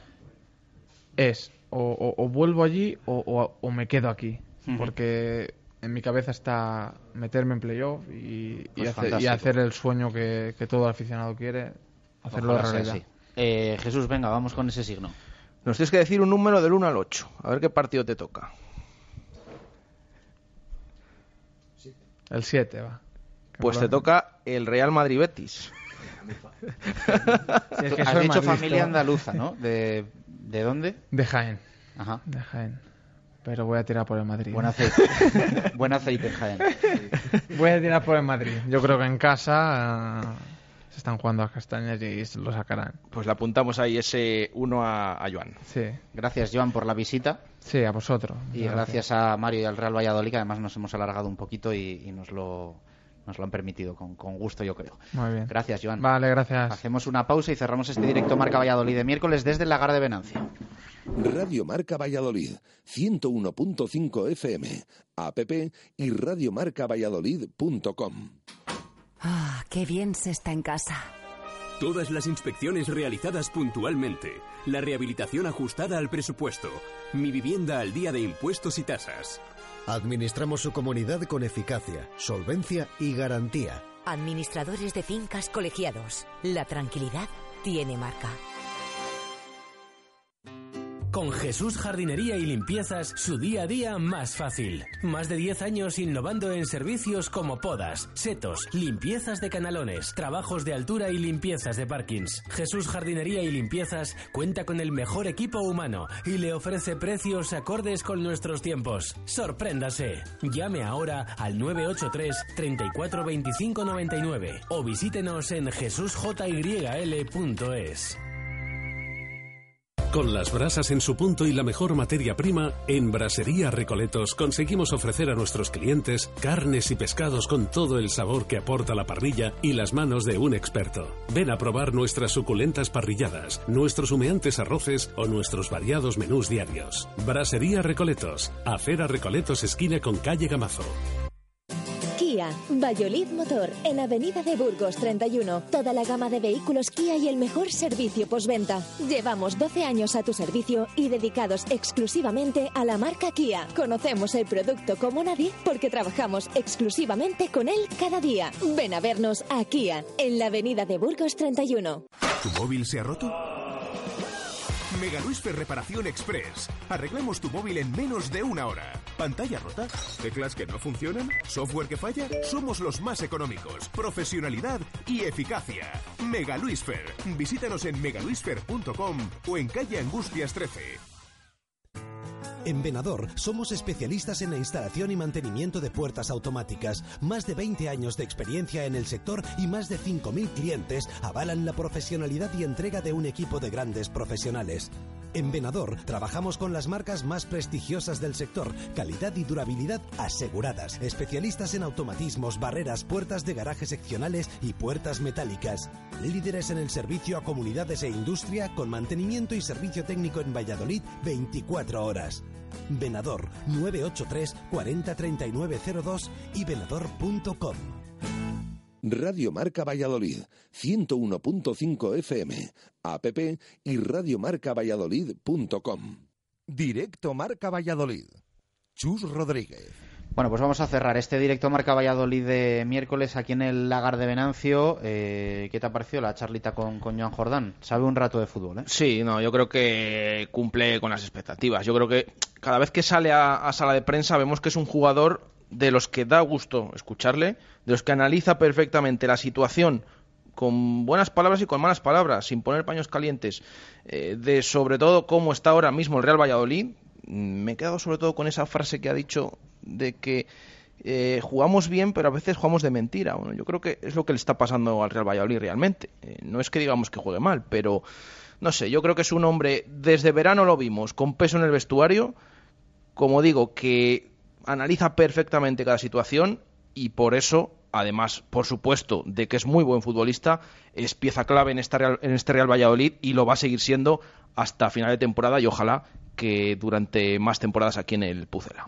es o vuelvo allí o me quedo aquí. Porque en mi cabeza está meterme en playoff y hacer el sueño que todo aficionado quiere, hacerlo realidad. Jesús, venga, vamos con ese signo. Nos tienes que decir un número del 1 al 8. A ver qué partido te toca. El 7, va. Pues te toca el Real Madrid-Betis. Sí, es que has dicho familia andaluza, ¿no? ¿De dónde? De Jaén. Ajá. De Jaén. Pero voy a tirar por el Madrid. Buen aceite. Buen aceite en Jaén. Voy a tirar por el Madrid. Yo creo que en casa se están jugando a castañas y lo sacarán. Pues le apuntamos ahí ese 1 a Joan. Sí. Gracias, Joan, por la visita. Sí, a vosotros. Y gracias a Mario y al Real Valladolid, que además nos hemos alargado un poquito y nos lo han permitido con gusto, yo creo. Muy bien. Gracias, Joan. Vale, gracias. Hacemos una pausa y cerramos este directo Marca Valladolid de miércoles desde el Lagar de Venancio. Radio Marca Valladolid, 101.5 FM, app y radiomarcavalladolid.com. Ah, qué bien se está en casa. Todas las inspecciones realizadas puntualmente. La rehabilitación ajustada al presupuesto. Mi vivienda al día de impuestos y tasas. Administramos su comunidad con eficacia, solvencia y garantía. Administradores de fincas colegiados. La tranquilidad tiene marca. Con Jesús Jardinería y Limpiezas, su día a día más fácil. Más de 10 años innovando en servicios como podas, setos, limpiezas de canalones, trabajos de altura y limpiezas de parkings. Jesús Jardinería y Limpiezas cuenta con el mejor equipo humano y le ofrece precios acordes con nuestros tiempos. ¡Sorpréndase! Llame ahora al 983 34 25 99 o visítenos en jesusjyl.es. Con las brasas en su punto y la mejor materia prima, en Brasería Recoletos conseguimos ofrecer a nuestros clientes carnes y pescados con todo el sabor que aporta la parrilla y las manos de un experto. Ven a probar nuestras suculentas parrilladas, nuestros humeantes arroces o nuestros variados menús diarios. Brasería Recoletos, Acera Recoletos esquina con calle Gamazo. Kia, Valladolid Motor, en Avenida de Burgos 31. Toda la gama de vehículos Kia y el mejor servicio postventa. Llevamos 12 años a tu servicio y dedicados exclusivamente a la marca Kia. Conocemos el producto como nadie porque trabajamos exclusivamente con él cada día. Ven a vernos a Kia, en la Avenida de Burgos 31. ¿Tu móvil se ha roto? Megaluisfer Reparación Express. Arreglamos tu móvil en menos de una hora. ¿Pantalla rota? ¿Teclas que no funcionan? ¿Software que falla? Somos los más económicos. Profesionalidad y eficacia. Megaluisfer. Visítanos en megaluisfer.com o en calle Angustias 13. En Venador somos especialistas en la instalación y mantenimiento de puertas automáticas. Más de 20 años de experiencia en el sector y más de 5.000 clientes avalan la profesionalidad y entrega de un equipo de grandes profesionales. En Venador trabajamos con las marcas más prestigiosas del sector, calidad y durabilidad aseguradas. Especialistas en automatismos, barreras, puertas de garaje seccionales y puertas metálicas. Líderes en el servicio a comunidades e industria con mantenimiento y servicio técnico en Valladolid 24 horas. Venador 983 40 39 02 y venador.com. Radio Marca Valladolid, 101.5 FM, app y radiomarcavalladolid.com. Directo Marca Valladolid. Chus Rodríguez. Bueno, pues vamos a cerrar este directo Marca Valladolid de miércoles aquí en el Lagar de Venancio. ¿Qué te ha parecido la charlita con Joan Jordán? Sabe un rato de fútbol, ¿eh? Sí, no, yo creo que cumple con las expectativas. Yo creo que cada vez que sale a sala de prensa vemos que es un jugador de los que da gusto escucharle, de los que analiza perfectamente la situación con buenas palabras y con malas palabras, sin poner paños calientes, de sobre todo cómo está ahora mismo el Real Valladolid. Me he quedado sobre todo con esa frase que ha dicho de que jugamos bien, pero a veces jugamos de mentira. Bueno, yo creo que es lo que le está pasando al Real Valladolid realmente. No es que digamos que juegue mal, pero no sé, yo creo que es un hombre, desde verano lo vimos, con peso en el vestuario, como digo, que analiza perfectamente cada situación y por eso, además, por supuesto, de que es muy buen futbolista, es pieza clave en este Real Valladolid y lo va a seguir siendo hasta final de temporada y ojalá que durante más temporadas aquí en el Pucela.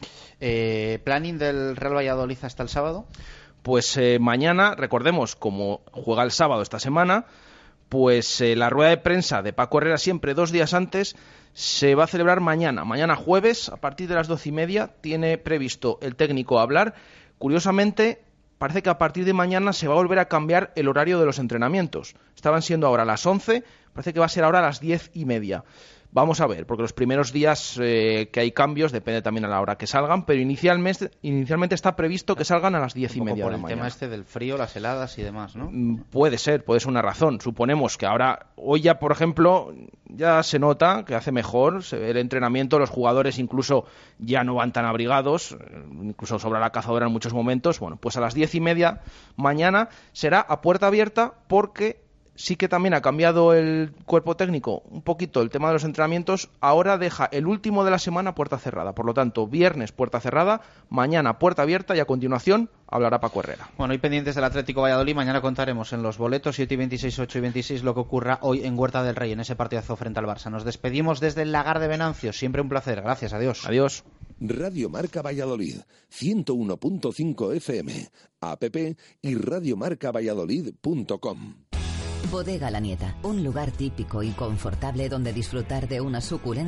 ¿Planning del Real Valladolid hasta el sábado? Pues mañana, recordemos, como juega el sábado esta semana, pues la rueda de prensa de Paco Herrera, siempre 2 días antes, se va a celebrar mañana jueves, a partir de las 12:30, tiene previsto el técnico hablar. Curiosamente, parece que a partir de mañana se va a volver a cambiar el horario de los entrenamientos. Estaban siendo ahora a las 11, parece que va a ser ahora a las 10:30. Vamos a ver, porque los primeros días que hay cambios, depende también a la hora que salgan, pero inicialmente está previsto que salgan a las 10:30 de la mañana. Por el tema este del frío, las heladas y demás, ¿no? Puede ser una razón. Suponemos que ahora, hoy ya, por ejemplo, ya se nota que hace mejor el entrenamiento, los jugadores incluso ya no van tan abrigados, incluso sobra la cazadora en muchos momentos. Bueno, pues a las 10:30 mañana será a puerta abierta porque sí que también ha cambiado el cuerpo técnico un poquito el tema de los entrenamientos. Ahora deja el último de la semana puerta cerrada. Por lo tanto, viernes puerta cerrada, mañana puerta abierta y a continuación hablará Paco Herrera. Bueno, y pendientes del Atlético Valladolid, mañana contaremos en los boletos 7:26, 8:26 lo que ocurra hoy en Huerta del Rey, en ese partidazo frente al Barça. Nos despedimos desde el Lagar de Venancio. Siempre un placer. Gracias. Adiós. Adiós. Radio Marca Valladolid, 101.5 FM, app y radiomarcavalladolid.com. Bodega La Nieta, un lugar típico y confortable donde disfrutar de una suculenta